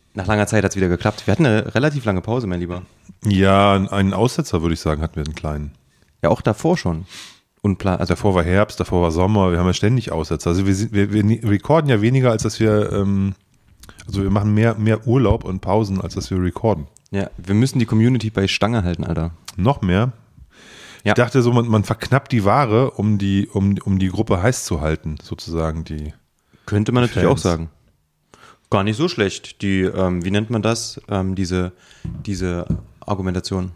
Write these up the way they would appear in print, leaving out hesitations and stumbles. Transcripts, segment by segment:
Nach langer Zeit hat es wieder geklappt. Wir hatten eine relativ lange Pause, mein Lieber. Ja, einen Aussetzer, würde ich sagen, hatten wir einen kleinen. Ja, auch davor schon. Also davor war Herbst, davor war Sommer, wir haben ja ständig Aussetzer. Also wir recorden ja weniger, als dass wir, also wir machen mehr Urlaub und Pausen, als dass wir recorden. Ja, wir müssen die Community bei Stange halten, Alter. Noch mehr? Ja. Ich dachte so, man verknappt die Ware, um die Gruppe heiß zu halten, sozusagen. Könnte man natürlich auch sagen. Gar nicht so schlecht. Wie nennt man das? Diese Argumentation.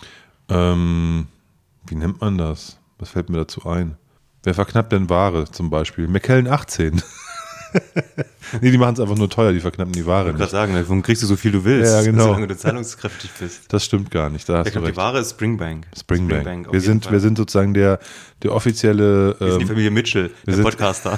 Wie nennt man das? Was fällt mir dazu ein? Wer verknappt denn Ware zum Beispiel? McKellen 18. Nee, die machen es einfach nur teuer, die verknappen die Ware nicht. Ich wollte gerade sagen, davon kriegst du so viel du willst, ja, genau. Solange du zahlungskräftig bist. Das stimmt gar nicht, da hast du recht. Die Ware ist Springbank. Springbank. Wir sind sozusagen der offizielle... Wir sind die Familie Mitchell, der Podcaster.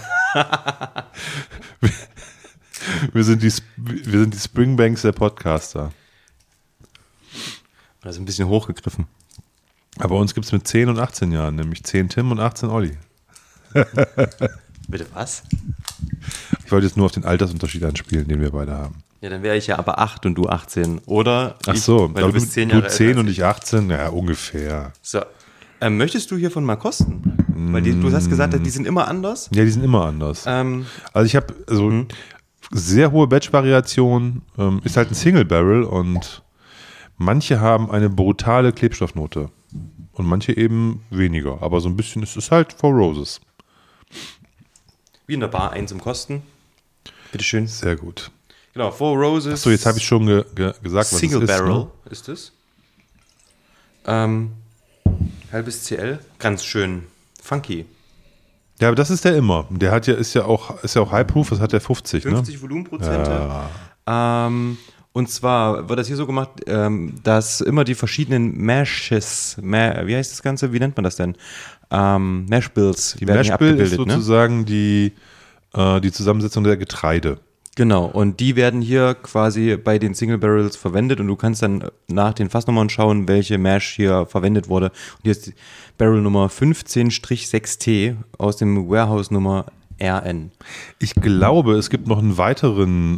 wir sind die Springbanks der Podcaster. Das ist ein bisschen hochgegriffen. Aber uns gibt es mit 10 und 18 Jahren, nämlich 10 Tim und 18 Olli. Bitte was? Ich wollte jetzt nur auf den Altersunterschied anspielen, den wir beide haben. Ja, dann wäre ich ja aber 8 und du 18, oder? Ach so, weil du bist 10 Jahre älter. Du 10 und ich 18, ja, ungefähr. So, möchtest du hiervon mal kosten? Weil du hast gesagt, die sind immer anders. Ja, die sind immer anders. Also ich habe sehr hohe Batch-Variation, ist halt ein Single Barrel und manche haben eine brutale Klebstoffnote und manche eben weniger. Aber so ein bisschen ist es halt Four Roses. Wie in der Bar, 1 im Kosten. Bitteschön. Sehr gut. Genau, Four Roses. Achso, jetzt habe ich schon gesagt, was Single es ist. Barrel, ne? ist es. Halbes CL. Ganz schön funky. Ja, aber das ist der immer. Der ist ja auch High-Proof, das hat der 50, 50 Volumenprozente. Ja. Und zwar wird das hier so gemacht, dass immer die verschiedenen Meshes, wie heißt das Ganze, wie nennt man das denn? Mash-Bills werden hier abgebildet. Die Mash-Bill ist sozusagen die Zusammensetzung der Getreide. Genau, und die werden hier quasi bei den Single Barrels verwendet und du kannst dann nach den Fassnummern schauen, welche Mash hier verwendet wurde. Und hier ist die Barrel Nummer 15-6T aus dem Warehouse Nummer RN. Ich glaube, es gibt noch einen weiteren,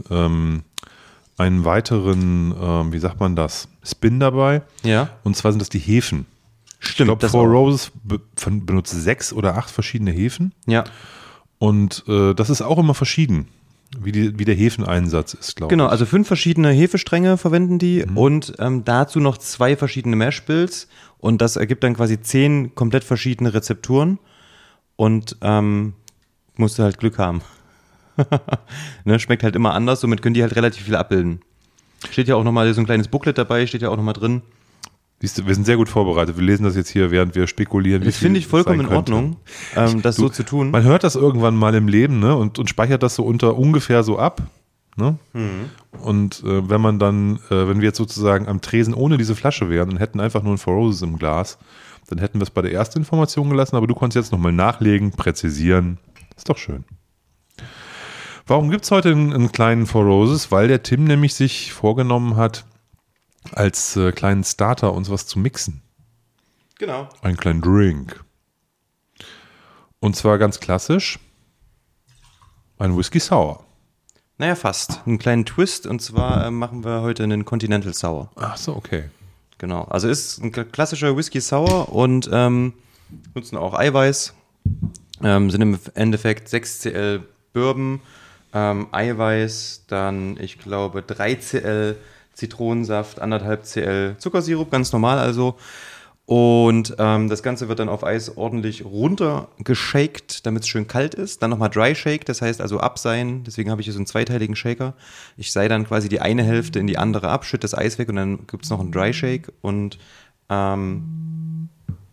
wie sagt man das, Spin dabei. Ja. Und zwar sind das die Hefen. Stimmt. Ich glaube, Four Roses benutzt 6 oder 8 verschiedene Hefen. Ja. Und das ist auch immer verschieden, wie der Hefeneinsatz ist, glaube ich. Genau, also 5 verschiedene Hefestränge verwenden die und dazu noch 2 verschiedene Mash-Bills und das ergibt dann quasi 10 komplett verschiedene Rezepturen und musst du halt Glück haben. Ne, schmeckt halt immer anders, somit können die halt relativ viel abbilden. Steht ja auch nochmal so ein kleines Booklet dabei, steht ja auch nochmal drin. Siehst du, wir sind sehr gut vorbereitet. Wir lesen das jetzt hier, während wir spekulieren. Das finde ich vollkommen in Ordnung, so zu tun. Man hört das irgendwann mal im Leben, ne? und speichert das so unter ungefähr so ab. Ne? Und wenn man dann, wenn wir jetzt sozusagen am Tresen ohne diese Flasche wären und hätten einfach nur ein Four Roses im Glas, dann hätten wir es bei der ersten Information gelassen, aber du konntest jetzt nochmal nachlegen, präzisieren. Ist doch schön. Warum gibt es heute einen kleinen Four Roses? Weil der Tim nämlich sich vorgenommen hat, als kleinen Starter uns was zu mixen. Genau. Einen kleinen Drink. Und zwar ganz klassisch ein Whisky Sour. Naja, fast. Einen kleinen Twist und zwar machen wir heute einen Continental Sour. Ach so, okay. Genau. Also ist ein klassischer Whisky Sour und nutzen auch Eiweiß. Sind im Endeffekt 6cl Bourbon, Eiweiß, dann ich glaube 3cl Zitronensaft, 1,5cl Zuckersirup, ganz normal also. Und das Ganze wird dann auf Eis ordentlich runtergeshakt, damit es schön kalt ist. Dann nochmal Dry Shake, das heißt also abseihen. Deswegen habe ich hier so einen zweiteiligen Shaker. Ich seie dann quasi die eine Hälfte in die andere ab, schütte das Eis weg und dann gibt es noch einen Dry Shake. Und dann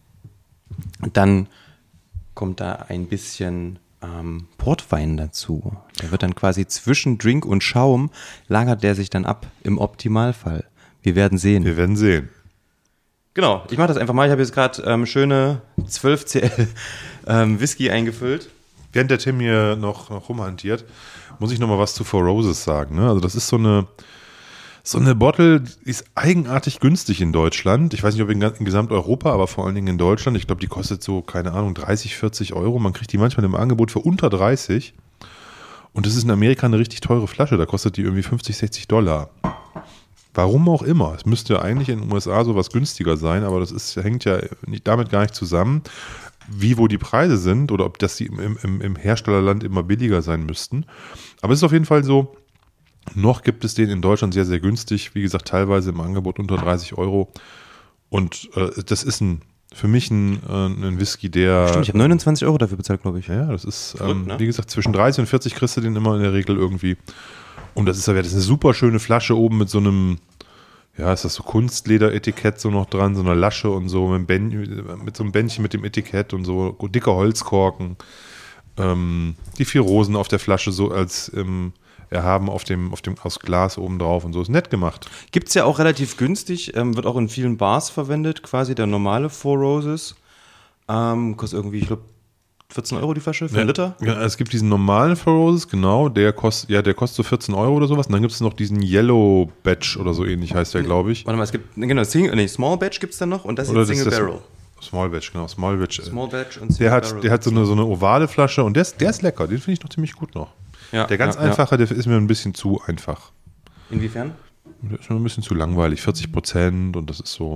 kommt da ein bisschen Portwein dazu. Der wird dann quasi zwischen Drink und Schaum, lagert der sich dann ab, im Optimalfall. Wir werden sehen. Wir werden sehen. Genau, ich mache das einfach mal. Ich habe jetzt gerade schöne 12cl Whisky eingefüllt. Während der Tim hier noch rumhantiert, muss ich noch mal was zu Four Roses sagen. Ne? Also das ist so eine Bottle, die ist eigenartig günstig in Deutschland. Ich weiß nicht, ob in Gesamteuropa, aber vor allen Dingen in Deutschland. Ich glaube, die kostet so, keine Ahnung, 30, 40 Euro. Man kriegt die manchmal im Angebot für unter 30. Und das ist in Amerika eine richtig teure Flasche. Da kostet die irgendwie $50-60. Warum auch immer. Es müsste eigentlich in den USA sowas günstiger sein, aber hängt ja damit gar nicht zusammen, wo die Preise sind oder ob das die im Herstellerland immer billiger sein müssten. Aber es ist auf jeden Fall so, noch gibt es den in Deutschland sehr, sehr günstig. Wie gesagt, teilweise im Angebot unter 30 Euro. Und das ist für mich ein Whisky, der... Stimmt, ich habe 29 Euro dafür bezahlt, glaube ich. Ja, das ist, Verrückt, ne? wie gesagt, zwischen 30 und 40 kriegst du den immer in der Regel irgendwie. Und das ist eine super schöne Flasche oben mit so einem, ja, ist das so Kunstleder-Etikett so noch dran, so einer Lasche und so, mit so einem Bändchen mit dem Etikett und so, dicke Holzkorken. Die 4 Rosen auf der Flasche so als erhaben aus Glas oben drauf und so. Ist nett gemacht. Gibt es ja auch relativ günstig, wird auch in vielen Bars verwendet, quasi der normale Four Roses. Kostet irgendwie, ich glaube, 14 Euro die Flasche für einen Liter. Ja, es gibt diesen normalen Four Roses, genau, der kostet so 14 Euro oder sowas. Und dann gibt es noch diesen Yellow Batch oder so ähnlich heißt der, glaube ich. Warte mal, es gibt, genau, Small Batch gibt es dann noch und das ist Single Barrel. Small Batch, genau, Small Batch. Small Batch und Single Barrel. Der hat so eine ovale Flasche und der ist lecker, den finde ich noch ziemlich gut noch. Ja, der ganz einfache, der ist mir ein bisschen zu einfach. Inwiefern? Der ist mir ein bisschen zu langweilig, 40% und das ist so,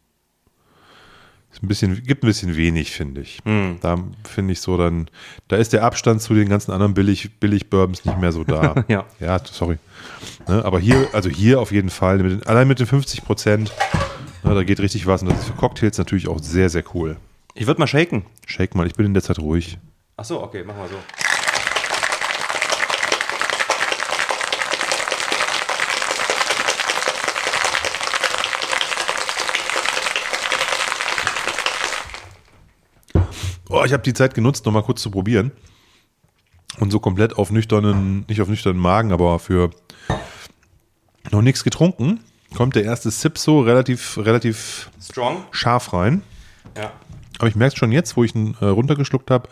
gibt ein bisschen wenig, finde ich. Da finde ich so da ist der Abstand zu den ganzen anderen Billig-Bourbons nicht mehr so da. Ja, sorry. Ne, aber hier auf jeden Fall, allein mit den 50%, da geht richtig was und das ist für Cocktails natürlich auch sehr, sehr cool. Ich würde mal shaken. Shake mal, ich bin in der Zeit ruhig. Ach so, okay, machen wir so. Oh, ich habe die Zeit genutzt, noch mal kurz zu probieren. Und so komplett nicht auf nüchternen Magen, aber für noch nichts getrunken, kommt der erste Sip so relativ strong, scharf rein. Ja. Aber ich merke es schon jetzt, wo ich ihn runtergeschluckt habe,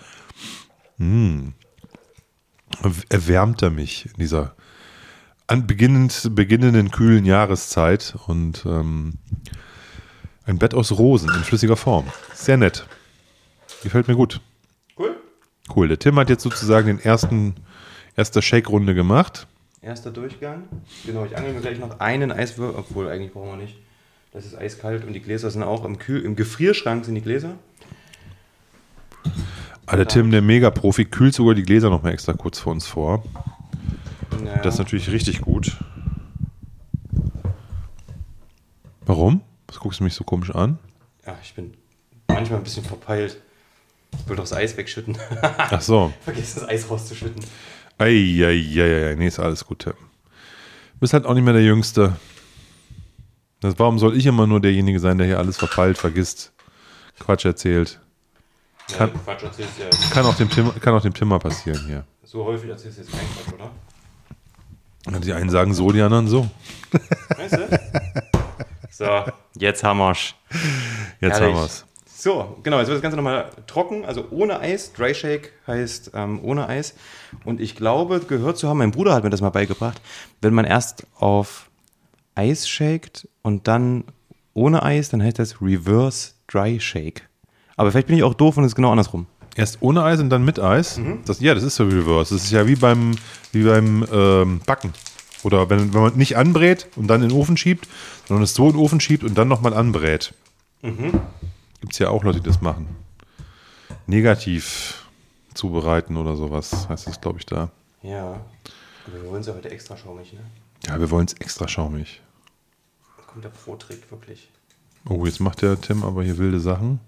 erwärmt er mich in dieser beginnenden kühlen Jahreszeit. Und ein Bett aus Rosen in flüssiger Form. Sehr nett. Gefällt mir gut. Cool. Der Tim hat jetzt sozusagen den erste Shake-Runde gemacht. Erster Durchgang. Genau, ich angel mir gleich noch einen Eiswürfel, obwohl eigentlich brauchen wir nicht. Das ist eiskalt und die Gläser sind auch im Gefrierschrank sind die Gläser. Aber der Tim, der Mega-Profi, kühlt sogar die Gläser noch mal extra kurz vor uns vor. Ja. Das ist natürlich richtig gut. Warum? Was guckst du mich so komisch an? Ja, ich bin manchmal ein bisschen verpeilt. Ich will doch das Eis wegschütten. Ach so. Vergiss das Eis rauszuschütten. Eieieiei, nee, ist alles gut, Tim. Du bist halt auch nicht mehr der Jüngste. Warum soll ich immer nur derjenige sein, der hier alles verpeilt, vergisst, Quatsch erzählt? Quatsch erzählst du ja. Kann auch dem Tim mal passieren hier. So häufig erzählst du jetzt keinen Quatsch, oder? Die einen sagen so, die anderen so. Weißt du? So, jetzt haben wir's. Jetzt haben wir's. So, genau, jetzt wird das Ganze nochmal trocken, also ohne Eis. Dry Shake heißt ohne Eis. Und ich glaube, gehört zu haben, mein Bruder hat mir das mal beigebracht, wenn man erst auf Eis shakt und dann ohne Eis, dann heißt das Reverse Dry Shake. Aber vielleicht bin ich auch doof und es ist genau andersrum. Erst ohne Eis und dann mit Eis? Das ist so Reverse. Das ist ja wie beim Backen. Oder wenn man nicht anbrät und dann in den Ofen schiebt, sondern es so in den Ofen schiebt und dann nochmal anbrät. Gibt es ja auch Leute, die das machen. Negativ zubereiten oder sowas, heißt das, glaube ich, da. Ja, aber wir wollen es ja heute extra schaumig, ne? Ja, wir wollen es extra schaumig. Da kommt der Pro-Trick, wirklich. Oh, jetzt macht der Tim aber hier wilde Sachen.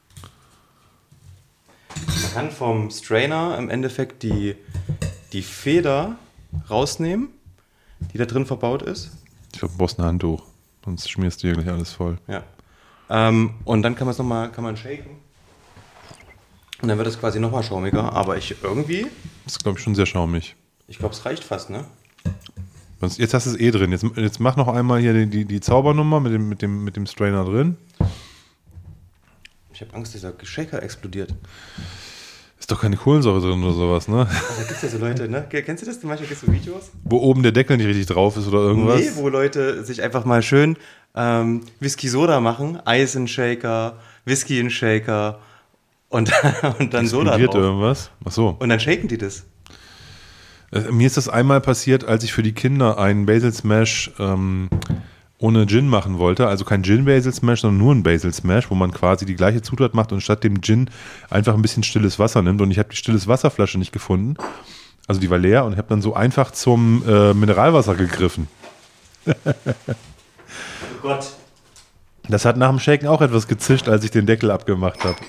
Man kann vom Strainer im Endeffekt die Feder rausnehmen, die da drin verbaut ist. Ich glaube, du brauchst ein Handtuch, sonst schmierst du hier gleich alles voll. Ja. Und dann kann man shaken. Und dann wird es quasi nochmal schaumiger. Aber das ist, glaube ich, schon sehr schaumig. Ich glaube, es reicht fast, ne? Jetzt hast du es drin. Jetzt mach noch einmal hier die Zaubernummer mit dem Strainer drin. Ich habe Angst, dieser Shaker explodiert. Ist doch keine Kohlensäure drin oder sowas, ne? Also, da gibt es ja so Leute, ne? Kennst du das? Manchmal gibt es so Videos. Wo oben der Deckel nicht richtig drauf ist oder irgendwas? Nee, wo Leute sich einfach mal schön Whisky-Soda machen. Eis in Shaker, Whisky in Shaker und dann Soda drauf. Irgendwas? Ach so. Und dann shaken die das. Mir ist das einmal passiert, als ich für die Kinder einen Basil Smash ohne Gin machen wollte. Also kein Gin Basil Smash, sondern nur ein Basil Smash, wo man quasi die gleiche Zutat macht und statt dem Gin einfach ein bisschen stilles Wasser nimmt. Und ich habe die stilles Wasserflasche nicht gefunden. Also die war leer und ich habe dann so einfach zum Mineralwasser gegriffen. Oh Gott. Das hat nach dem Shaken auch etwas gezischt, als ich den Deckel abgemacht habe.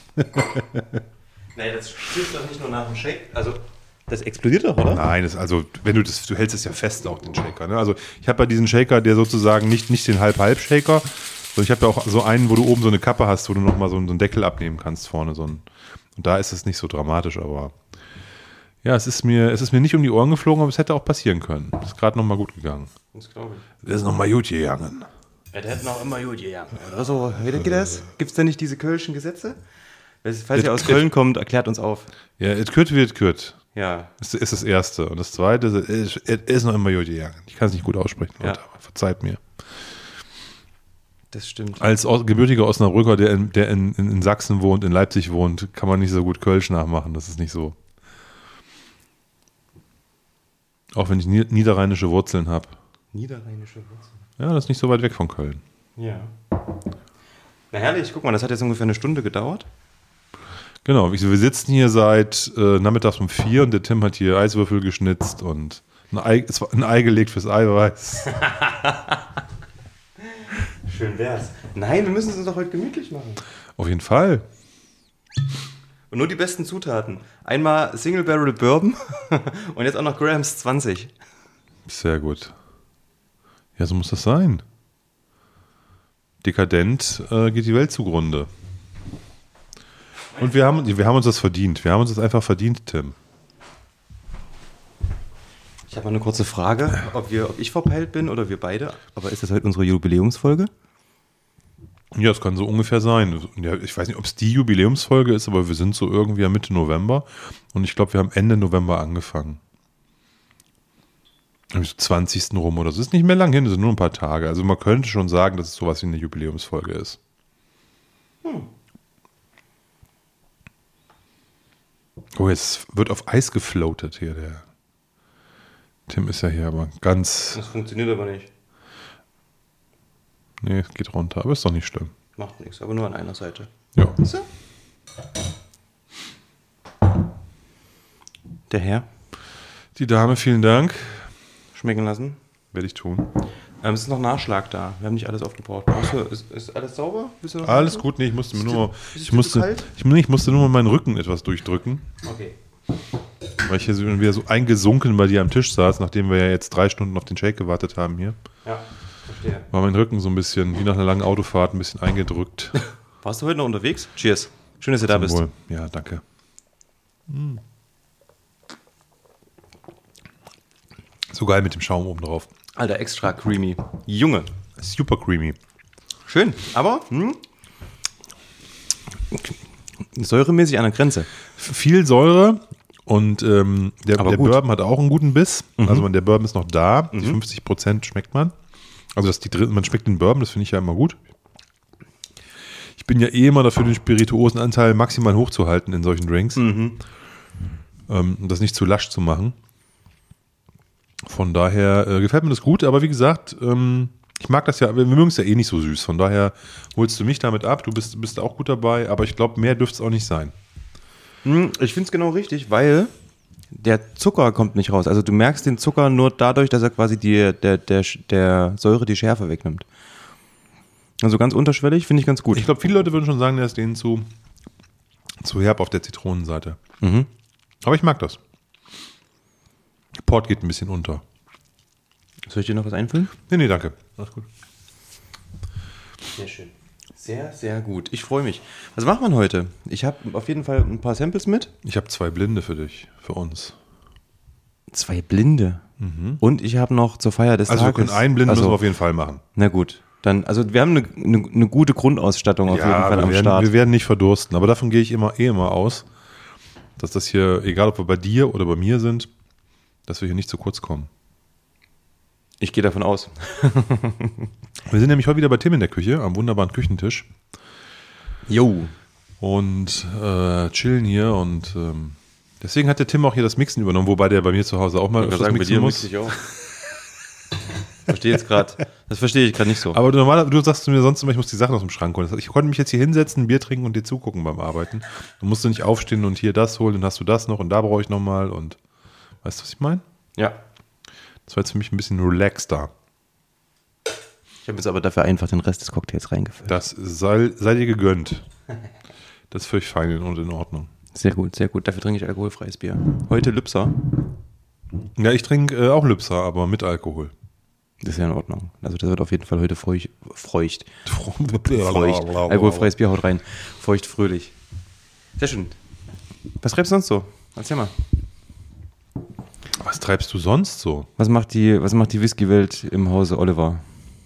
Nee, das zischt doch nicht nur nach dem Shake. Also, das explodiert doch, oder? Nein, also wenn du hältst es ja fest auch, den Shaker. Ne? Also ich habe ja diesen Shaker, der sozusagen nicht den Halb-Halb-Shaker, sondern ich habe ja auch so einen, wo du oben so eine Kappe hast, wo du nochmal so einen Deckel abnehmen kannst vorne. Und da ist es nicht so dramatisch, aber ja, es ist mir nicht um die Ohren geflogen, aber es hätte auch passieren können. Es ist gerade nochmal gut gegangen. Das glaube ich. Das ist nochmal gut gegangen. Ja, der hätte noch immer gut gegangen. Oder so, wie geht das? Gibt es denn nicht diese kölschen Gesetze? Falls ihr aus Köln kommt, erklärt uns auf. Ja, es kürt wird kürt. Ja. Ist das Erste. Und das Zweite ist noch immer gut gegangen. Ich kann es nicht gut aussprechen, Leute, aber verzeiht mir. Das stimmt. Als gebürtiger Osnabrücker, der in Sachsen wohnt, in Leipzig wohnt, kann man nicht so gut Kölsch nachmachen. Das ist nicht so. Auch wenn ich niederrheinische Wurzeln habe. Niederrheinische Wurzeln? Ja, das ist nicht so weit weg von Köln. Ja. Na herrlich, guck mal, das hat jetzt ungefähr eine Stunde gedauert. Genau, wir sitzen hier seit nachmittags um 4 und der Tim hat hier Eiswürfel geschnitzt und ein Ei gelegt fürs Eiweiß. Schön wär's. Nein, wir müssen es uns doch heute gemütlich machen. Auf jeden Fall. Und nur die besten Zutaten. Einmal Single Barrel Bourbon und jetzt auch noch Grams 20. Sehr gut. Ja, so muss das sein. Dekadent geht die Welt zugrunde. Und wir haben uns das verdient. Wir haben uns das einfach verdient, Tim. Ich habe mal eine kurze Frage, ob ich verpeilt bin oder wir beide. Aber ist das heute unsere Jubiläumsfolge? Ja, es kann so ungefähr sein. Ja, ich weiß nicht, ob es die Jubiläumsfolge ist, aber wir sind so irgendwie Mitte November. Und ich glaube, wir haben Ende November angefangen. Am 20. rum oder so. Es ist nicht mehr lang hin, es sind nur ein paar Tage. Also man könnte schon sagen, dass es sowas wie eine Jubiläumsfolge ist. Oh, jetzt wird auf Eis gefloatet hier. Der Tim ist ja hier aber ganz... Das funktioniert aber nicht. Nee, es geht runter, aber ist doch nicht schlimm. Macht nichts, aber nur an einer Seite. Ja. So. Der Herr. Die Dame, vielen Dank. Schmecken lassen. Werde ich tun. Es ist noch Nachschlag da. Wir haben nicht alles aufgebraucht. Ist alles sauber? Alles gut, nee, ich musste mir nur Ich musste nur mal meinen Rücken etwas durchdrücken. Okay. Weil ich hier wieder so eingesunken bei dir am Tisch saß, nachdem wir ja jetzt 3 Stunden auf den Shake gewartet haben hier. Ja, verstehe. War mein Rücken so ein bisschen, wie nach einer langen Autofahrt, ein bisschen eingedrückt. Warst du heute noch unterwegs? Cheers. Schön, dass du da bist. Wohl. Ja, danke. So geil mit dem Schaum oben drauf. Alter, extra creamy. Junge. Super creamy. Schön, aber säuremäßig an der Grenze. Viel Säure und der gut. Bourbon hat auch einen guten Biss. Also der Bourbon ist noch da. Die 50% schmeckt man. Also man schmeckt den Bourbon, das finde ich ja immer gut. Ich bin ja immer dafür, den Spirituosenanteil maximal hochzuhalten in solchen Drinks. Das nicht zu lasch zu machen. Von daher gefällt mir das gut, aber wie gesagt, ich mag das ja, wir mögen es ja eh nicht so süß. Von daher holst du mich damit ab, du bist auch gut dabei, aber ich glaube, mehr dürfte es auch nicht sein. Ich finde es genau richtig, weil der Zucker kommt nicht raus. Also du merkst den Zucker nur dadurch, dass er quasi der Säure die Schärfe wegnimmt. Also ganz unterschwellig, finde ich ganz gut. Ich glaube, viele Leute würden schon sagen, der ist denen zu herb auf der Zitronenseite. Aber ich mag das. Port geht ein bisschen unter. Soll ich dir noch was einfüllen? Nee, danke. Alles gut. Sehr schön. Sehr, sehr gut. Ich freue mich. Was macht man heute? Ich habe auf jeden Fall ein paar Samples mit. Ich habe 2 Blinde für dich, für uns. 2 Blinde? Und ich habe noch zur Feier des Also Tages... wir können einen Blinden müssen wir auf jeden Fall machen. Na gut. Dann, also wir haben eine gute Grundausstattung auf jeden Fall am Start. Wir werden nicht verdursten, aber davon gehe ich immer aus, dass das hier, egal ob wir bei dir oder bei mir sind, dass wir hier nicht zu kurz kommen. Ich gehe davon aus. Wir sind nämlich heute wieder bei Tim in der Küche, am wunderbaren Küchentisch. Jo. Und chillen hier und Deswegen hat der Tim auch hier das Mixen übernommen, wobei der bei mir zu Hause auch mal öfters mixen muss. Mixe ich auch. Das verstehe ich gerade nicht so. Aber du sagst zu mir sonst immer, ich muss die Sachen aus dem Schrank holen. Ich konnte mich jetzt hier hinsetzen, ein Bier trinken und dir zugucken beim Arbeiten. Du musst nicht aufstehen und hier das holen, dann hast du das noch und da brauche ich nochmal und weißt du, was ich meine? Ja. Das war jetzt für mich ein bisschen relaxter. Ich habe jetzt aber dafür einfach den Rest des Cocktails reingefüllt. Das sei dir gegönnt. Das ist völlig fein und in Ordnung. Sehr gut, sehr gut. Dafür trinke ich alkoholfreies Bier. Heute Lübser. Ja, ich trinke auch Lübser, aber mit Alkohol. Das ist ja in Ordnung. Also das wird auf jeden Fall heute feucht. Alkoholfreies Bier haut rein. Feucht, fröhlich. Sehr schön. Was treibst du sonst so? Erzähl mal. Was treibst du sonst so? Was macht die Whisky-Welt im Hause Oliver?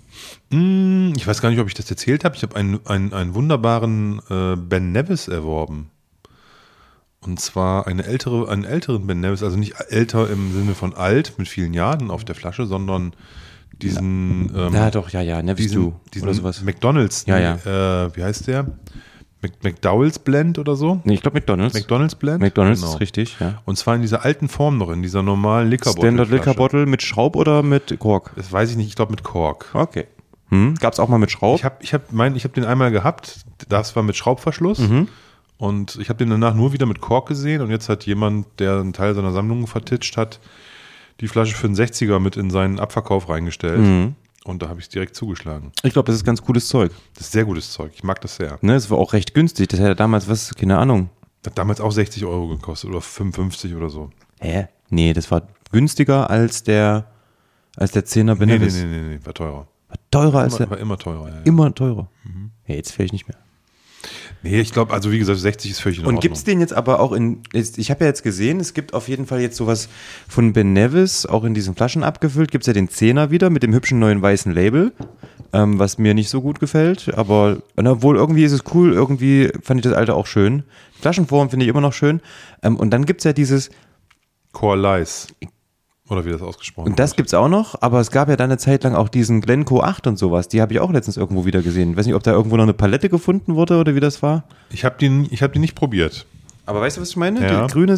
Ich weiß gar nicht, ob ich das erzählt habe. Ich habe einen wunderbaren Ben Nevis erworben. Und zwar einen älteren Ben Nevis, also nicht älter im Sinne von alt, mit vielen Jahren auf der Flasche, sondern diesen Nevis diesen oder sowas. McDonald's, wie heißt der? McDowell's Blend oder so? Nee, ich glaube McDonald's Blend? McDonald's Genau. ist richtig, ja. Und zwar in dieser alten Form noch, in dieser normalen Liquor-Bottle. Standard Liquor Bottle mit Schraub oder mit Kork? Das weiß ich nicht, ich glaube mit Kork. Okay. Gab's auch mal mit Schraub? Ich hab den einmal gehabt, das war mit Schraubverschluss. Und ich habe den danach nur wieder mit Kork gesehen und jetzt hat jemand, der einen Teil seiner Sammlung vertitscht hat, die Flasche für einen 60er mit in seinen Abverkauf reingestellt. Und da habe ich es direkt zugeschlagen. Ich glaube, das ist ganz cooles Zeug. Das ist sehr gutes Zeug. Ich mag das sehr. Ne, es war auch recht günstig. Das hätte damals keine Ahnung. Hat damals auch 60 € gekostet oder 55 oder so. Hä? Nee, das war günstiger als der 10er Ben Nevis. Nee, war teurer. War teurer als der? War immer teurer. Ja. Immer teurer. Ja, jetzt fällt ich nicht mehr. Nee, ich glaube, also wie gesagt, 60 ist völlig in Ordnung. Und gibt es den jetzt aber auch ich habe ja jetzt gesehen, es gibt auf jeden Fall jetzt sowas von Ben Nevis, auch in diesen Flaschen abgefüllt, gibt es ja den 10er wieder mit dem hübschen neuen weißen Label, was mir nicht so gut gefällt, aber obwohl irgendwie ist es cool, irgendwie fand ich das alte auch schön. Flaschenform finde ich immer noch schön. Und dann gibt es ja dieses Corliss. Oder wie das ausgesprochen wird. Und das gibt's auch noch, aber es gab ja dann eine Zeit lang auch diesen Glencoe 8 und sowas. Die habe ich auch letztens irgendwo wieder gesehen. Ich weiß nicht, ob da irgendwo noch eine Palette gefunden wurde oder wie das war. Ich hab die nicht probiert. Aber weißt du, was ich meine? Ja. Grün.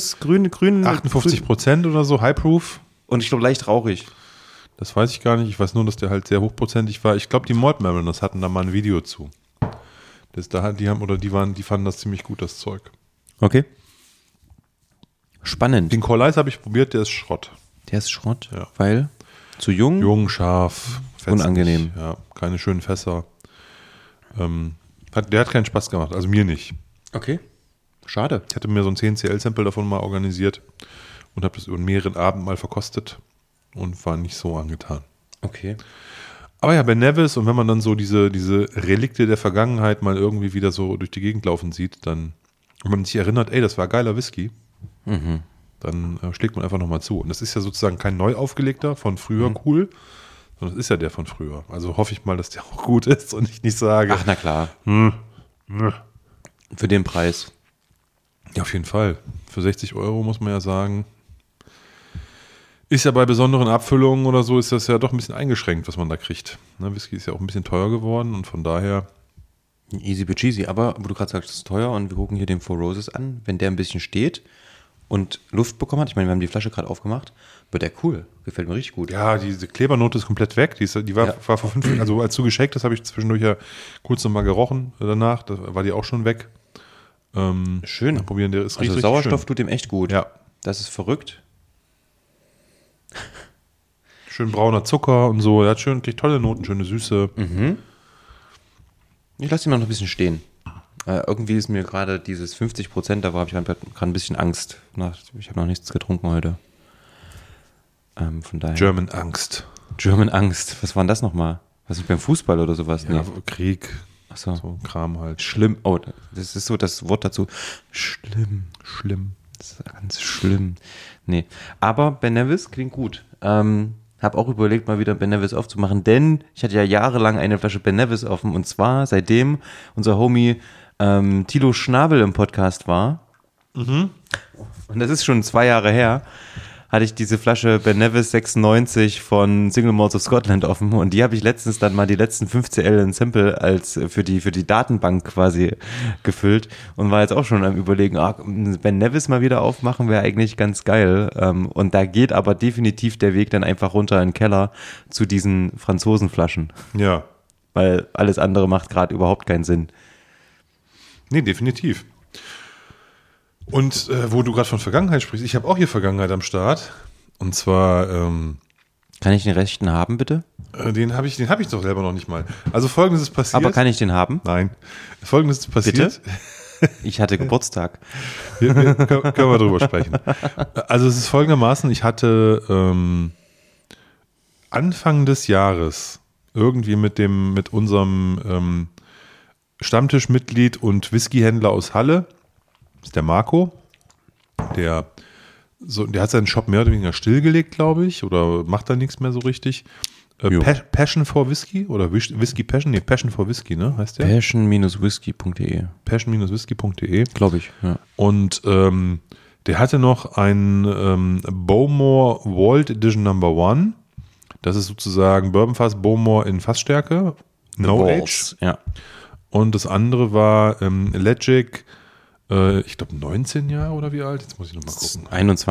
58% oder so, High Proof. Und ich glaube leicht rauchig. Das weiß ich gar nicht. Ich weiß nur, dass der halt sehr hochprozentig war. Ich glaube, die Malt Mariners hatten da mal ein Video zu. Die fanden das ziemlich gut, das Zeug. Okay. Spannend. Den Corliss habe ich probiert, der ist Schrott. Der ist Schrott, Ja. weil zu jung. Jung, scharf, fetzig. Unangenehm. Ja, keine schönen Fässer. Der hat keinen Spaß gemacht, also mir nicht. Okay. Schade. Ich hatte mir so ein 10cl-Sample davon mal organisiert und habe das über mehreren Abend mal verkostet und war nicht so angetan. Okay. Aber ja, Ben Nevis, und wenn man dann so diese Relikte der Vergangenheit mal irgendwie wieder so durch die Gegend laufen sieht, dann, wenn man sich erinnert, ey, das war geiler Whisky, dann schlägt man einfach nochmal zu. Und das ist ja sozusagen kein neu aufgelegter von früher cool, sondern das ist ja der von früher. Also hoffe ich mal, dass der auch gut ist und ich nicht sage. Ach, na klar. Für den Preis. Ja, auf jeden Fall. Für 60 € muss man ja sagen, ist ja bei besonderen Abfüllungen oder so, ist das ja doch ein bisschen eingeschränkt, was man da kriegt. Ne, Whisky ist ja auch ein bisschen teuer geworden und von daher. Easy peasy. Aber wo du gerade sagst, das ist teuer und wir gucken hier den Four Roses an, wenn der ein bisschen steht und Luft bekommen hat, ich meine, wir haben die Flasche gerade aufgemacht, wird der cool. Gefällt mir richtig gut. Ja, diese Klebernote ist komplett weg. Die war vor 5 Minuten, also als du geschenkt hast, habe ich zwischendurch ja kurz nochmal gerochen danach. Da war die auch schon weg. Schön. Mal probieren, der ist Also richtig Sauerstoff schön. tut dem echt gut. Ja. Das ist verrückt. Schön brauner Zucker und so. Er hat kriegt tolle Noten, schöne Süße. Ich lasse ihn mal noch ein bisschen stehen. Irgendwie ist mir gerade dieses 50%, da habe ich gerade ein bisschen Angst. Ich habe noch nichts getrunken heute. Von daher. German Angst. German Angst. Was war denn das nochmal? Was nicht beim Fußball oder sowas? Ja, Krieg. Ach so. So ein Kram halt. Schlimm. Oh, das ist so das Wort dazu. Schlimm. Das ist ganz schlimm. Nee. Aber Ben Nevis klingt gut. Hab auch überlegt, mal wieder Ben Nevis aufzumachen, denn ich hatte ja jahrelang eine Flasche Ben Nevis offen und zwar seitdem unser Homie Thilo Schnabel im Podcast war. Und das ist schon 2 Jahre her. hatte ich diese Flasche Ben Nevis 96 von Single Malts of Scotland offen und die habe ich letztens dann mal die letzten 5 CL in Sample als für die Datenbank quasi gefüllt und war jetzt auch schon am Überlegen, Ben Nevis mal wieder aufmachen wäre eigentlich ganz geil. Und da geht aber definitiv der Weg dann einfach runter in den Keller zu diesen Franzosenflaschen. Ja. Weil alles andere macht gerade überhaupt keinen Sinn. Nee, definitiv. Und wo du gerade von Vergangenheit sprichst, ich habe auch hier Vergangenheit am Start. Und zwar kann ich den rechten haben, bitte? Den hab ich doch selber noch nicht mal. Also Folgendes ist passiert. Aber kann ich den haben? Nein. Folgendes ist passiert. Bitte? Ich hatte Geburtstag. Können wir drüber sprechen. Also es ist folgendermaßen, ich hatte Anfang des Jahres irgendwie mit unserem Stammtischmitglied und Whiskyhändler aus Halle, das ist der Marco, der hat seinen Shop mehr oder weniger stillgelegt, glaube ich, oder macht da nichts mehr so richtig. Passion for Whisky oder Whisky Passion? Nee, Passion for Whisky, ne? Heißt der? Passion-whisky.de. Passion-whisky.de. Glaube ich, ja. Und der hatte noch ein Bowmore Vault Edition No. 1. Das ist sozusagen Bourbonfass Bowmore in Fassstärke. No Age. Ja. Und das andere war Legic, ich glaube 19 Jahre oder wie alt? Jetzt muss ich nochmal gucken.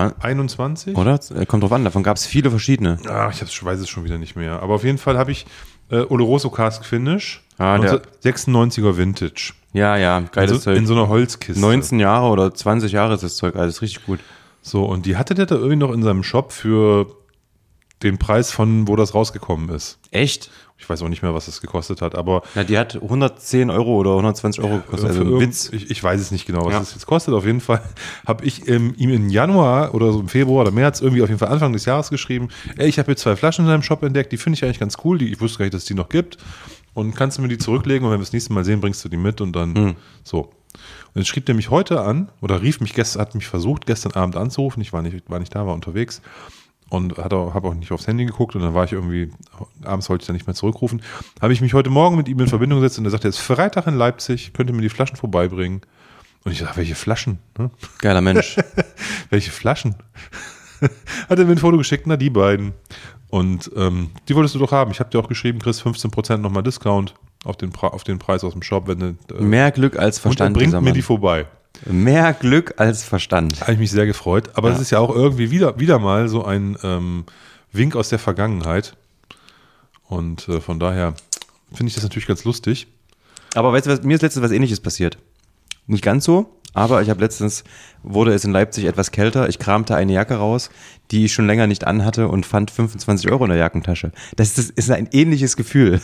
21? Oder? Kommt drauf an, davon gab es viele verschiedene. Ich weiß es schon wieder nicht mehr. Aber auf jeden Fall habe ich Oloroso Cask Finish, der 96er Vintage. Ja, geiles Zeug. In so einer Holzkiste. 19 Jahre oder 20 Jahre ist das Zeug, alles richtig gut. So, und die hatte der da irgendwie noch in seinem Shop für den Preis von, wo das rausgekommen ist. Echt? Ich weiß auch nicht mehr, was das gekostet hat, aber... Na, die hat 110 Euro oder 120 Euro gekostet. Also ein Witz. Ich weiß es nicht genau, was das jetzt kostet. Auf jeden Fall habe ich ihm im Januar oder so im Februar oder März irgendwie auf jeden Fall Anfang des Jahres geschrieben, ich habe hier 2 Flaschen in deinem Shop entdeckt, die finde ich eigentlich ganz cool, ich wusste gar nicht, dass es die noch gibt. Und kannst du mir die zurücklegen und wenn wir das nächste Mal sehen, bringst du die mit und dann so. Und jetzt schrieb der mich heute an oder hat mich versucht, gestern Abend anzurufen. Ich war nicht da, war unterwegs. Und habe auch nicht aufs Handy geguckt und dann war ich irgendwie, abends wollte ich dann nicht mehr zurückrufen. Habe ich mich heute Morgen mit ihm in Verbindung gesetzt und er sagte, er ist Freitag in Leipzig, könnte mir die Flaschen vorbeibringen. Und ich dachte, welche Flaschen? Ne? Geiler Mensch. Welche Flaschen? Hat er mir ein Foto geschickt, na die beiden. Und die wolltest du doch haben. Ich habe dir auch geschrieben, kriegst 15% nochmal Discount auf den Preis aus dem Shop. Wenn du, mehr Glück als Verstand. Und er bringt mir die vorbei. Mehr Glück als Verstand. Habe ich mich sehr gefreut. Aber es ist ja auch irgendwie wieder mal so ein Wink aus der Vergangenheit. Und von daher finde ich das natürlich ganz lustig. Aber weißt du was, mir ist letztens was Ähnliches passiert. Nicht ganz so, aber wurde es in Leipzig etwas kälter. Ich kramte eine Jacke raus, die ich schon länger nicht anhatte und fand 25 Euro in der Jackentasche. Das ist ein ähnliches Gefühl.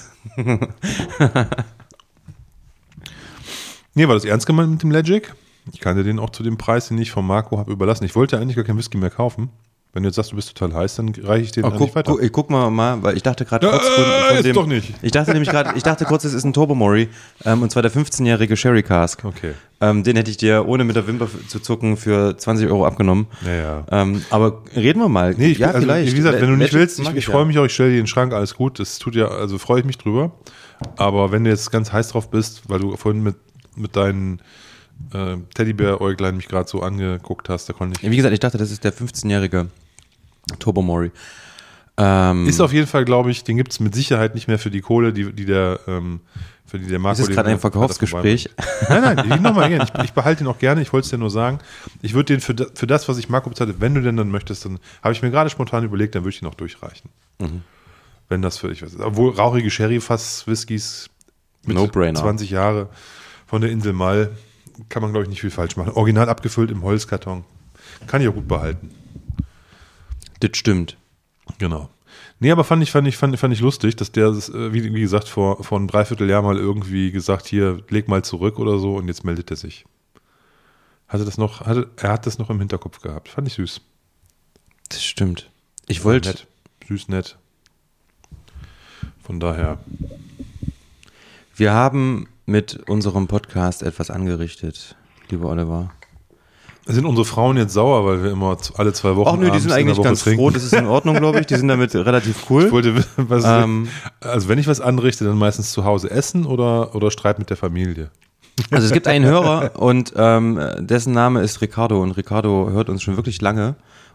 Nee, war das ernst gemeint mit dem Legic? Ich kann dir den auch zu dem Preis, den ich von Marco habe, überlassen. Ich wollte eigentlich gar keinen Whisky mehr kaufen. Wenn du jetzt sagst, du bist total heiß, dann reiche ich den nicht weiter. Guck mal, weil ich dachte gerade kurz von dem... doch nicht. Ich dachte kurz, es ist ein Tobermory, und zwar der 15-jährige Sherry Cask. Okay. Den hätte ich dir, ohne mit der Wimper zu zucken, für 20 Euro abgenommen. Ja. aber reden wir mal. Nee, vielleicht. Wie gesagt, wenn du nicht willst, ich freue mich auch, ich stelle dir in den Schrank, alles gut. Das tut ja, also freue ich mich drüber. Aber wenn du jetzt ganz heiß drauf bist, weil du vorhin mit deinen Teddybär-Äuglein mich gerade so angeguckt hast, da konnte ich... Wie gesagt, ich dachte, das ist der 15-jährige Tobermory. Ist auf jeden Fall, glaube ich, den gibt es mit Sicherheit nicht mehr für die Kohle, die der Marco... Ist das gerade ein Verkaufsgespräch? Nein, nochmal gerne. Ich behalte den auch gerne, ich wollte es dir nur sagen. Ich würde den für das, was ich Marco bezahle, wenn du denn dann möchtest, dann habe ich mir gerade spontan überlegt, dann würde ich den auch durchreichen. Mhm. Wenn das für dich was ist. Obwohl rauchige Sherry-Fass-Whiskys mit No-brainer. 20 Jahre von der Insel Mall kann man, glaube ich, nicht viel falsch machen. Original abgefüllt im Holzkarton. Kann ich auch gut behalten. Das stimmt. Genau. Nee, aber fand ich lustig, dass der, wie gesagt, vor einem Dreivierteljahr mal irgendwie gesagt, hier, leg mal zurück oder so und jetzt meldet er sich. Er hat das noch im Hinterkopf gehabt. Fand ich süß. Das stimmt. Ich wollte... Nett. Süß, nett. Von daher... Wir haben mit unserem Podcast etwas angerichtet, lieber Oliver. Sind unsere Frauen jetzt sauer, weil wir immer alle 2 Wochen... Ach nö, die sind eigentlich ganz froh, das ist in Ordnung, glaube ich. Die sind damit relativ cool. Ich wollte also wenn ich was anrichte, dann meistens zu Hause essen oder Streit mit der Familie. Also es gibt einen Hörer und dessen Name ist Ricardo und Ricardo hört uns schon wirklich lange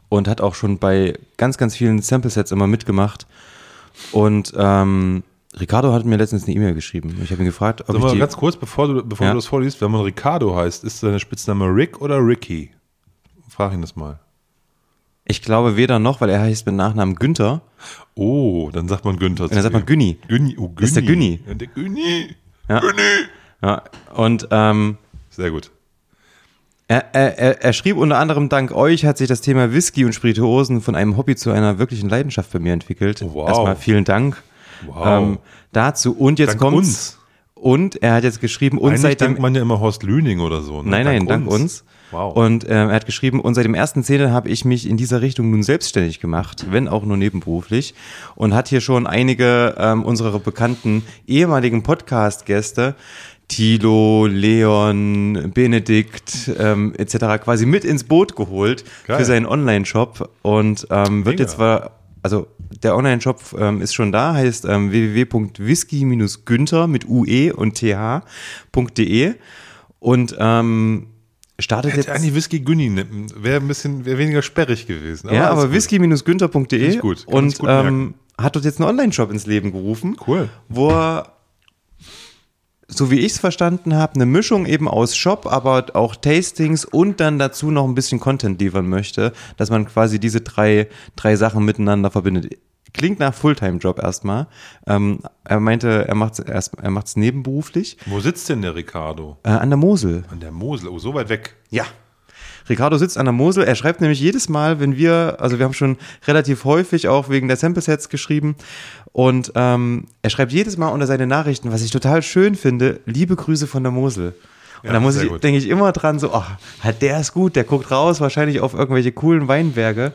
und hat auch schon bei ganz, ganz vielen Sample-Sets immer mitgemacht. Und Ricardo hat mir letztens eine E-Mail geschrieben. Ich habe ihn gefragt, ob Sag mal ganz kurz, bevor du das vorliest, wenn man Ricardo heißt, ist seine Spitzname Rick oder Ricky? Frag ihn das mal. Ich glaube weder noch, weil er heißt mit Nachnamen Günther. Oh, dann sagt man Günther. Und dann sagt man Günni. Günni. Oh, Günni. Das ist der Günni. Ja, der Günni. Ja. Günni. Ja. Und sehr gut. Er schrieb unter anderem, dank euch hat sich das Thema Whisky und Spirituosen von einem Hobby zu einer wirklichen Leidenschaft bei mir entwickelt. Oh, wow. Erstmal vielen Dank dazu. Und jetzt dank kommt's. Uns. Und er hat jetzt geschrieben, und Eigentlich seitdem... dankt man ja immer Horst Lüning oder so. Ne? Nein, dank uns. Wow. Und er hat geschrieben, und seit dem 1.10. habe ich mich in dieser Richtung nun selbstständig gemacht, wenn auch nur nebenberuflich. Und hat hier schon einige unserer bekannten ehemaligen Podcast-Gäste, Thilo, Leon, Benedikt etc. quasi mit ins Boot geholt. Geil. Für seinen Online-Shop. Und wird jetzt also der Online-Shop ist schon da, heißt www.whisky-günther mit UE und th.de und startet jetzt... Hätte eigentlich Whisky Günni nippen, wäre weniger sperrig gewesen. Aber whisky-günther.de gut. Und hat dort jetzt einen Online-Shop ins Leben gerufen, cool, wo er, so wie ich es verstanden habe, eine Mischung eben aus Shop, aber auch Tastings und dann dazu noch ein bisschen Content liefern möchte, dass man quasi diese drei Sachen miteinander verbindet. Klingt nach Fulltime-Job erstmal. Er meinte, er macht's nebenberuflich. Wo sitzt denn der Ricardo? An der Mosel. An der Mosel, so weit weg. Ja. Ricardo sitzt an der Mosel. Er schreibt nämlich jedes Mal, wenn wir haben schon relativ häufig auch wegen der Sample-Sets geschrieben und er schreibt jedes Mal unter seine Nachrichten, was ich total schön finde, liebe Grüße von der Mosel. Und da denke ich immer dran, so, der ist gut, der guckt raus, wahrscheinlich auf irgendwelche coolen Weinberge.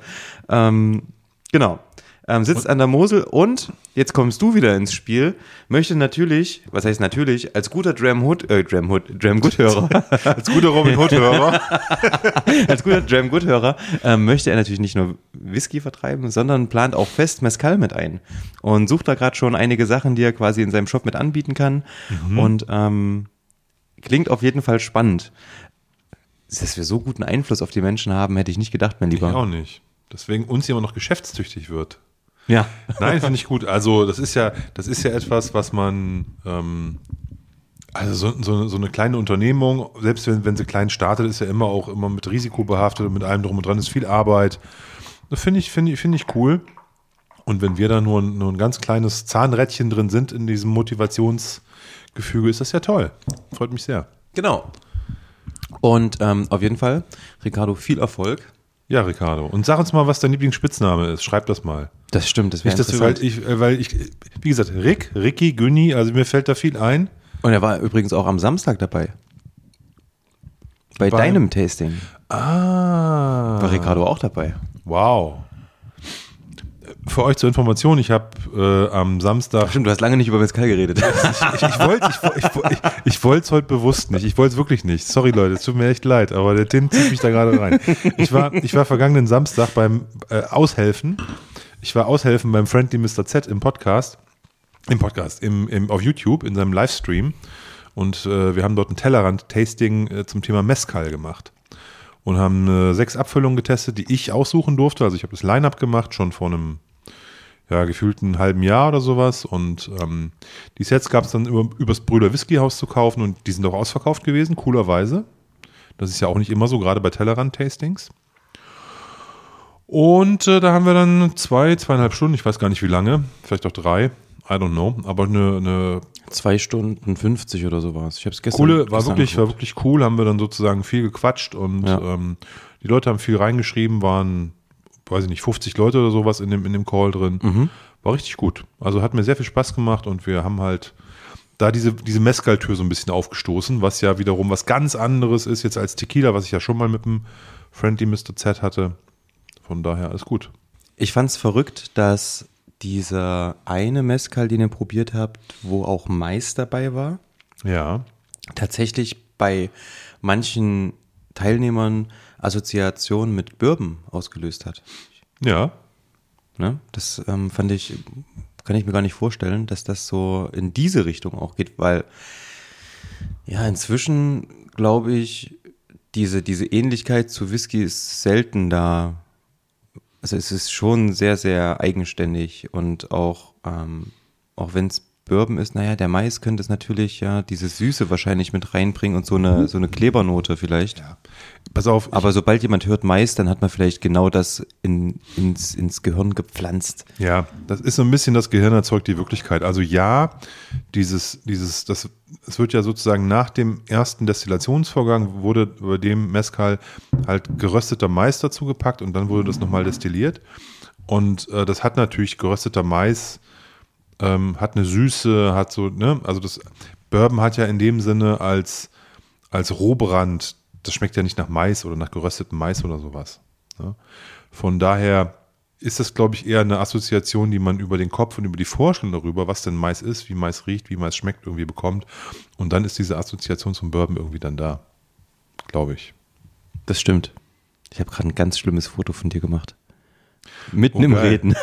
Genau. Sitzt an der Mosel und jetzt kommst du wieder ins Spiel, möchte natürlich, was heißt natürlich, als guter Dram Good-Hörer. Als guter Robin Hood-Hörer. Als guter Dram Good-Hörer möchte er natürlich nicht nur Whisky vertreiben, sondern plant auch fest Mezcal mit ein. Und sucht da gerade schon einige Sachen, die er quasi in seinem Shop mit anbieten kann. Und klingt auf jeden Fall spannend. Dass wir so guten Einfluss auf die Menschen haben, hätte ich nicht gedacht, mein Lieber. Ich auch nicht. Deswegen uns jemand noch geschäftstüchtig wird. Ja. Nein, finde ich gut. Also das ist ja etwas, was man, also so eine kleine Unternehmung, selbst wenn sie klein startet, ist ja immer mit Risiko behaftet und mit allem drum und dran, ist viel Arbeit. Das finde ich cool. Und wenn wir da nur ein ganz kleines Zahnrädchen drin sind in diesem Motivationsgefüge, ist das ja toll. Freut mich sehr. Genau. Und auf jeden Fall, Ricardo, viel Erfolg. Ja, Ricardo. Und sag uns mal, was dein Lieblingsspitzname ist. Schreib das mal. Das stimmt, das wäre interessant. Weil ich, wie gesagt, Ricky, Günni, also mir fällt da viel ein. Und er war übrigens auch am Samstag dabei. Bei deinem Tasting. War Ricardo auch dabei. Wow. Für euch zur Information, ich habe am Samstag... Stimmt, du hast lange nicht über Mezcal geredet. Ich wollte es heute bewusst nicht. Ich wollte es wirklich nicht. Sorry, Leute, es tut mir echt leid, aber der Tim zieht mich da gerade rein. Ich war vergangenen Samstag beim Aushelfen. Ich war Aushelfen beim Friendly Mr. Z im Podcast. Auf YouTube, in seinem Livestream. Und wir haben dort ein Tellerrand-Tasting zum Thema Mezcal gemacht. Und haben 6 Abfüllungen getestet, die ich aussuchen durfte. Also ich habe das Line-Up gemacht, schon vor einem gefühlten halben Jahr oder sowas. Und die Sets gab es dann übers Brüder Whiskyhaus zu kaufen und die sind auch ausverkauft gewesen, coolerweise. Das ist ja auch nicht immer so, gerade bei Tellerrand-Tastings. Und da haben wir dann 2,5 Stunden, ich weiß gar nicht wie lange, vielleicht auch 3, I don't know, aber eine 2 Stunden 50 oder so war es. Ich habe es gestern war wirklich cool, haben wir dann sozusagen viel gequatscht und die Leute haben viel reingeschrieben, waren, weiß ich nicht, 50 Leute oder sowas in dem Call drin. War richtig gut. Also hat mir sehr viel Spaß gemacht und wir haben halt da diese Mezcal-Tür so ein bisschen aufgestoßen, was ja wiederum was ganz anderes ist jetzt als Tequila, was ich ja schon mal mit dem Friendly Mr. Z hatte. Von daher alles gut. Ich fand's verrückt, dass dieser eine Mezcal, den ihr probiert habt, wo auch Mais dabei war, tatsächlich bei manchen Teilnehmern Assoziationen mit Bourbon ausgelöst hat. Ja. Ne? Das kann ich mir gar nicht vorstellen, dass das so in diese Richtung auch geht, weil inzwischen glaube ich, diese Ähnlichkeit zu Whisky ist selten da Also es ist schon sehr, sehr eigenständig und auch wenn es Bourbon ist, naja, der Mais könnte es natürlich ja diese Süße wahrscheinlich mit reinbringen und so eine Klebernote vielleicht. Ja. Pass auf. Aber sobald jemand hört Mais, dann hat man vielleicht genau das ins Gehirn gepflanzt. Ja, das ist so ein bisschen das Gehirn erzeugt die Wirklichkeit. Also ja, es wird ja sozusagen nach dem ersten Destillationsvorgang wurde bei dem Mezcal halt gerösteter Mais dazu gepackt und dann wurde das nochmal destilliert. Und das hat natürlich gerösteter Mais, hat eine Süße, hat so, ne, also das Bourbon hat ja in dem Sinne als Rohbrand, das schmeckt ja nicht nach Mais oder nach geröstetem Mais oder sowas. Ne? Von daher ist das, glaube ich, eher eine Assoziation, die man über den Kopf und über die Vorstellung darüber, was denn Mais ist, wie Mais riecht, wie Mais schmeckt, irgendwie bekommt. Und dann ist diese Assoziation zum Bourbon irgendwie dann da, glaube ich. Das stimmt. Ich habe gerade ein ganz schlimmes Foto von dir gemacht. Mitten im Reden.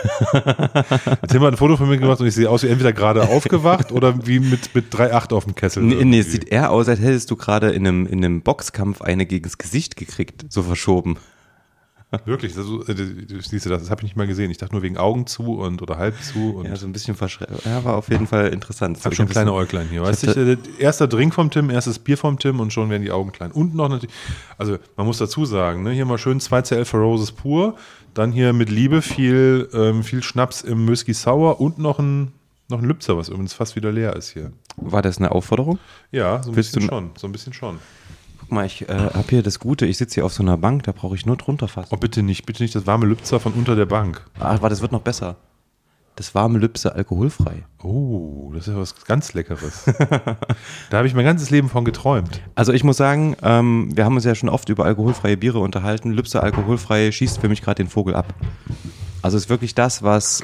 Jetzt haben wir ein Foto von mir gemacht und ich sehe aus wie entweder gerade aufgewacht oder wie mit 3,8 auf dem Kessel. Nee, es sieht eher aus, als hättest du gerade in einem Boxkampf eine gegens Gesicht gekriegt, so verschoben. Wirklich, siehst du das habe ich nicht mal gesehen. Ich dachte nur wegen Augen zu oder halb zu. Und ja, so ein bisschen verschreckt. Ja, war auf jeden Fall interessant. Ich habe schon kleine Äuglein hier. Weißt du, erster Drink vom Tim, erstes Bier vom Tim und schon werden die Augen klein. Und noch natürlich, also man muss dazu sagen, ne, hier mal schön 2CL for Roses pur, dann hier mit Liebe viel Schnaps im Whisky Sour und noch ein Lübzer, was übrigens fast wieder leer ist hier. War das eine Aufforderung? Ja, so ein bisschen schon. Guck mal, ich habe hier das Gute, ich sitze hier auf so einer Bank, da brauche ich nur drunter fassen. Oh, bitte nicht das warme Lübzer von unter der Bank. Ach, das wird noch besser. Das warme Lübzer alkoholfrei. Oh, das ist ja was ganz Leckeres. Da habe ich mein ganzes Leben von geträumt. Also ich muss sagen, wir haben uns ja schon oft über alkoholfreie Biere unterhalten. Lübzer alkoholfrei schießt für mich gerade den Vogel ab. Also ist wirklich das, was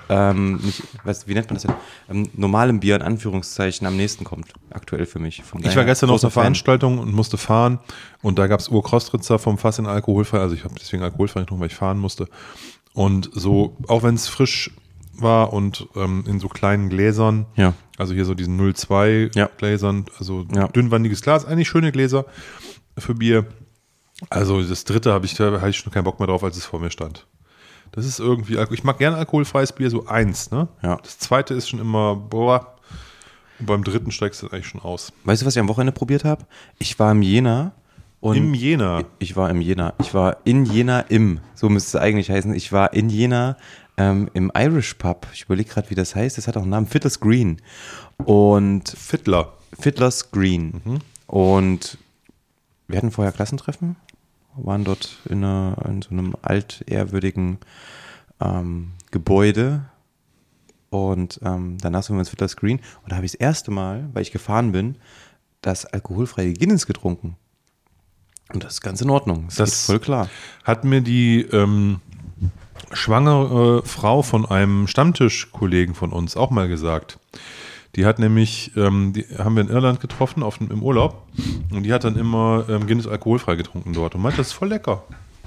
wie nennt man das denn? Normalem Bier in Anführungszeichen am nächsten kommt, aktuell für mich. Ich war gestern auf einer Veranstaltung und musste fahren und da gab es Urkostritzer vom Fass in alkoholfrei, also ich habe deswegen alkoholfrei getrunken, weil ich fahren musste. Und so, auch wenn es frisch war und in so kleinen Gläsern, ja. Also hier so diesen 0,2 ja. Gläsern, also dünnwandiges Glas, eigentlich schöne Gläser für Bier. Also das dritte hatte ich schon keinen Bock mehr drauf, als es vor mir stand. Das ist irgendwie, ich mag gerne alkoholfreies Bier, so 1, ne? Ja. Das zweite ist schon immer, boah, und beim dritten steigst du eigentlich schon aus. Weißt du, was ich am Wochenende probiert habe? Ich war im Jena. Im Jena? Ich war im Jena. Ich war in Jena so müsste es eigentlich heißen. Ich war in Jena im Irish Pub. Ich überlege gerade, wie das heißt. Das hat auch einen Namen, Fiddler's Green. Und Fiddler's Green. Mhm. Und wir hatten vorher Klassentreffen. Waren dort in so einem altehrwürdigen Gebäude und danach sind wir ins Fiddler's Green und da habe ich das erste Mal, weil ich gefahren bin, das alkoholfreie Guinness getrunken. Und das ist ganz in Ordnung. Das ist voll klar. Hat mir die schwangere Frau von einem Stammtischkollegen von uns auch mal gesagt. Die hat nämlich, die haben wir in Irland getroffen im Urlaub und die hat dann immer Guinness alkoholfrei getrunken dort und meinte, das ist voll lecker.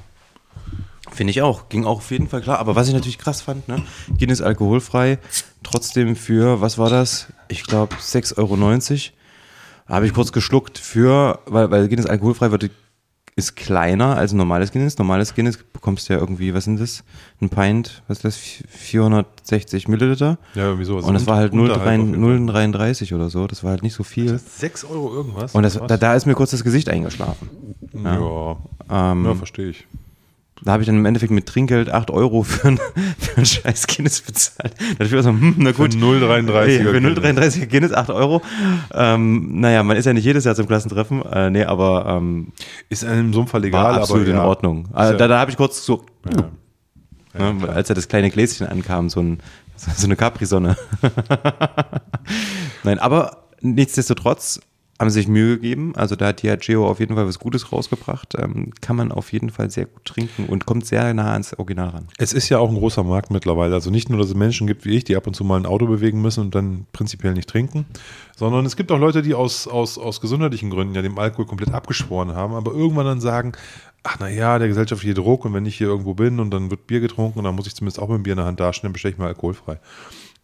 Finde ich auch, ging auch auf jeden Fall klar. Aber was ich natürlich krass fand, ne? Guinness alkoholfrei, trotzdem für, was war das? Ich glaube 6,90 €. Habe ich kurz geschluckt weil Guinness alkoholfrei ist kleiner als ein normales Guinness. Normales Guinness bekommst du ja irgendwie, was sind das? Ein Pint, was ist das? 460 Milliliter. Ja, wieso? Und das war halt 0,33 oder so. Das war halt nicht so viel. 6 € irgendwas? Und da ist mir kurz das Gesicht eingeschlafen. Ja, verstehe ich. Da habe ich dann im Endeffekt mit Trinkgeld 8 € für einen scheiß Guinness bezahlt. Da dachte ich so, na gut. Für 0,33er Für 0,33er Guinness 8 €. Naja, man ist ja nicht jedes Jahr zum Klassentreffen. Nee, aber ist einem in so einem Fall egal, war absolut in Ordnung. Also, da habe ich kurz so, Ja, als er das kleine Gläschen ankam, so eine Capri-Sonne. Nein, aber nichtsdestotrotz haben sie sich Mühe gegeben. Also da hat Diageo auf jeden Fall was Gutes rausgebracht. Kann man auf jeden Fall sehr gut trinken und kommt sehr nah ans Original ran. Es ist ja auch ein großer Markt mittlerweile. Also nicht nur, dass es Menschen gibt wie ich, die ab und zu mal ein Auto bewegen müssen und dann prinzipiell nicht trinken, sondern es gibt auch Leute, die aus gesundheitlichen Gründen ja dem Alkohol komplett abgeschworen haben, aber irgendwann dann sagen, ach naja, der gesellschaftliche Druck und wenn ich hier irgendwo bin und dann wird Bier getrunken und dann muss ich zumindest auch mit dem Bier in der Hand dastehen, dann bestelle ich mal alkoholfrei.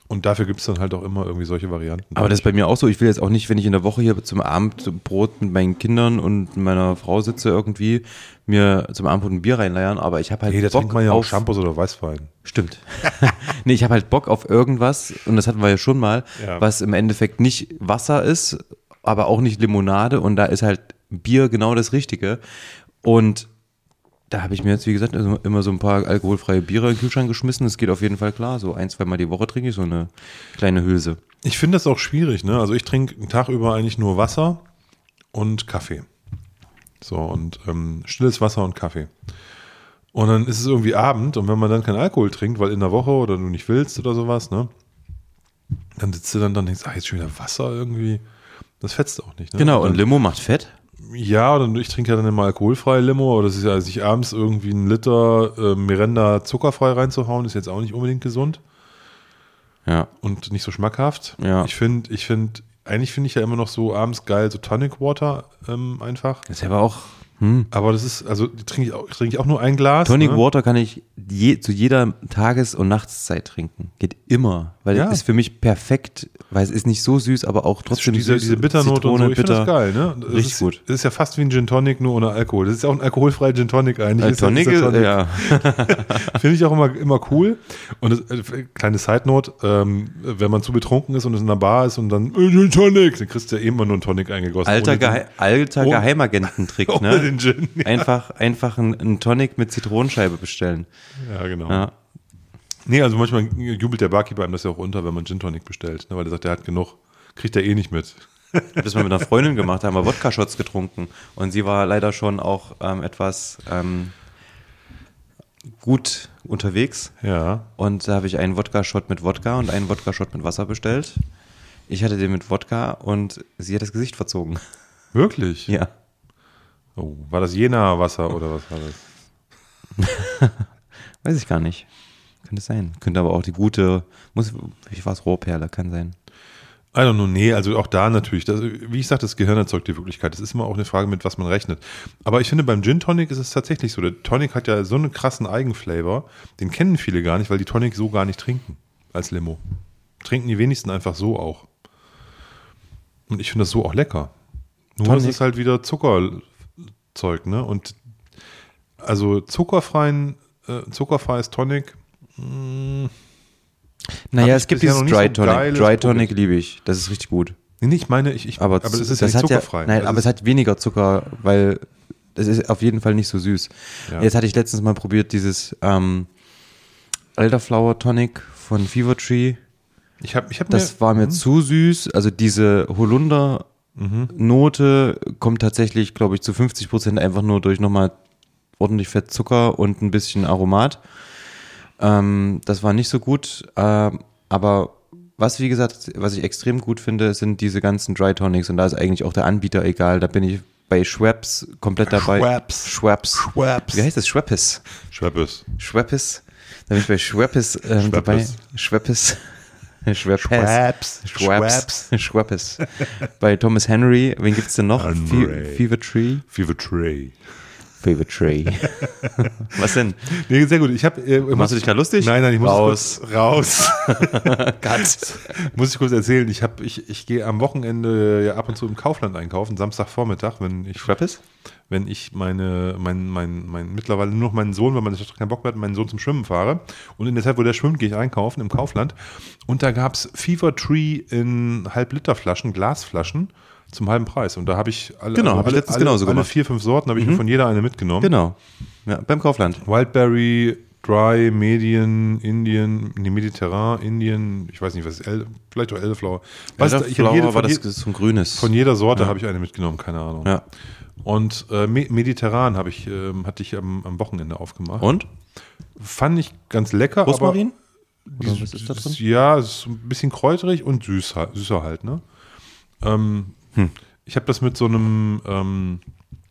Und dafür gibt es dann halt auch immer irgendwie solche Varianten. Aber das ist bei mir auch so. Ich will jetzt auch nicht, wenn ich in der Woche hier zum Abendbrot mit meinen Kindern und meiner Frau sitze irgendwie, mir zum Abendbrot ein Bier reinleiern, aber ich habe halt da Bock trinkt man ja auch auf... Shampoos oder Weißwein. Stimmt. Nee, ich habe halt Bock auf irgendwas, und das hatten wir ja schon mal, was im Endeffekt nicht Wasser ist, aber auch nicht Limonade, und da ist halt Bier genau das Richtige. Und da habe ich mir jetzt, wie gesagt, also immer so ein paar alkoholfreie Biere in den Kühlschrank geschmissen. Das geht auf jeden Fall klar. So 1-2 Mal die Woche trinke ich so eine kleine Hülse. Ich finde das auch schwierig, ne? Also ich trinke einen Tag über eigentlich nur Wasser und Kaffee. So, und stilles Wasser und Kaffee. Und dann ist es irgendwie Abend, und wenn man dann keinen Alkohol trinkt, weil in der Woche oder du nicht willst oder sowas, ne? Dann sitzt du dann und denkst, jetzt schon wieder Wasser irgendwie. Das fetzt auch nicht, ne? Genau, und und Limo macht Fett. Ja, oder ich trinke ja dann immer alkoholfreie Limo, oder das ist ja, sich abends irgendwie einen Liter Miranda zuckerfrei reinzuhauen, ist jetzt auch nicht unbedingt gesund. Ja. Und nicht so schmackhaft. Ja. Eigentlich finde ich ja immer noch so abends geil, so Tonic Water einfach. Das ist aber auch... Aber das ist, also trinke ich auch nur ein Glas. Tonic ne? Water kann ich zu jeder Tages- und Nachtszeit trinken. Geht immer. Weil Ja. es ist für mich perfekt, weil es ist nicht so süß, aber auch trotzdem diese süß. Bitternote Zitrone, und so, ich finde das geil, ne? Richtig gut. Das ist ja fast wie ein Gin Tonic, nur ohne Alkohol. Das ist ja auch ein alkoholfreier Gin Tonic eigentlich. Tonic ist ist, ja. Finde ich auch immer cool. Und kleine Side Note, wenn man zu betrunken ist und es in einer Bar ist und dann Gin Tonic, dann kriegst du ja immer nur einen Tonic eingegossen. Alter Geheimagententrick, ohne ne? den Gin. Ja. Einfach einen Tonic mit Zitronenscheibe bestellen. Ja, genau. Ja. Nee, also manchmal jubelt der Barkeeper einem das ja auch unter, wenn man Gin Tonic bestellt, ne? Weil er sagt, der hat genug, kriegt er eh nicht mit. Ich habe das mal mit einer Freundin gemacht, da haben wir Wodka-Shots getrunken, und sie war leider schon auch etwas gut unterwegs, Ja. und da habe ich einen Wodka-Shot mit Wodka und einen Wodka-Shot mit Wasser bestellt. Ich hatte den mit Wodka und sie hat das Gesicht verzogen. Wirklich? Ja. Oh, war das Jena-Wasser oder was war das? Weiß ich gar nicht. Könnte sein. Könnte aber auch die gute, wie war es, Rohrperle, kann sein. I don't know, nee, also auch da natürlich, wie ich sagte, das Gehirn erzeugt die Wirklichkeit. Das ist immer auch eine Frage, mit was man rechnet. Aber ich finde, beim Gin Tonic ist es tatsächlich so. Der Tonic hat ja so einen krassen Eigenflavor, den kennen viele gar nicht, weil die Tonic so gar nicht trinken als Limo. Trinken die wenigsten einfach so auch. Und ich finde das so auch lecker. Nur es ist halt wieder Zuckerzeug, ne? Und also zuckerfreies Tonic. Naja, Hab es ich gibt bisher dieses noch nicht Dry so Tonic. Geiles Dry Tonic probiert. liebe ich. Das ist richtig gut. Nee, ich meine, aber das ist ja nicht zuckerfrei. Nein, aber es hat weniger Zucker, weil es ist auf jeden Fall nicht so süß. Ja. Jetzt hatte ich letztens mal probiert dieses Elderflower Tonic von Fever Tree. Das war mir zu süß. Also diese Holunder-Note kommt tatsächlich, glaube ich, zu 50% einfach nur durch nochmal ordentlich Fett, Zucker und ein bisschen Aromat. Das war nicht so gut. Aber was, wie gesagt, was ich extrem gut finde, sind diese ganzen Dry Tonics. Und da ist eigentlich auch der Anbieter egal. Da bin ich bei Schweppes komplett dabei. Schweppes. Wie heißt das? Schweppes. Da bin ich bei Schweppes dabei. Schweppes. Bei Thomas Henry, wen gibt's denn noch? Fever Tree. Was denn? Nee, sehr gut. Machst du dich gerade lustig? Nein, ich muss raus. Muss ich kurz erzählen. Ich gehe am Wochenende ja ab und zu im Kaufland einkaufen, Samstagvormittag, wenn ich mittlerweile nur noch meinen Sohn, weil man keinen Bock mehr hat, meinen Sohn zum Schwimmen fahre. Und in der Zeit, wo der schwimmt, gehe ich einkaufen im Kaufland. Und da gab es Fever Tree in Halb-Liter-Flaschen, Glasflaschen, zum halben Preis. Und da habe ich alle 4-5 Sorten, habe ich mir von jeder eine mitgenommen. Genau. Ja, beim Kaufland. Wildberry, Dry, Medium, Mediterran, Indien, ich weiß nicht, was ist, vielleicht auch Elderflower. Das ist so ein grünes. Von jeder Sorte habe ich eine mitgenommen, keine Ahnung. Ja. Und Mediterran hatte ich am Wochenende aufgemacht. Und? Fand ich ganz lecker. Rosmarin? Aber was ist da drin? Ja, es ist ein bisschen kräuterig und süßer halt, ne? Ich habe das mit so einem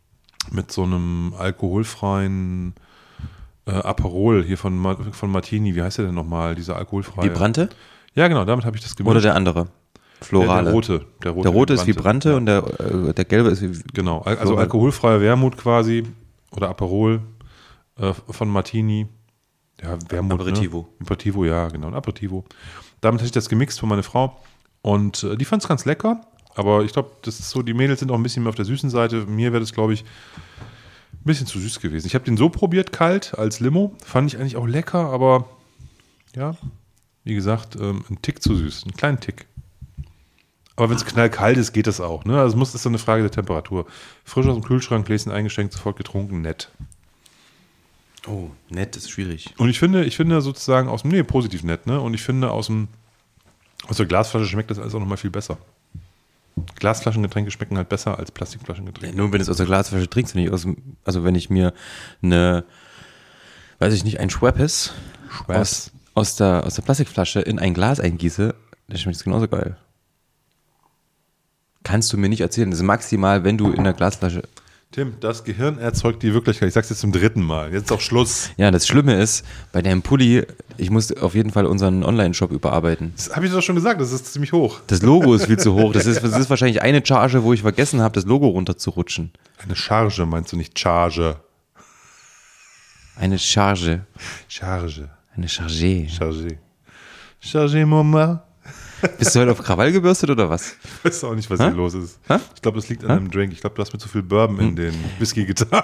alkoholfreien Aperol hier von Martini, wie heißt der denn nochmal, dieser alkoholfreie? Vibrante? Ja, genau, damit habe ich das gemischt. Oder der andere? Florale. Der rote. Der rote ist Vibrante, ja. Und der gelbe ist genau, also alkoholfreier Wermut quasi oder Aperol von Martini. Ja, Wermut. Aperitivo. Ne? Aperitivo, ja, genau, ein Aperitivo. Damit hatte ich das gemixt für meine Frau. Und die fand es ganz lecker. Aber ich glaube, das ist so, die Mädels sind auch ein bisschen mehr auf der süßen Seite. Mir wäre das, glaube ich, ein bisschen zu süß gewesen. Ich habe den so probiert, kalt, als Limo. Fand ich eigentlich auch lecker, aber ja, wie gesagt, ein Tick zu süß. Einen kleinen Tick. Aber wenn es knallkalt ist, geht das auch. Ne? Also das ist so eine Frage der Temperatur. Frisch aus dem Kühlschrank, Gläschen eingeschenkt, sofort getrunken, nett. Oh, nett ist schwierig. Und ich finde sozusagen positiv nett, ne? Und ich finde aus der Glasflasche schmeckt das alles auch nochmal viel besser. Glasflaschengetränke schmecken halt besser als Plastikflaschengetränke. Ja, nur wenn du es aus der Glasflasche trinkst, nicht also wenn ich mir ein Schweppes aus der Plastikflasche in ein Glas eingieße, dann schmeckt es genauso geil. Kannst du mir nicht erzählen. Das ist maximal, wenn du in der Glasflasche... Tim, das Gehirn erzeugt die Wirklichkeit. Ich sag's jetzt zum 3. Mal. Jetzt ist auch Schluss. Ja, das Schlimme ist, bei deinem Pulli, ich muss auf jeden Fall unseren Online-Shop überarbeiten. Das habe ich doch schon gesagt, das ist ziemlich hoch. Das Logo ist viel zu hoch. Das ist wahrscheinlich eine Charge, wo ich vergessen habe, das Logo runterzurutschen. Eine Charge meinst du nicht Charge? Eine Charge. Charge. Eine Charge. Charge. Charge, Mama. Bist du heute auf Krawall gebürstet oder was? Ich weiß auch nicht, was hier los ist. Ich glaube, das liegt an einem Drink. Ich glaube, du hast mir zu viel Bourbon in den Whisky getan.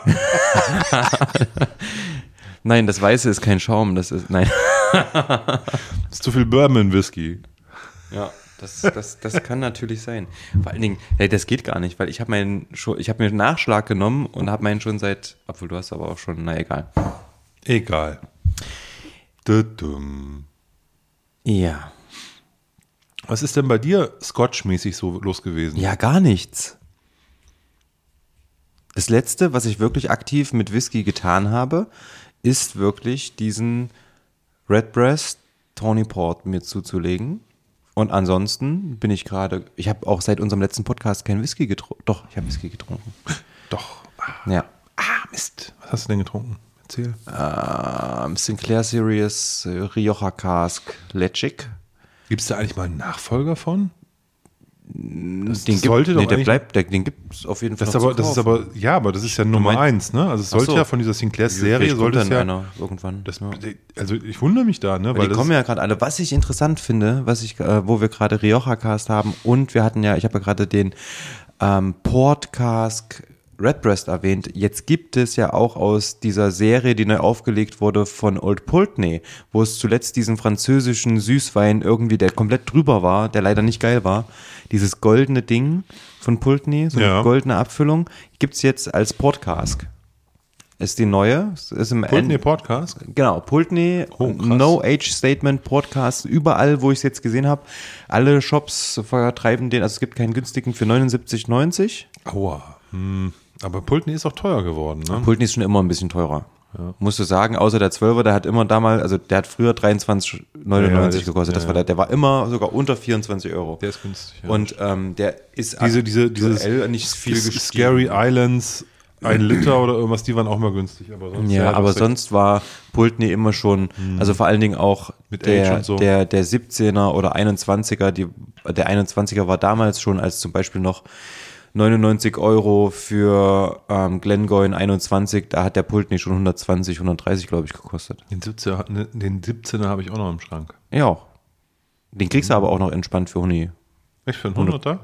Nein, das Weiße ist kein Schaum. Nein. Das ist zu viel Bourbon in Whisky. Ja, das kann natürlich sein. Vor allen Dingen, das geht gar nicht, weil ich habe mir einen Nachschlag genommen und habe meinen schon obwohl du hast aber auch schon, na egal. Egal. Ja. Was ist denn bei dir Scotch-mäßig so los gewesen? Ja, gar nichts. Das Letzte, was ich wirklich aktiv mit Whisky getan habe, ist wirklich diesen Redbreast Tawny Port mir zuzulegen. Und ansonsten ich habe auch seit unserem letzten Podcast keinen Whisky getrunken. Doch, ich habe Whisky getrunken. Doch. Ja. Mist. Was hast du denn getrunken? Erzähl. Sinclair Series Rioja Cask Lechic. Gibt es da eigentlich mal einen Nachfolger von? Den gibt es auf jeden Fall. Das ist ja Nummer 1, ne? Also es sollte ja von dieser Sinclair-Serie sollte es ja einer irgendwann. Also ich wundere mich da, ne? Weil die kommen ja gerade alle. Was ich interessant finde, wo wir gerade Rioja Cast haben und ich habe ja gerade den Port Cask Redbreast erwähnt. Jetzt gibt es ja auch aus dieser Serie, die neu aufgelegt wurde von Old Pulteney, wo es zuletzt diesen französischen Süßwein irgendwie, der komplett drüber war, der leider nicht geil war, dieses goldene Ding von Pulteney, so eine goldene Abfüllung, gibt es jetzt als Port Cask. Ist die neue. Ist im Pulteney Port Cask? Genau, Pulteney, No Age Statement Podcast, überall, wo ich es jetzt gesehen habe. Alle Shops vertreiben den, also es gibt keinen günstigen für 79,90. Aua. Aber Pulteney ist auch teuer geworden, ne? Pulteney ist schon immer ein bisschen teurer. Ja. Musst du sagen, außer der 12er, der hat immer damals, also der hat früher 23,99 gekostet. Der war immer sogar unter 24 Euro. Der ist günstig. Ja. Und der ist dieses nicht viel gestiegen. Scary Islands, 1 Liter oder irgendwas, die waren auch mal günstig. Aber sonst war Pulteney immer schon, also vor allen Dingen auch mit der 17er oder 21er, der 21er war damals schon als zum Beispiel noch 99 Euro für Glengoyne 21, da hat der Pulteney schon 120, 130, glaube ich, gekostet. Den 17er habe ich auch noch im Schrank. Ja auch. Den kriegst du aber auch noch entspannt für Huni. Echt, für einen 100er?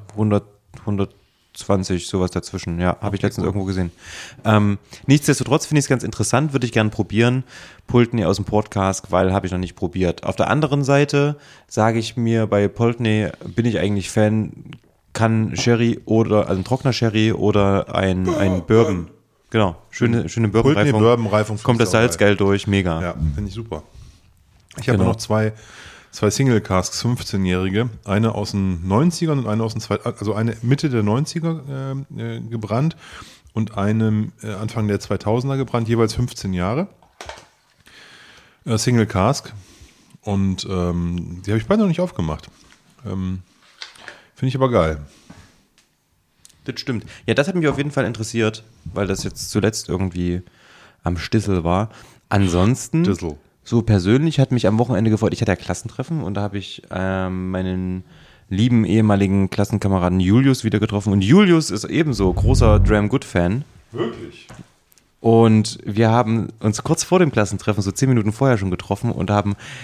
120, sowas dazwischen. Ja, habe ich letztens irgendwo gesehen. Nichtsdestotrotz finde ich es ganz interessant, würde ich gerne probieren. Pulteney aus dem Port Cask, weil habe ich noch nicht probiert. Auf der anderen Seite sage ich mir, bei Pulteney bin ich eigentlich Fan, kann Sherry also ein trockener Sherry oder ein Bourbon. Genau, schöne Bourbon-Reifung. Bourbon-Reifung kommt das Salz geil durch, mega. Ja, finde ich super. Ich habe noch zwei Single Casks, 15-jährige, eine aus den 90ern und eine aus den also eine Mitte der 90er gebrannt und eine Anfang der 2000er gebrannt, jeweils 15 Jahre. Single Cask. Und die habe ich beide noch nicht aufgemacht. Finde ich aber geil. Das stimmt. Ja, das hat mich auf jeden Fall interessiert, weil das jetzt zuletzt irgendwie am Stissel war. Ansonsten, so persönlich hat mich am Wochenende gefreut, ich hatte ja Klassentreffen und da habe ich meinen lieben ehemaligen Klassenkameraden Julius wieder getroffen. Und Julius ist ebenso großer Dram Good Fan. Wirklich? Und wir haben uns kurz vor dem Klassentreffen, so 10 Minuten vorher schon getroffen und haben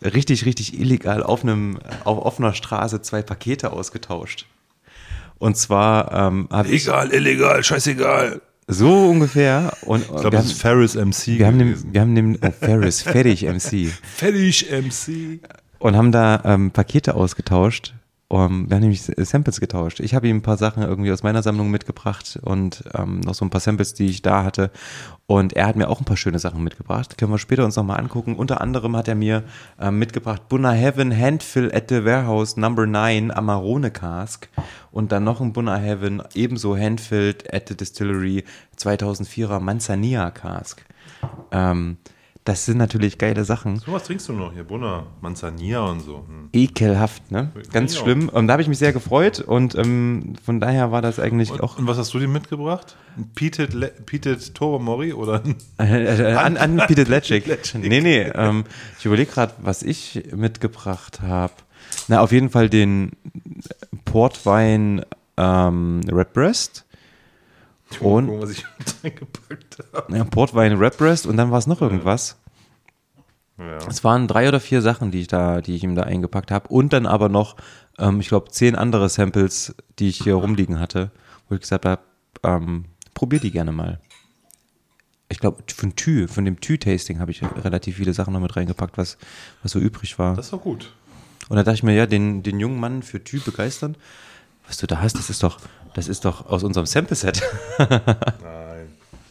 richtig, richtig illegal auf offener Straße 2 Pakete ausgetauscht. Und zwar habe ich illegal, scheißegal. so ungefähr. Und Ich glaube, das ist Ferris MC gewesen. wir haben den Ferris, fertig MC. Fertig MC. Und haben da Pakete ausgetauscht. Wir haben nämlich Samples getauscht. Ich habe ihm ein paar Sachen irgendwie aus meiner Sammlung mitgebracht und noch so ein paar Samples, die ich da hatte. Und er hat mir auch ein paar schöne Sachen mitgebracht. Können wir später uns nochmal angucken. Unter anderem hat er mir mitgebracht Bunna Heaven Handfill at the Warehouse Number 9 Amarone Cask. Und dann noch ein Bunna Heaven, ebenso Handfilled at the Distillery 2004er Manzanilla Cask. Das sind natürlich geile Sachen. So was trinkst du noch hier? Bunna, Manzanilla und so. Ekelhaft, ne? Ganz schlimm. Und da habe ich mich sehr gefreut und von daher war das eigentlich auch. Und was hast du dir mitgebracht? Ein Peated Toromori oder? Unpeated Legic. Nee. Ich überlege gerade, was ich mitgebracht habe. Na, auf jeden Fall den Portwein Redbreast. Und was ich reingepackt habe. ja, Portwein Redbreast und dann war es noch irgendwas. Ja. Es waren 3 oder 4 Sachen, die ich ihm da eingepackt habe. Und dann aber noch, ich glaube, 10 andere Samples, die ich hier rumliegen hatte, wo ich gesagt habe, probier die gerne mal. Ich glaube, von dem Tü-Tasting habe ich relativ viele Sachen noch mit reingepackt, was so übrig war. Das ist doch gut. Und da dachte ich mir, ja, den jungen Mann für Tü begeistern. Was du da hast, das ist doch aus unserem Sample-Set. Nein.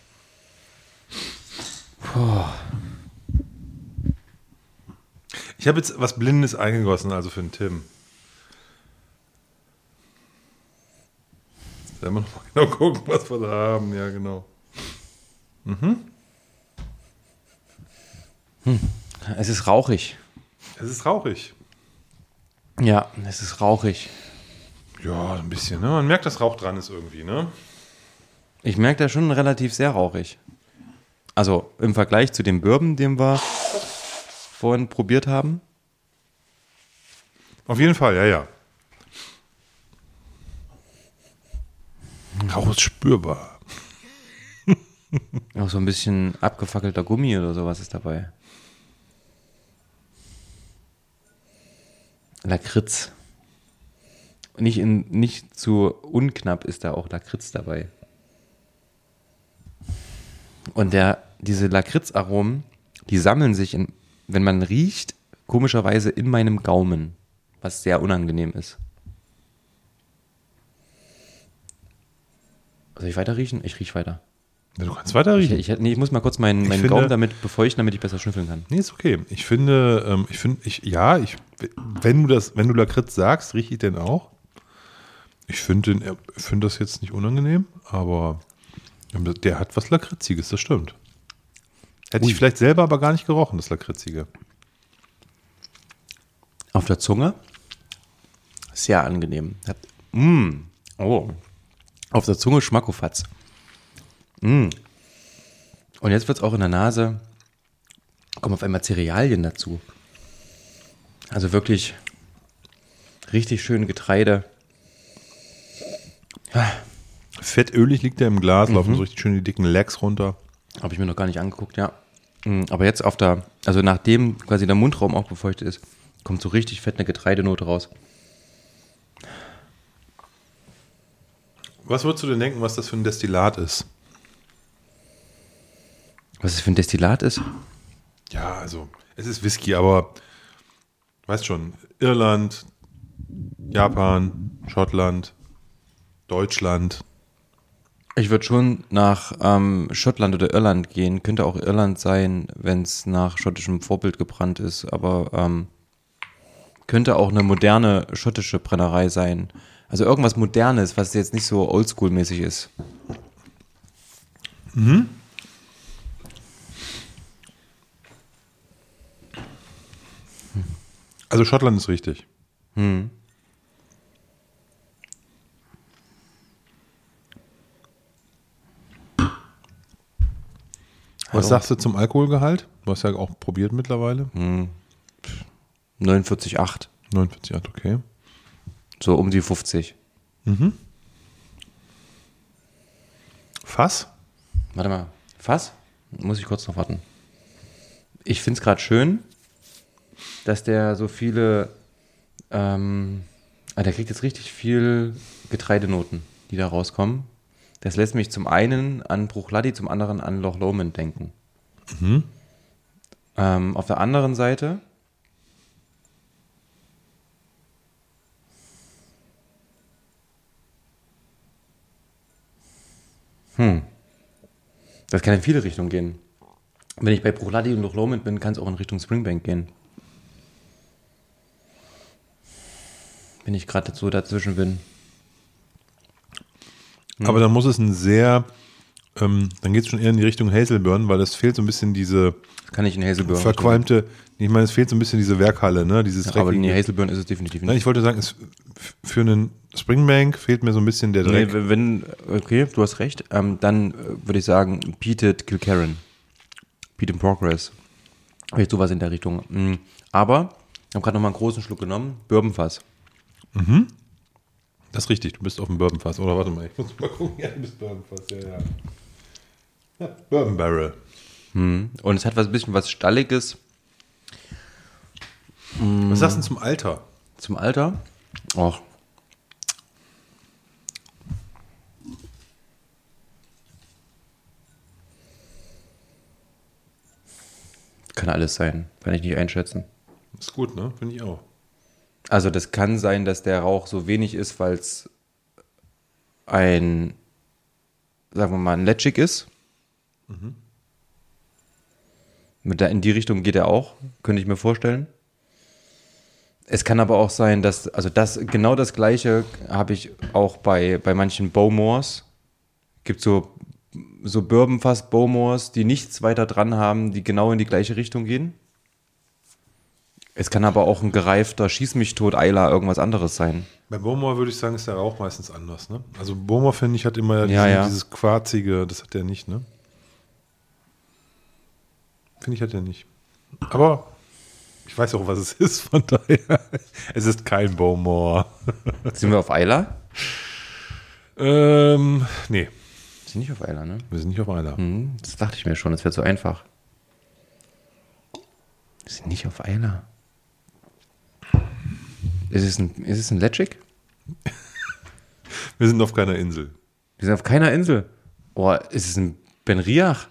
Ich habe jetzt was Blindes eingegossen, also für den Tim. Sollen wir noch mal genau gucken, was wir da haben? Ja, genau. Es ist rauchig. Es ist rauchig. Ja, es ist rauchig. Ja, ein bisschen, ne? Man merkt, dass Rauch dran ist irgendwie, ne? Ich merke da schon relativ sehr rauchig. Also im Vergleich zu dem Bourbon, den wir vorhin probiert haben. Auf jeden Fall, ja. Rauch ist spürbar. Auch so ein bisschen abgefackelter Gummi oder sowas ist dabei. Lakritz. Nicht zu unknapp ist da auch Lakritz dabei. Und diese Lakritzaromen, die sammeln sich, wenn man riecht, komischerweise in meinem Gaumen, was sehr unangenehm ist. Soll ich weiter riechen? Ich rieche weiter. Ja, du kannst weiter riechen. Ich muss mal kurz meinen Gaumen damit befeuchten, damit ich besser schnüffeln kann. Nee, ist okay. Wenn du Lakritz sagst, rieche ich den auch. Ich finde das jetzt nicht unangenehm, aber der hat was Lakritziges, das stimmt. Hätte ich vielleicht selber aber gar nicht gerochen, das Lakritzige. Auf der Zunge? Sehr angenehm. Auf der Zunge Schmackofatz. Und jetzt wird es auch in der Nase, kommen auf einmal Cerealien dazu. Also wirklich richtig schön Getreide. Fettölig liegt der im Glas, laufen so richtig schön die dicken Legs runter. Habe ich mir noch gar nicht angeguckt, ja. Aber jetzt nachdem quasi der Mundraum auch befeuchtet ist, kommt so richtig fett eine Getreidenote raus. Was würdest du denn denken, was das für ein Destillat ist? Was es für ein Destillat ist? Ja, also, es ist Whisky, aber weißt schon, Irland, Japan, Schottland, Deutschland. Ich würde schon nach Schottland oder Irland gehen. Könnte auch Irland sein, wenn es nach schottischem Vorbild gebrannt ist, aber könnte auch eine moderne schottische Brennerei sein. Also irgendwas Modernes, was jetzt nicht so oldschool-mäßig ist. Also Schottland ist richtig. Was sagst du zum Alkoholgehalt? Du hast ja auch probiert mittlerweile. 49,8. 49,8, okay. So um die 50. Fass? Warte mal. Fass? Muss ich kurz noch warten. Ich finde es gerade schön. dass der so viele, der kriegt jetzt richtig viel Getreidenoten, die da rauskommen. Das lässt mich zum einen an Bruichladdich, zum anderen an Loch Lomond denken. Auf der anderen Seite das kann in viele Richtungen gehen. Wenn ich bei Bruichladdich und Loch Lomond bin, kann es auch in Richtung Springbank gehen. Wenn ich gerade so dazwischen bin. Aber dann muss es ein sehr, dann geht es schon eher in die Richtung Hazelburn, weil es fehlt so ein bisschen diese Kann ich in Hazelburn. verqualmte, ich meine, es fehlt so ein bisschen diese Werkhalle, ne? Dieses Ja, aber dreckige. in Hazelburn ist es definitiv Nein, nicht. ich wollte sagen, für einen Springbank fehlt mir so ein bisschen der Dreck. Okay, du hast recht. Dann würde ich sagen, Peated Kilkerran. Peat in Progress. Vielleicht sowas in der Richtung. Aber, ich habe gerade noch mal einen großen Schluck genommen. Bourbonfass. Das ist richtig, du bist auf dem Bourbonfass. Oder warte mal, ich muss mal gucken. Ja, du bist Bourbonfass, ja. Bourbon Barrel. Und es hat ein bisschen was Stalliges Was sagst du denn zum Alter? zum Alter. Och. Kann alles sein. Kann ich nicht einschätzen. Ist gut, ne? Finde ich auch. Also das kann sein, dass der Rauch so wenig ist, weil es ein, sagen wir mal, ein Letschig ist. In die Richtung geht er auch, könnte ich mir vorstellen. Es kann aber auch sein, dass, also genau das Gleiche habe ich auch bei manchen Bowmores. Gibt so Bourbonfass Bowmores, die nichts weiter dran haben, die genau in die gleiche Richtung gehen. Es kann aber auch ein gereifter Schieß-mich-tot-Eiler irgendwas anderes sein. Bei Bowmore würde ich sagen, ist der Rauch meistens anders, ne? Also Bowmore, finde ich, hat immer Ja. dieses Quarzige, das hat der nicht, ne? Finde ich, hat der nicht. Aber ich weiß auch, was es ist, von daher. Es ist kein Bowmore. Sind wir auf Eiler? Nee, Sind nicht auf Eiler, ne? wir sind nicht auf einer. Das dachte ich mir schon, das wäre zu einfach. Wir sind nicht auf Eiler. Ist es ein Letschig? Wir sind auf keiner Insel. Wir sind auf keiner Insel. Oh, ist es ein Benriach?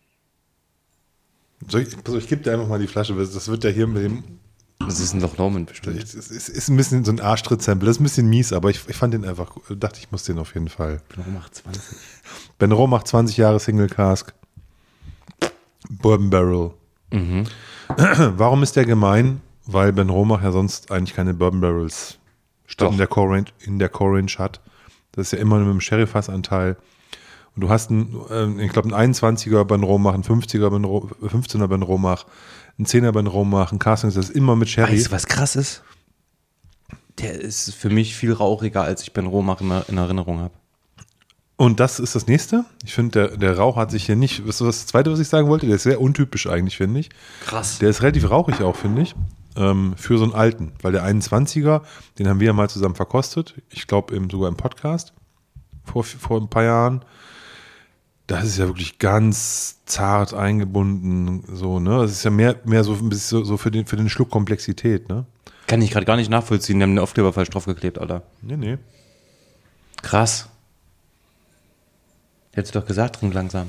Ich gebe dir einfach mal die Flasche, das wird ja hier mit dem. Das ist ein Loch Lomond bestimmt. Es ist ein bisschen so ein Arschtritt-Sample, das ist ein bisschen mies, aber ich fand den einfach, dachte ich muss den auf jeden Fall. Warum macht 20? Benro macht 20 Jahre Single Cask. Bourbon Barrel. Warum ist der gemein? Weil Benro ja sonst eigentlich keine Bourbon Barrels Doch. in der Core Range hat. Das ist ja immer nur mit dem Sherry-Fass-Anteil. Und du hast ich glaube, einen 21er Benro, einen 15er Benro, einen 10er Benro, einen Casting, das ist immer mit Sherry. Weißt du, was krass ist? Der ist für mich viel rauchiger, als ich Benromach in Erinnerung habe. Und das ist das nächste. Ich finde, der Rauch hat sich hier nicht, das ist das zweite, was ich sagen wollte, der ist sehr untypisch eigentlich, finde ich. Krass. Der ist relativ rauchig auch, finde ich, für so einen alten. Weil der 21er, den haben wir ja mal zusammen verkostet. Ich glaube sogar im Podcast vor ein paar Jahren. Das ist ja wirklich ganz zart eingebunden, so, ne? Das ist ja mehr so ein bisschen so für den Schluck Komplexität, ne? Kann ich gerade gar nicht nachvollziehen. Die haben den Aufkleber falsch draufgeklebt, Alter. Nee. Krass. Hättest du doch gesagt, trink langsam.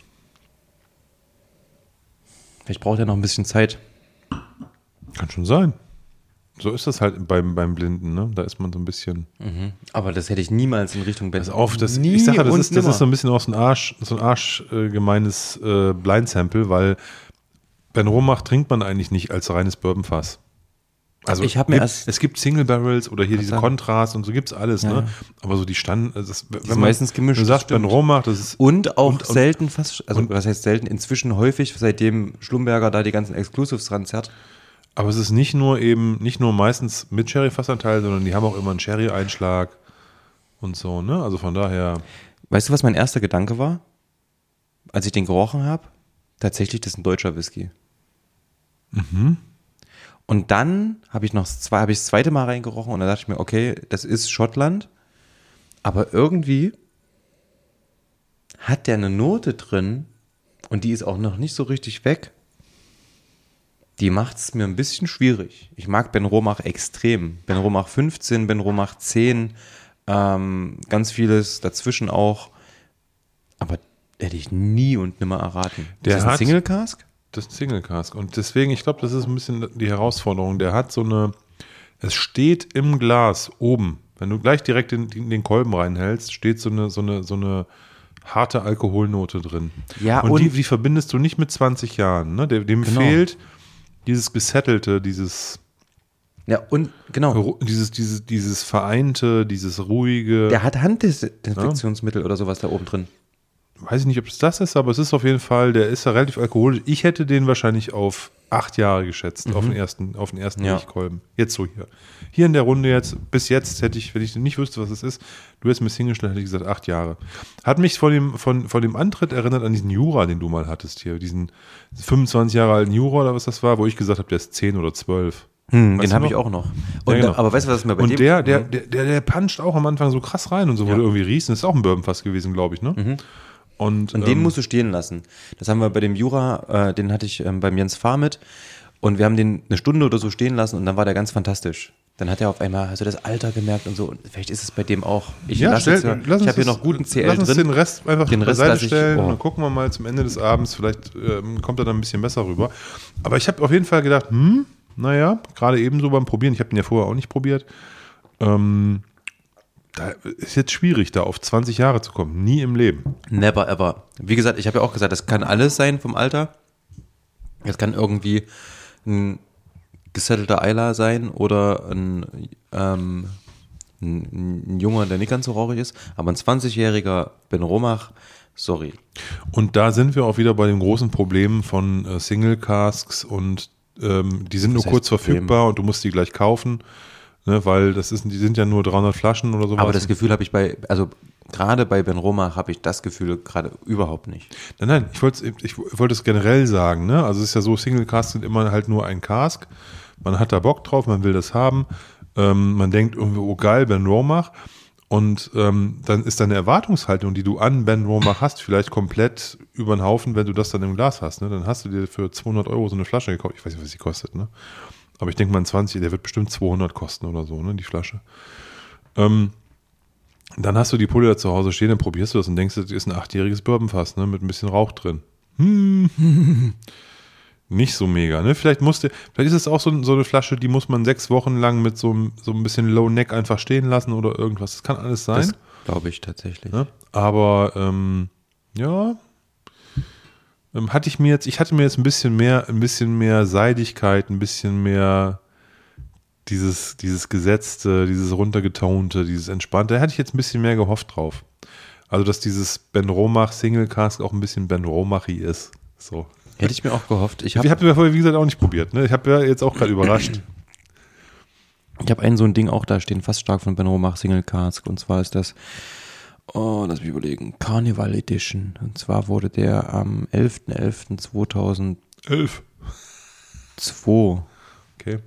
Vielleicht braucht er noch ein bisschen Zeit. Kann schon sein. So ist das halt beim Blinden, ne? Da ist man so ein bisschen. Aber das hätte ich niemals in Richtung Ben. Ich sage ja, das ist so ein bisschen aus dem Arsch, so ein arschgemeines Blind-Sample, weil Benromach trinkt man eigentlich nicht als reines Bourbonfass. Also Ich hab mir es gibt Single Barrels oder hier diese sagen. Kontrast und so gibt's alles, Ja. ne? Aber so die Stand, wenn sind meistens gemischt, Du das sagst stimmt. Benromach, das ist Und auch und- selten fast, also was heißt selten, inzwischen häufig, seitdem Schlumberger da die ganzen Exclusives dran zerrt. aber es ist nicht nur meistens mit Sherry-Fassanteil, sondern die haben auch immer einen Sherry-Einschlag und so, ne? Also von daher. Weißt du, was mein erster Gedanke war, als ich den gerochen habe? Tatsächlich, das ist ein deutscher Whisky. Und dann habe ich das zweite Mal reingerochen und dann dachte ich mir, okay, das ist Schottland, aber irgendwie hat der eine Note drin und die ist auch noch nicht so richtig weg. Die macht es mir ein bisschen schwierig. Ich mag Benromach extrem. Benromach 15, Benromach 10, ganz vieles dazwischen auch. Aber hätte ich nie und nimmer erraten. Der ist das ein hat- Single Cask? Das ist ein Single Cask. Und deswegen, ich glaube, das ist ein bisschen die Herausforderung. Der hat so eine, es steht im Glas oben, wenn du gleich direkt in den Kolben reinhältst, steht so eine harte Alkoholnote drin. Ja, und und- die verbindest du nicht mit 20 Jahren. Ne? Dem Genau. fehlt dieses Gesettelte, dieses Ja, und genau. dieses Vereinte, dieses Ruhige. Der hat Handdesinfektionsmittel oder sowas da oben drin. Weiß ich nicht, ob es das ist, aber es ist auf jeden Fall, der ist ja relativ alkoholisch. Ich hätte den wahrscheinlich auf 8 Jahre geschätzt, auf den ersten Ja. Milchkolben. Jetzt so hier. Hier in der Runde jetzt, bis jetzt hätte ich, wenn ich nicht wüsste, was es ist, du hättest mir hingestellt, hätte ich gesagt 8 Jahre. Hat mich von dem Antritt erinnert an diesen Jura, den du mal hattest hier, diesen 25 Jahre alten Jura oder was das war, wo ich gesagt habe, der ist 10 oder 12. Den Weißt du habe ich noch? auch noch. Und Ja, genau. aber weißt du, was mir bei Und dem... der puncht auch am Anfang so krass rein und so, wo du irgendwie riechst. Das ist auch ein Bourbonfass gewesen, glaube ich, ne? Und den musst du stehen lassen. Das haben wir bei dem Jura, den hatte ich beim Jens Fahr mit. Und wir haben den eine Stunde oder so stehen lassen und dann war der ganz fantastisch. Dann hat er auf einmal also das Alter gemerkt und so. Und vielleicht ist es bei dem auch. Ich ja, ich habe hier noch guten CL lass uns drin. den Rest einfach Den Rest beiseite lasse ich- stellen oh. und dann gucken wir mal zum Ende des Abends. Vielleicht kommt er dann ein bisschen besser rüber. Aber ich habe auf jeden Fall gedacht, naja, gerade ebenso beim Probieren. Ich habe den ja vorher auch nicht probiert. Da ist jetzt schwierig, da auf 20 Jahre zu kommen. Nie im Leben. Never ever. Wie gesagt, ich habe ja auch gesagt, das kann alles sein vom Alter. Das kann irgendwie ein gesettelter Eiler sein oder ein Junger, der nicht ganz so rauchig ist. Aber ein 20-jähriger Benromach, sorry. Und da sind wir auch wieder bei dem großen Problem von Single Casks und die sind nur heißt kurz Problem? verfügbar und du musst die gleich kaufen, ne, weil die sind ja nur 300 Flaschen oder sowas. Aber das Gefühl habe ich gerade bei Benromach habe ich das Gefühl gerade überhaupt nicht. Nein, ich wollte es generell sagen, ne? Also es ist ja so, Single Casks sind immer halt nur ein Cask. Man hat da Bock drauf, man will das haben. Man denkt irgendwie, oh geil, Benromach. Und dann ist deine Erwartungshaltung, die du an Benromach hast, vielleicht komplett über den Haufen, wenn du das dann im Glas hast. Ne? Dann hast du dir für 200 € so eine Flasche gekauft. Ich weiß nicht, was die kostet, ne? Aber ich denke mal, ein 20, der wird bestimmt 200 kosten oder so, ne, die Flasche. Dann hast du die Pulle da zu Hause stehen, dann probierst du das und denkst, das ist ein 8-jähriges Bourbonfass, ne, mit ein bisschen Rauch drin. Nicht so mega, ne? Vielleicht ist es auch so eine Flasche, die muss man 6 Wochen lang mit so ein bisschen Low Neck einfach stehen lassen oder irgendwas. Das kann alles sein. Das glaube ich tatsächlich. Ne? Aber ja, ich hatte mir jetzt ein bisschen mehr Seidigkeit, ein bisschen mehr dieses Gesetzte, dieses runtergetonte, dieses Entspannte. Da hätte ich jetzt ein bisschen mehr gehofft drauf. Also, dass dieses Benromach Single Cask auch ein bisschen Benromachi ist. So. Hätte ich mir auch gehofft. Ich Ich habe habe ja vorher, wie gesagt, auch nicht probiert. Ne? Ich habe ja jetzt auch gerade überrascht. so ein Ding auch da stehen, fast stark von Benromach Single Cask. Und zwar ist das, lass mich überlegen, Carnival Edition. Und zwar wurde der am 11.11.2002 11. Okay.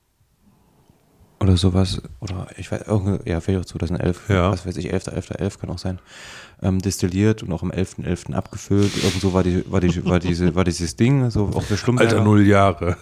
oder sowas, oder ich weiß, vielleicht auch 2011, Ja. was weiß ich, 11.11.11 kann auch sein, destilliert und auch am 11.11. abgefüllt. Irgend so war dieses Ding, so auch der Schlumberger. Alter, 0 Jahre.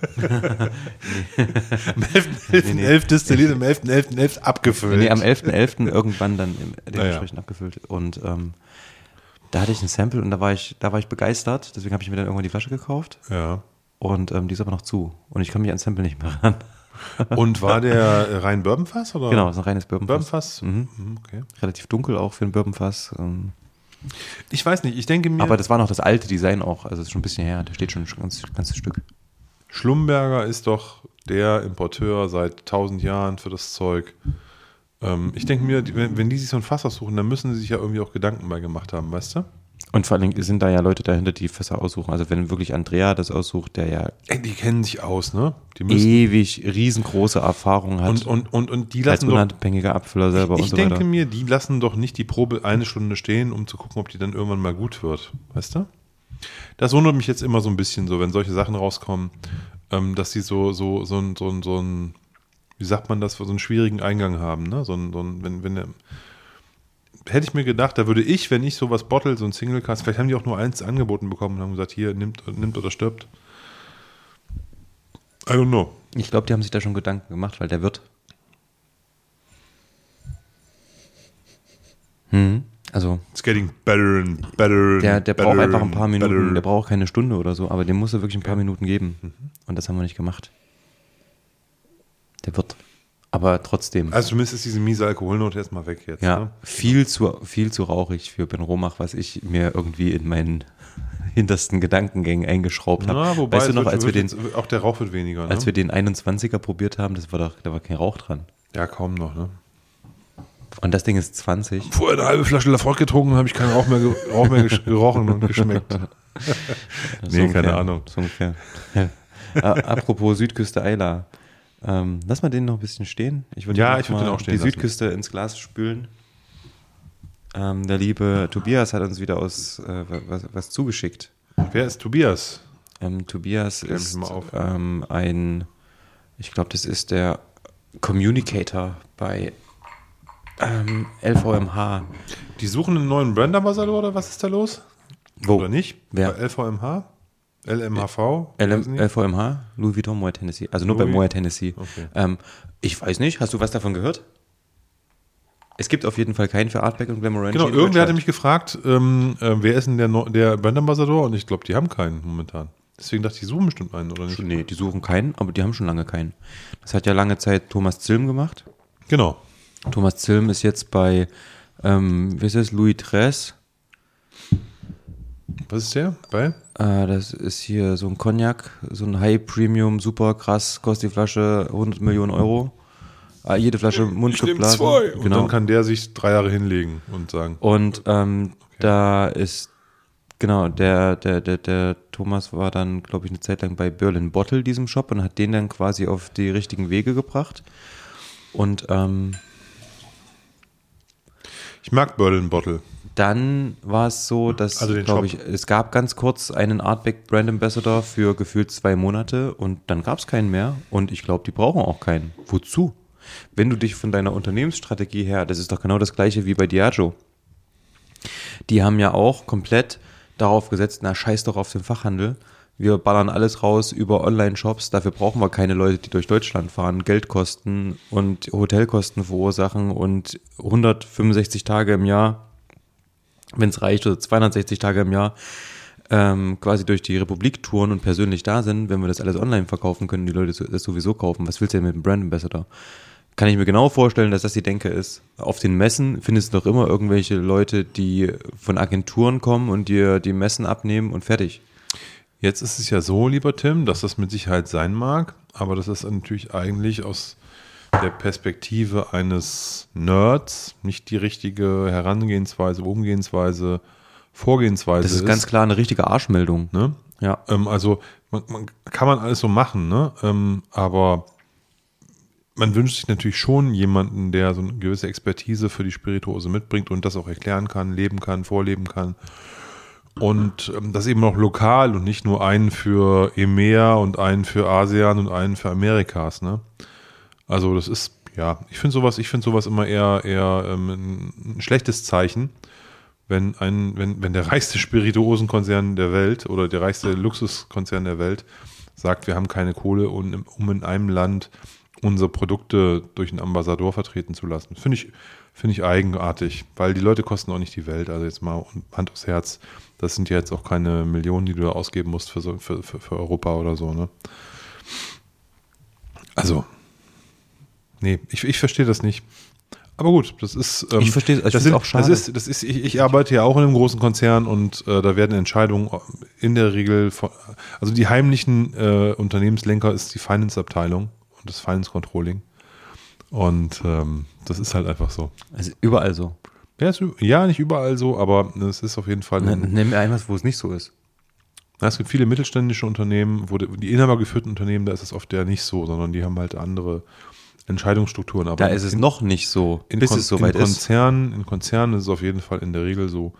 Am 11.11. destilliert, am 11.11. abgefüllt. Nee, am 11.11. irgendwann dann dementsprechend Ja. abgefüllt. Und da hatte ich ein Sample und da war ich begeistert, deswegen habe ich mir dann irgendwann die Flasche gekauft Ja. und die ist aber noch zu und ich kann mich an Sample nicht mehr ran. Und war der rein Bourbonfass? Oder? Genau, das ist ein reines Bourbonfass? Bourbonfass. Okay. Relativ dunkel auch für ein Bourbonfass. Ich weiß nicht, ich denke mir, Aber das war noch das alte Design auch, also das ist schon ein bisschen her, der steht schon ein ganzes Stück. Schlumberger ist doch der Importeur seit 1000 Jahren für das Zeug. Ich denke mir, wenn die sich so ein Fass aussuchen, dann müssen sie sich ja irgendwie auch Gedanken bei gemacht haben, weißt du? Und vor allem sind da ja Leute dahinter, die Fässer aussuchen. Also wenn wirklich Andrea das aussucht, der ja Ey, die kennen sich aus, ne? Die müssen ewig riesengroße Erfahrung hat. und die als lassen doch, unabhängiger Abfüller selber und ich so denke weiter. mir, die lassen doch nicht die Probe 1 Stunde stehen, um zu gucken, ob die dann irgendwann mal gut wird, weißt du? Das wundert mich jetzt immer so ein bisschen so, wenn solche Sachen rauskommen, dass sie so ein, wie sagt man das, so einen schwierigen Eingang haben, ne? Hätte ich mir gedacht, da würde ich, wenn ich sowas bottle, so ein Single Cask, vielleicht haben die auch nur eins angeboten bekommen und haben gesagt, hier, nimmt oder stirbt. I don't know. Ich glaube, die haben sich da schon Gedanken gemacht, weil der wird. Also It's getting better and better. der braucht einfach ein paar Minuten, der braucht keine Stunde oder so, aber dem muss er wirklich ein paar Minuten geben. Und das haben wir nicht gemacht. Der wird. Aber trotzdem. Also zumindest ist diese miese Alkoholnote erstmal weg jetzt. Ja, Ne? viel zu rauchig für Ben Romach, was ich mir irgendwie in meinen hintersten Gedankengängen eingeschraubt habe. Ja, wobei weißt du noch, als wir den auch der Rauch wird weniger. Ne? Als wir den 21er probiert haben, da war kein Rauch dran. Ja, kaum noch, ne? Und das Ding ist 20. Vorher eine halbe Flasche Lafroig getrunken, habe ich keinen Rauch mehr gerochen und geschmeckt. Nee, keine Ahnung. So ungefähr. Ja. Apropos Südküste Eila. Lass mal den noch ein bisschen stehen. Ich würde den auch stehen die lassen. Südküste ins Glas spülen. Der liebe Tobias hat uns wieder was zugeschickt. Wer ist Tobias? Tobias Klär mich ist mal auf. ich glaube, das ist der Communicator bei LVMH. Die suchen einen neuen Brand-Ambassador oder was ist da los? Wo? Oder nicht? Wer? Bei LVMH? LMHV? LVMH? Louis Vuitton Moet Hennessy. Also nur bei Moet Hennessy. Okay. Ich weiß nicht, hast du was davon gehört? Es gibt auf jeden Fall keinen für Artback und Glamorangi. Genau, irgendwer hatte mich gefragt, wer ist denn der Brand-Ambassador? Und ich glaube, die haben keinen momentan. Deswegen dachte ich, die suchen bestimmt einen, oder nicht? Nee, die suchen keinen, aber die haben schon lange keinen. Das hat ja lange Zeit Thomas Zilm gemacht. Genau. Thomas Zilm ist jetzt bei, wie ist das, Louis XIII. Was ist der? Bei? Das ist hier so ein Cognac, so ein High Premium, super krass, kostet die Flasche 100 Millionen Euro. Jede Flasche mundgeblasen. Genau. Und dann kann der sich 3 Jahre hinlegen und sagen. Und da ist, genau, der Thomas war dann, glaube ich, eine Zeit lang bei Berlin Bottle, diesem Shop, und hat den dann quasi auf die richtigen Wege gebracht. Und ich mag Berlin Bottle. dann war es so, dass, Also den glaube Shop. ich, es gab ganz kurz einen Artback Brand Ambassador für gefühlt 2 Monate und dann gab es keinen mehr. Und ich glaube, die brauchen auch keinen. Wozu? Wenn du dich von deiner Unternehmensstrategie her, das ist doch genau das gleiche wie bei Diageo. Die haben ja auch komplett darauf gesetzt, na scheiß doch auf den Fachhandel. Wir ballern alles raus über Online-Shops. Dafür brauchen wir keine Leute, die durch Deutschland fahren, Geldkosten und Hotelkosten verursachen und 165 Tage im Jahr, wenn es reicht, oder 260 Tage im Jahr quasi durch die Republik touren und persönlich da sind. Wenn wir das alles online verkaufen können, die Leute das sowieso kaufen. Was willst du denn mit dem Brand Ambassador? Kann ich mir genau vorstellen, dass das die Denke ist. Auf den Messen findest du doch immer irgendwelche Leute, die von Agenturen kommen und dir die Messen abnehmen und fertig. Jetzt ist es ja so, lieber Tim, dass das mit Sicherheit sein mag, aber das ist natürlich eigentlich aus der Perspektive eines Nerds nicht die richtige Herangehensweise, Umgehensweise, Vorgehensweise. Das ist ganz klar eine richtige Arschmeldung. Ne? Ja. Also kann man alles so machen, ne? Aber man wünscht sich natürlich schon jemanden, der so eine gewisse Expertise für die Spirituose mitbringt und das auch erklären kann, leben kann, vorleben kann. Und das eben auch lokal und nicht nur einen für EMEA und einen für ASEAN und einen für Amerikas, ne? Also das ist, ja, ich finde sowas immer eher ein schlechtes Zeichen, wenn der reichste Spirituosenkonzern der Welt oder der reichste Luxuskonzern der Welt sagt, wir haben keine Kohle, um in einem Land unsere Produkte durch einen Ambassador vertreten zu lassen. Finde ich eigenartig, weil die Leute kosten auch nicht die Welt. Also jetzt mal Hand aufs Herz, das sind ja jetzt auch keine Millionen, die du da ausgeben musst für Europa oder so, ne? Also, nee, ich verstehe das nicht. Aber gut, das ist. Ich verstehe es, ich finde es auch schade. Ich arbeite ja auch in einem großen Konzern und da werden Entscheidungen in der Regel also die heimlichen Unternehmenslenker ist die Finance-Abteilung und das Finance-Controlling. Und das ist halt einfach so. Also überall so. Ja, nicht überall so, aber es ist auf jeden Fall. Nimm mir etwas, wo es nicht so ist. Es gibt viele mittelständische Unternehmen, wo die inhabergeführten Unternehmen, da ist es oft ja nicht so, sondern die haben halt andere Entscheidungsstrukturen. Aber da ist es noch nicht so, bis es soweit ist. In Konzernen ist es auf jeden Fall in der Regel so,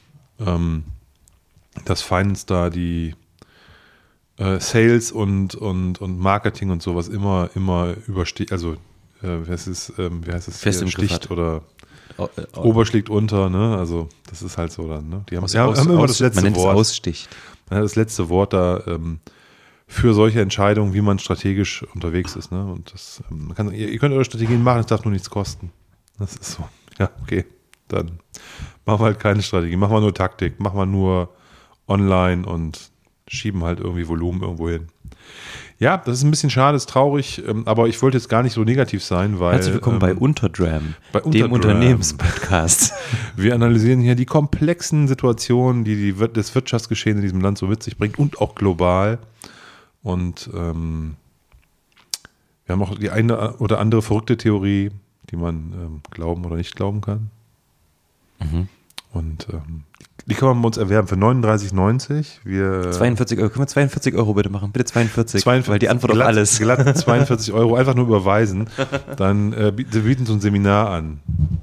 dass Finance da die Sales und Marketing und sowas immer übersticht, also wie heißt es Fest im Griff sticht oder Ober schlägt unter, ne? Also das ist halt so dann, ne? Die haben immer das letzte man nennt Wort. es aussticht. Das letzte Wort da für solche Entscheidungen, wie man strategisch unterwegs ist. Ne? Und das, ihr könnt eure Strategien machen, es darf nur nichts kosten. Das ist so. Ja, okay. Dann machen wir halt keine Strategie, machen wir nur Taktik, machen wir nur online und schieben halt irgendwie Volumen irgendwo hin. Ja, das ist ein bisschen schade, ist traurig, aber ich wollte jetzt gar nicht so negativ sein, weil... Herzlich willkommen bei Unterdram, dem Unternehmenspodcast. Wir analysieren hier die komplexen Situationen, die das Wirtschaftsgeschehen in diesem Land so mit sich bringt und auch global. Und wir haben auch die eine oder andere verrückte Theorie, die man glauben oder nicht glauben kann. Mhm. Und die kann man bei uns erwerben für 39,90. 42 Euro. Können wir 42 Euro bitte machen? Bitte 42, weil die Antwort auf alles. Glatt 42 Euro, einfach nur überweisen. Dann bieten so ein Seminar an.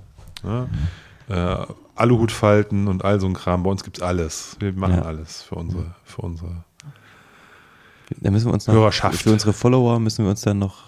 Ja? Aluhutfalten und all so ein Kram. Bei uns gibt es alles. Wir machen alles für unsere da müssen wir uns noch, Hörerschaft. Für unsere Follower müssen wir uns dann noch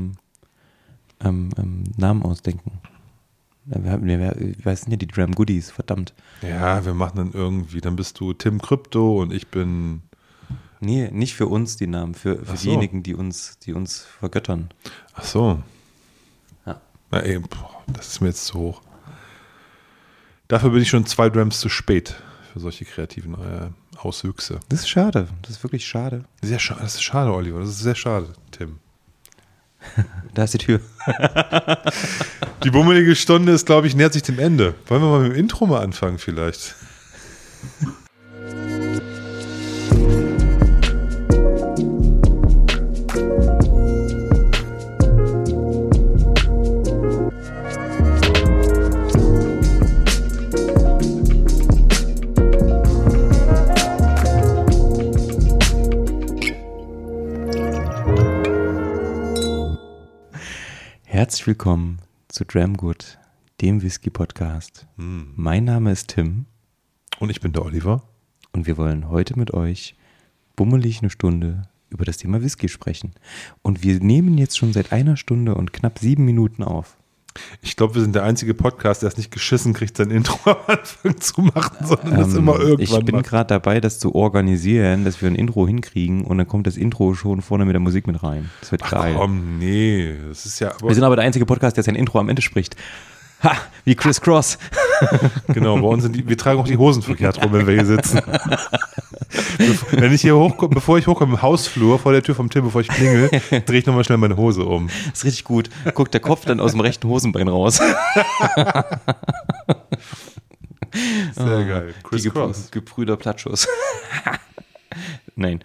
Namen ausdenken. Wir sind ja die Dram Goodies, verdammt. Ja, wir machen dann irgendwie, dann bist du Tim Krypto und ich bin... Nee, nicht für uns die Namen, für diejenigen, die uns vergöttern. Ach so. Ja. Na ey, das ist mir jetzt zu hoch. Dafür bin ich schon 2 Drams zu spät für solche kreativen Auswüchse. Das ist schade, das ist wirklich schade. Sehr schade, das ist schade, Oliver, das ist sehr schade, Tim. Da ist die Tür. Die bummelige Stunde ist, glaube ich, nähert sich dem Ende. Wollen wir mal mit dem Intro mal anfangen vielleicht? Herzlich willkommen zu Dramgood, dem Whisky-Podcast. Mein Name ist Tim. Und ich bin der Oliver. Und wir wollen heute mit euch bummelig eine Stunde über das Thema Whisky sprechen. Und wir nehmen jetzt schon seit 1 Stunde und knapp 7 Minuten auf. Ich glaube, wir sind der einzige Podcast, der es nicht geschissen kriegt, sein Intro am Anfang zu machen, sondern das immer irgendwann Ich bin gerade dabei, das zu organisieren, dass wir ein Intro hinkriegen und dann kommt das Intro schon vorne mit der Musik mit rein. Das wird geil. Komm, nee, das ist ja... Wir sind aber der einzige Podcast, der sein Intro am Ende spricht. Ha, wie Chris Cross. Genau, bei uns wir tragen auch die Hosen verkehrt rum, wenn wir hier sitzen. Wenn ich hier bevor ich hochkomme im Hausflur vor der Tür vom Tim, bevor ich klingel, drehe ich nochmal schnell meine Hose um. Das ist richtig gut. Guckt der Kopf dann aus dem rechten Hosenbein raus. Sehr geil. Chris Cross. Gebrüder Platschos. Nein.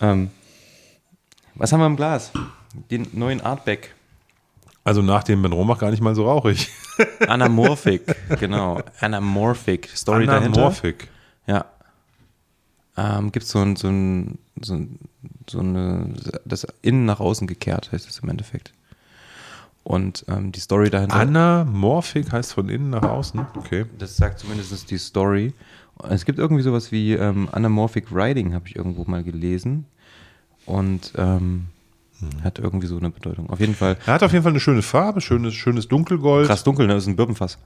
Was haben wir im Glas? Den neuen Artback. Also nach dem Ben Romach gar nicht mal so rauchig. Anamorphic, genau. Anamorphic. Story dahinter. Anamorphic. Ja. Gibt es das innen nach außen gekehrt, heißt es im Endeffekt. Und die Story dahinter. Anamorphic heißt von innen nach außen? Okay. Das sagt zumindest die Story. Es gibt irgendwie sowas wie Anamorphic Riding, habe ich irgendwo mal gelesen. Und hat irgendwie so eine Bedeutung. Auf jeden Fall. Er hat auf jeden Fall eine schöne Farbe, schönes Dunkelgold. Krass dunkel, ne? Das ist ein Birbenfass.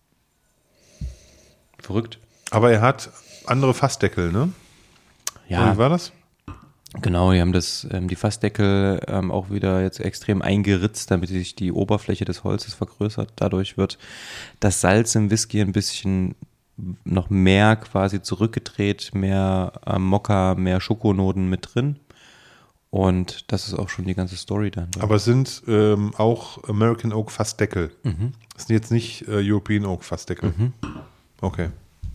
Verrückt. Aber er hat andere Fassdeckel, ne? Ja. Oder wie war das? Genau, die haben die Fassdeckel auch wieder jetzt extrem eingeritzt, damit sich die Oberfläche des Holzes vergrößert. Dadurch wird das Salz im Whisky ein bisschen noch mehr quasi zurückgedreht, mehr Mokka, mehr Schokonoten mit drin. Und das ist auch schon die ganze Story dann. Ja. Aber es sind auch American Oak Fassdeckel. Mhm. Das sind jetzt nicht European Oak Fassdeckel. Mhm. Okay.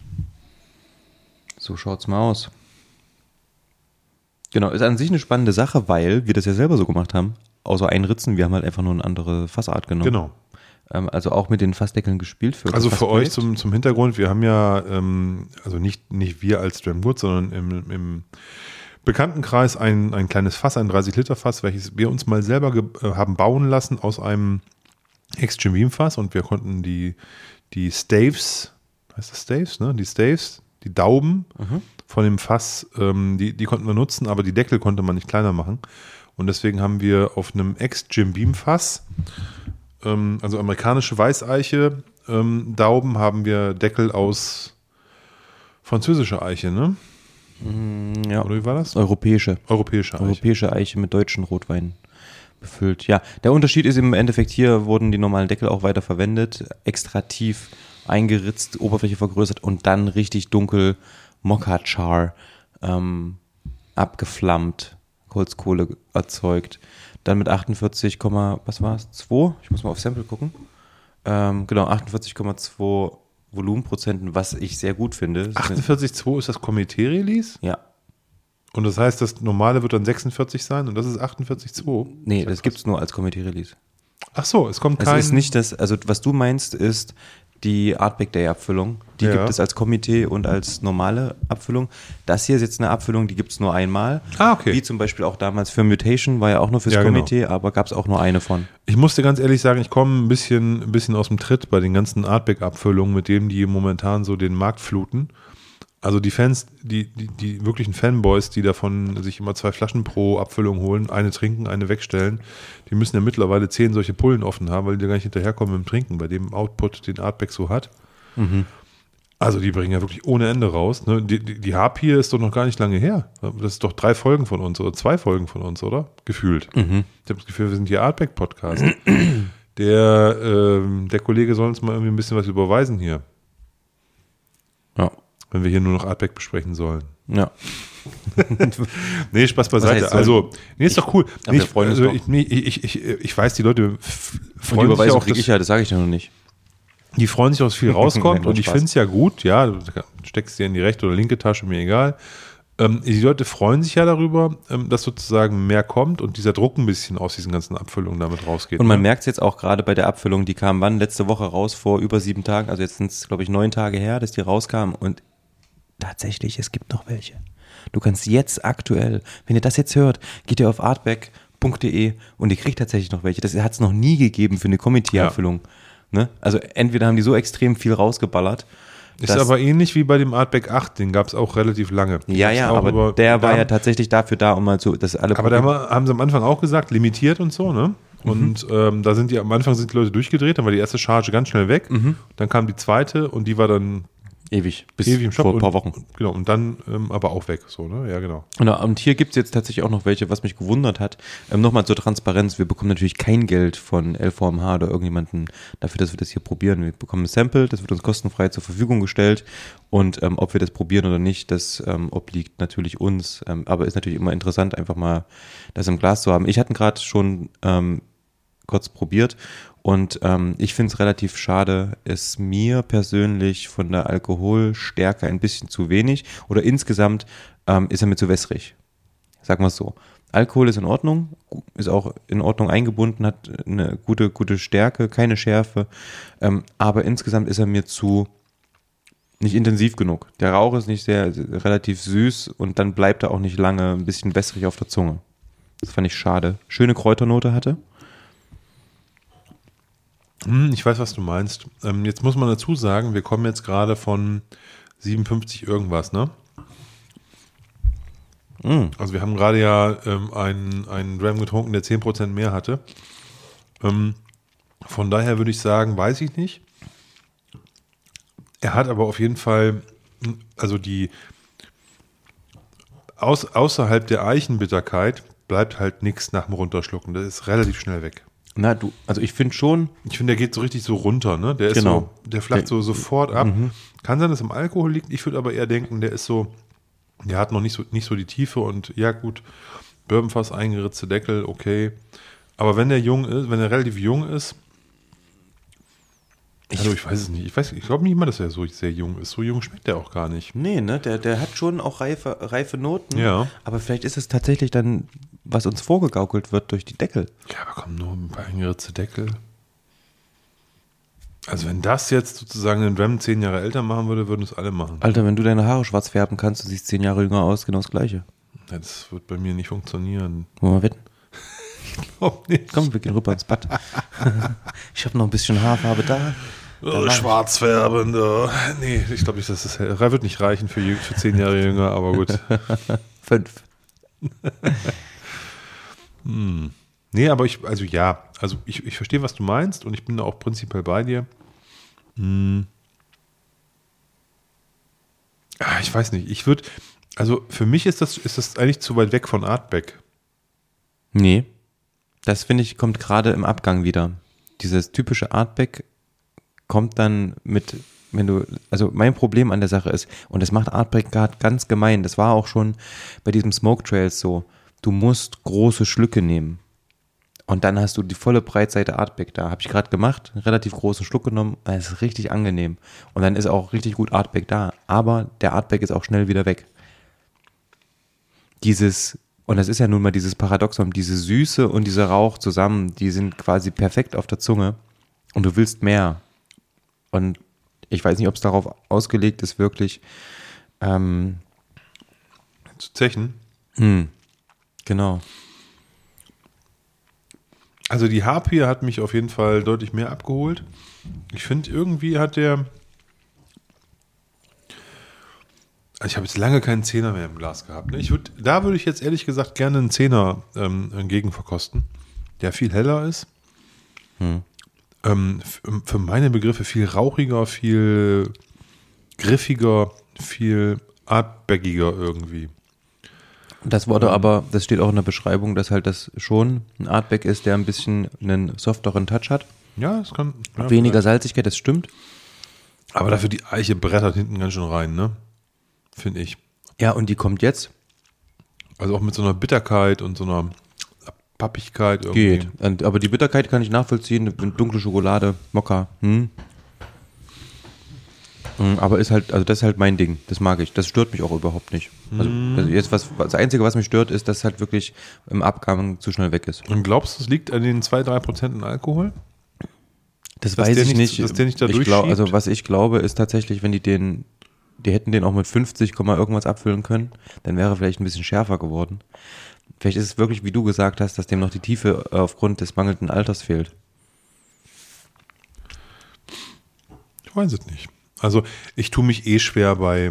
So schaut's mal aus. Genau, ist an sich eine spannende Sache, weil wir das ja selber so gemacht haben. Außer einritzen, wir haben halt einfach nur eine andere Fassart genommen. Genau. Also auch mit den Fassdeckeln gespielt. Also für euch zum Hintergrund, wir haben ja, also nicht wir als Dramgood, sondern im Bekanntenkreis ein kleines Fass, ein 30-Liter-Fass, welches wir uns mal selber haben bauen lassen aus einem Ex-Jim Beam-Fass und wir konnten die Staves, heißt das Staves, ne? Die Staves, die Dauben von dem Fass, die konnten wir nutzen, aber die Deckel konnte man nicht kleiner machen. Und deswegen haben wir auf einem Ex-Jim Beam-Fass, also amerikanische Weißeiche, Dauben, haben wir Deckel aus französischer Eiche, ne? Ja. Oder wie war das? Europäische Eiche mit deutschen Rotwein befüllt. Ja, der Unterschied ist im Endeffekt, hier wurden die normalen Deckel auch weiter verwendet, extra tief eingeritzt, Oberfläche vergrößert und dann richtig dunkel Mokka-Char abgeflammt, Holzkohle erzeugt. Dann mit 48, was war es? 2? Ich muss mal auf Sample gucken. Genau, 48,2 Volumenprozenten, was ich sehr gut finde. 48,2 ist das Komitee-Release? Ja. Und das heißt, das normale wird dann 46 sein und das ist 48,2? Nee, das gibt es nur als Komitee-Release. Ach so, es kommt kein... Es ist nicht das, also was du meinst, ist die Artback Day Abfüllung. Die gibt es als Komitee und als normale Abfüllung. Das hier ist jetzt eine Abfüllung, die gibt es nur einmal. Okay. Wie zum Beispiel auch damals für Mutation, war ja auch nur fürs Komitee, aber gab es auch nur eine von. Ich muss dir ganz ehrlich sagen, ich komme ein bisschen aus dem Tritt bei den ganzen Artback-Abfüllungen, mit denen die momentan so den Markt fluten. Also die Fans, die wirklichen Fanboys, die davon sich immer 2 Flaschen pro Abfüllung holen, eine trinken, eine wegstellen, die müssen ja mittlerweile 10 solche Pullen offen haben, weil die gar nicht hinterherkommen mit dem Trinken, bei dem Output, den Artback so hat. Mhm. Also die bringen ja wirklich ohne Ende raus. Ne? Die Harpie ist doch noch gar nicht lange her. Das ist doch 3 Folgen von uns oder 2 Folgen von uns, oder? Gefühlt. Mhm. Ich habe das Gefühl, wir sind hier Artback-Podcast. Der Kollege soll uns mal irgendwie ein bisschen was überweisen hier. Ja. Wenn wir hier nur noch Artback besprechen sollen. Ja. Nee, Spaß beiseite. Also, ist doch cool. Wir freuen uns doch. Ich weiß, die Leute freuen sich auch, das sage ich dir noch nicht. Die freuen sich, dass viel rauskommt und ich finde es ja gut. Ja, du steckst dir in die rechte oder linke Tasche, mir egal. Die Leute freuen sich ja darüber, dass sozusagen mehr kommt und dieser Druck ein bisschen aus diesen ganzen Abfüllungen damit rausgeht. Und man merkt es jetzt auch gerade bei der Abfüllung, die kam letzte Woche raus, vor über 7 Tagen, also jetzt sind es, glaube ich, 9 Tage her, dass die rauskam und tatsächlich, es gibt noch welche. Du kannst jetzt aktuell, wenn ihr das jetzt hört, geht ihr auf artback.de und ihr kriegt tatsächlich noch welche. Das hat es noch nie gegeben für eine Komitee-Abfüllung. Ja. Ne? Also entweder haben die so extrem viel rausgeballert. Ist aber ähnlich wie bei dem Artback 8, den gab es auch relativ lange. Ja, aber der war ja tatsächlich dafür da, um mal dass alle... Aber da haben sie am Anfang auch gesagt, limitiert und so, ne? Und da sind am Anfang sind die Leute durchgedreht, dann war die erste Charge ganz schnell weg. Dann kam die zweite und die war dann ewig im Shop vor ein paar Wochen. Genau, und dann aber auch weg, so, ne? Ja, genau. Und hier gibt es jetzt tatsächlich auch noch welche, was mich gewundert hat. Nochmal zur Transparenz, wir bekommen natürlich kein Geld von LVMH oder irgendjemanden dafür, dass wir das hier probieren. Wir bekommen ein Sample, das wird uns kostenfrei zur Verfügung gestellt und ob wir das probieren oder nicht, das obliegt natürlich uns, aber ist natürlich immer interessant, einfach mal das im Glas zu haben. Ich hatte gerade schon kurz probiert und ich finde es relativ schade, ist mir persönlich von der Alkoholstärke ein bisschen zu wenig oder insgesamt ist er mir zu wässrig. Sagen wir es so. Alkohol ist in Ordnung, ist auch in Ordnung eingebunden, hat eine gute Stärke, keine Schärfe, aber insgesamt ist er mir nicht intensiv genug. Der Rauch ist nicht relativ süß und dann bleibt er auch nicht lange ein bisschen wässrig auf der Zunge. Das fand ich schade. Schöne Kräuternote hatte. Ich weiß, was du meinst. Jetzt muss man dazu sagen, wir kommen jetzt gerade von 57 irgendwas, ne? Also wir haben gerade ja einen Dram getrunken, der 10% mehr hatte. Von daher würde ich sagen, weiß ich nicht. Er hat aber auf jeden Fall, also außerhalb der Eichenbitterkeit bleibt halt nichts nach dem Runterschlucken. Das ist relativ schnell weg. Also ich finde schon. Ich finde, der geht so richtig so runter, ne? Der ist genau. Der flacht so sofort ab. Kann sein, dass es im Alkohol liegt. Ich würde aber eher denken, der hat noch nicht so die Tiefe und ja gut, Bourbonfass eingeritzte Deckel, okay. Aber wenn er relativ jung ist, also ich weiß es nicht. Ich glaube nicht mal, dass er so sehr jung ist. So jung schmeckt der auch gar nicht. Nee, ne? Der hat schon auch reife Noten. Ja. Aber vielleicht ist es tatsächlich dann, was uns vorgegaukelt wird durch die Deckel. Ja, aber komm, nur ein paar eingeritzte Deckel. Also wenn das jetzt sozusagen den Dram 10 Jahre älter machen würde, würden es alle machen. Alter, wenn du deine Haare schwarz färben kannst, du siehst 10 Jahre jünger aus, genau das Gleiche. Ja, das wird bei mir nicht funktionieren. Wollen wir wetten? Glaub nicht. Komm, wir gehen rüber ins Bad. Ich habe noch ein bisschen Haarfarbe da. Schwarz färben. Nee, ich glaube nicht, das wird nicht reichen für 10 Jahre jünger, aber gut. 5. Nee, aber ich verstehe, was du meinst und ich bin da auch prinzipiell bei dir. Ich weiß nicht, Also für mich ist das eigentlich zu weit weg von Artback. Nee, das finde ich, kommt gerade im Abgang wieder. Dieses typische Artback kommt dann mit, also mein Problem an der Sache ist, und das macht Artback gerade ganz gemein, das war auch schon bei diesem Smoke Trails so, du musst große Schlücke nehmen. Und dann hast du die volle Breitseite Artback da. Habe ich gerade gemacht, einen relativ großen Schluck genommen, das ist richtig angenehm. Und dann ist auch richtig gut Artback da. Aber der Artback ist auch schnell wieder weg. Und das ist ja nun mal dieses Paradoxon, diese Süße und dieser Rauch zusammen, die sind quasi perfekt auf der Zunge und du willst mehr. Und ich weiß nicht, ob es darauf ausgelegt ist, wirklich Zu zechen. Genau. Also die Harpier hat mich auf jeden Fall deutlich mehr abgeholt. Ich finde, irgendwie hat der... Also ich habe jetzt lange keinen Zehner mehr im Glas gehabt. Ne? Da würde ich jetzt ehrlich gesagt gerne einen Zehner gegen verkosten, der viel heller ist. Für meine Begriffe viel rauchiger, viel griffiger, viel artbaggiger irgendwie. Das wurde aber, das steht auch in der Beschreibung, dass halt das schon ein Artback ist, der ein bisschen einen softeren Touch hat. Ja, es kann... Ja, Weniger Salzigkeit, das stimmt. aber dafür die Eiche brettert hinten ganz schön rein, ne? Finde ich. Ja, und die kommt jetzt. Also auch mit so einer Bitterkeit und so einer Pappigkeit irgendwie. Geht. Aber die Bitterkeit kann ich nachvollziehen. Dunkle Schokolade, Mokka. Aber ist halt, also das ist halt mein Ding. Das mag ich. Das stört mich auch überhaupt nicht. Also das Einzige, was mich stört, ist, dass es halt wirklich im Abgang zu schnell weg ist. Und glaubst du, es liegt an den 2-3% Alkohol? Das weiß ich nicht. Dass der nicht da also was ich glaube, ist tatsächlich, wenn die hätten den auch mit 50, irgendwas abfüllen können, dann wäre er vielleicht ein bisschen schärfer geworden. Vielleicht ist es wirklich, wie du gesagt hast, dass dem noch die Tiefe aufgrund des mangelnden Alters fehlt. Ich weiß es nicht. Also ich tue mich schwer bei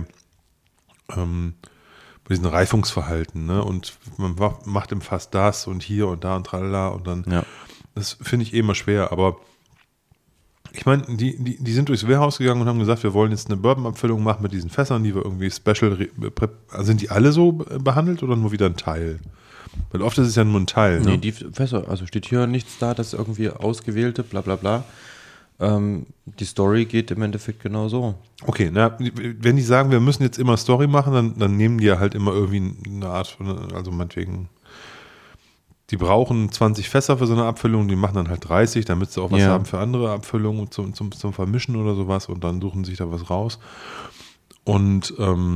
diesen Reifungsverhalten, ne? Und man macht im Fass das und hier und da und tralala und dann, das finde ich immer schwer, aber ich meine, die sind durchs Warehouse gegangen und haben gesagt, wir wollen jetzt eine Bourbon-Abfüllung machen mit diesen Fässern, die wir irgendwie special, sind die alle so behandelt oder nur wieder ein Teil? Weil oft ist es ja nur ein Teil. Ne? Nee, die Fässer, also steht hier nichts da, dass irgendwie ausgewählte, bla bla bla. Die Story geht im Endeffekt genau so. Okay, wenn die sagen, wir müssen jetzt immer Story machen, dann nehmen die ja halt immer irgendwie eine Art von, also meinetwegen, die brauchen 20 Fässer für so eine Abfüllung, die machen dann halt 30, damit sie auch was haben für andere Abfüllungen zum Vermischen oder sowas und dann suchen sich da was raus. Und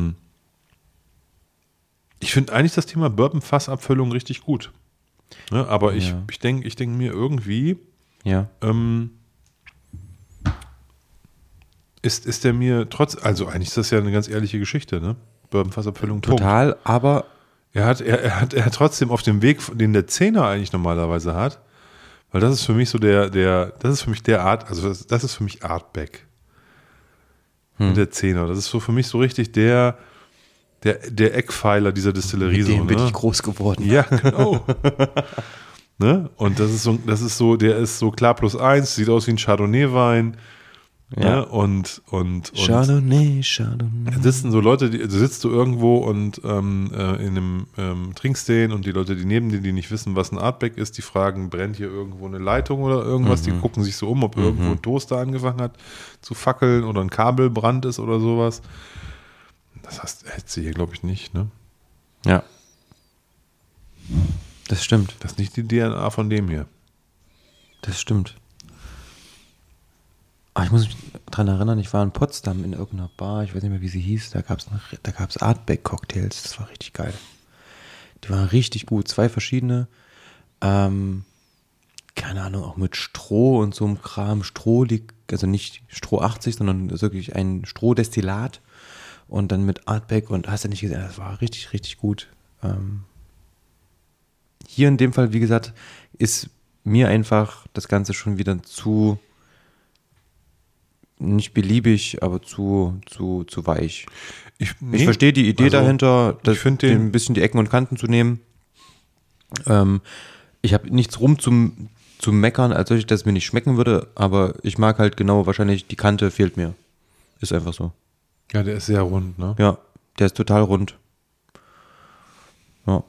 ich finde eigentlich das Thema Bourbon-Fass-Abfüllung richtig gut. Ne? Aber ich denke mir irgendwie, ist der mir also eigentlich ist das ja eine ganz ehrliche Geschichte, ne? Bourbon-Fass-Abfüllung. Total, aber er hat trotzdem auf dem Weg, den der Zehner eigentlich normalerweise hat, weil das ist für mich so das ist für mich der Art, also das ist für mich Artback. Der Zehner, das ist so für mich so richtig der Eckpfeiler dieser Distillerie. Mit dem so, bin ne? ich groß geworden. Ja, genau. Ne? Und der ist so klar +1, sieht aus wie ein Chardonnay-Wein. Ja. Ne? Und Chardonnay. sitzen so Leute, sitzt du irgendwo und in einem trinkst den und die Leute, die neben dir, die nicht wissen, was ein Artback ist, die fragen, brennt hier irgendwo eine Leitung oder irgendwas? Die gucken sich so um, ob irgendwo ein Toaster angefangen hat zu fackeln oder ein Kabelbrand ist oder sowas. Das hättest du hier, glaube ich, nicht, ne? Ja. Das stimmt. Das ist nicht die DNA von dem hier. Das stimmt. Ich muss mich daran erinnern, ich war in Potsdam in irgendeiner Bar, ich weiß nicht mehr, wie sie hieß, da gab's Artback-Cocktails, das war richtig geil. Die waren richtig gut, 2 verschiedene, keine Ahnung, auch mit Stroh und so einem Kram, also nicht Stroh 80, sondern wirklich ein Strohdestillat und dann mit Artback und hast du nicht gesehen, das war richtig, richtig gut. Hier in dem Fall, wie gesagt, ist mir einfach das Ganze schon wieder zu nicht beliebig, aber zu weich. Ich verstehe die Idee dahinter, ein bisschen die Ecken und Kanten zu nehmen. Ich habe nichts zu meckern, als solches, dass es mir nicht schmecken würde, aber ich mag halt genau, wahrscheinlich die Kante fehlt mir. Ist einfach so. Ja, der ist sehr rund, ne? Ja, der ist total rund. Ja.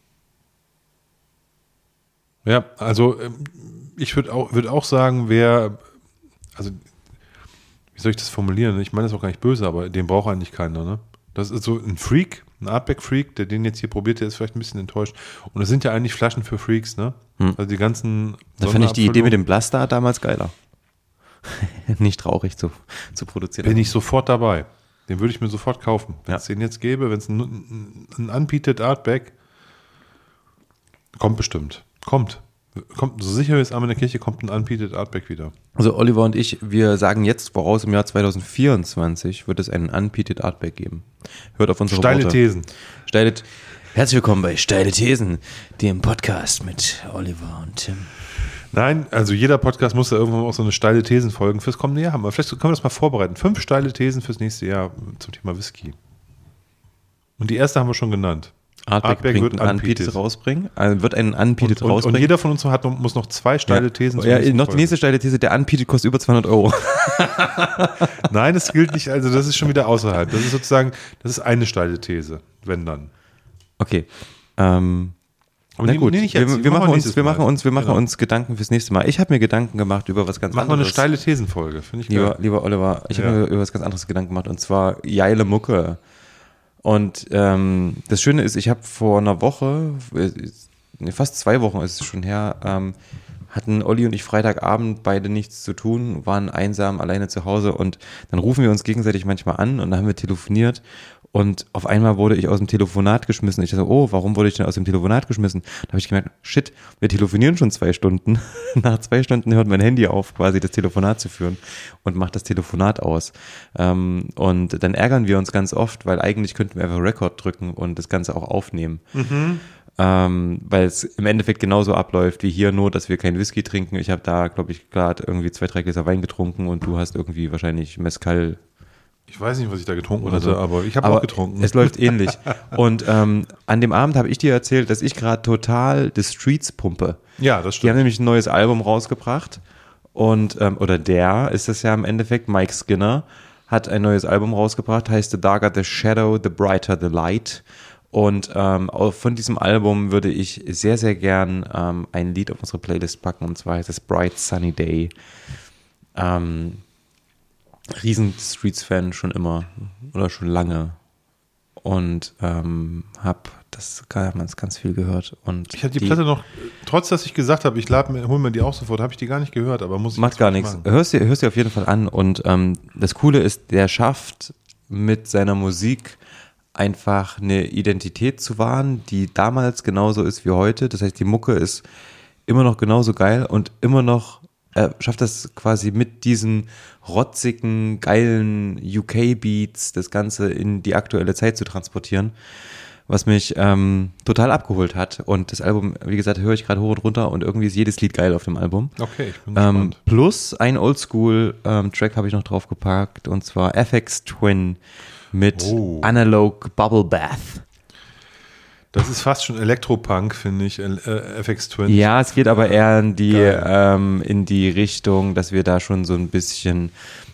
Ja, also ich würde auch sagen, also wie soll ich das formulieren? Ich meine das auch gar nicht böse, aber den braucht eigentlich keiner, ne? Das ist so ein Freak, ein Artback-Freak, der den jetzt hier probiert, der ist vielleicht ein bisschen enttäuscht. Und das sind ja eigentlich Flaschen für Freaks, ne? Also die ganzen Da fand ich die Idee mit dem Blaster damals geiler. Nicht traurig zu produzieren. Bin ich sofort dabei. Den würde ich mir sofort kaufen. Wenn es den jetzt gäbe, wenn es ein Unpeated Artback, kommt bestimmt. Kommt, so sicher wie es Arm in der Kirche kommt ein Unpeated Artback wieder. Also Oliver und ich, wir sagen jetzt voraus, im Jahr 2024 wird es einen Unpeated Artback geben. Hört auf unsere Steile Worte. Thesen. Herzlich willkommen bei Steile Thesen, dem Podcast mit Oliver und Tim. Nein, also jeder Podcast muss da irgendwann auch so eine steile Thesen-Folgen fürs kommende Jahr haben. Aber vielleicht können wir das mal vorbereiten. 5 steile Thesen fürs nächste Jahr zum Thema Whisky. Und die erste haben wir schon genannt. Artback wird einen Unpeated rausbringen. Also wird einen Unpeated rausbringen. Und jeder von uns muss noch 2 steile Thesen Ja, noch die nächste steile These, der Unpeated kostet über 200 Euro. Nein, das gilt nicht, also das ist schon wieder außerhalb. Das ist sozusagen, das ist eine steile These, wenn dann. Okay. Aber na gut, nicht jetzt. wir machen uns Gedanken fürs nächste Mal. Ich habe mir Gedanken gemacht über was ganz anderes. Machen wir eine steile Thesenfolge, finde ich geil. Lieber Oliver, ich habe mir über was ganz anderes Gedanken gemacht und zwar geile Mucke. Und das Schöne ist, ich habe vor einer Woche, fast 2 Wochen ist es schon her, hatten Olli und ich Freitagabend beide nichts zu tun, waren einsam alleine zu Hause und dann rufen wir uns gegenseitig manchmal an und dann haben wir telefoniert und auf einmal wurde ich aus dem Telefonat geschmissen. Ich dachte, oh, warum wurde ich denn aus dem Telefonat geschmissen? Da habe ich gemerkt, shit, wir telefonieren schon 2 Stunden. Nach 2 Stunden hört mein Handy auf, quasi das Telefonat zu führen und macht das Telefonat aus. Und dann ärgern wir uns ganz oft, weil eigentlich könnten wir einfach Record drücken und das Ganze auch aufnehmen. Weil es im Endeffekt genauso abläuft wie hier, nur dass wir keinen Whisky trinken. Ich habe da, glaube ich, gerade irgendwie 2, 3 Gläser Wein getrunken und du hast irgendwie wahrscheinlich Mezcal. Ich weiß nicht, was ich da getrunken Oder hatte, so. aber ich habe auch getrunken. Es läuft ähnlich. Und an dem Abend habe ich dir erzählt, dass ich gerade total The Streets pumpe. Ja, das Die stimmt. haben nämlich ein neues Album rausgebracht und ist es ja im Endeffekt, Mike Skinner hat ein neues Album rausgebracht, heißt The Darker the Shadow, The Brighter the Light. Und von diesem Album würde ich sehr, sehr gern ein Lied auf unsere Playlist packen, und zwar heißt es Bright Sunny Day. Riesen Streets-Fan schon immer oder schon lange und habe das ganz viel gehört. Und ich hatte die Platte noch, trotz dass ich gesagt habe, hol mir die auch sofort, habe ich die gar nicht gehört, aber muss ich macht gar nichts. Hörst dir auf jeden Fall an und das Coole ist, der schafft mit seiner Musik einfach eine Identität zu wahren, die damals genauso ist wie heute. Das heißt, die Mucke ist immer noch genauso geil und immer noch schafft das quasi mit diesen rotzigen, geilen UK-Beats das Ganze in die aktuelle Zeit zu transportieren, was mich total abgeholt hat. Und das Album, wie gesagt, höre ich gerade hoch und runter und irgendwie ist jedes Lied geil auf dem Album. Okay, ich bin gespannt. Plus ein Oldschool-Track habe ich noch draufgepackt und zwar FX Twin mit Analog Bubble Bath. Das ist fast schon Elektropunk, finde ich, FX Twin. Ja, es geht aber eher in die Richtung, dass wir da schon so ein bisschen,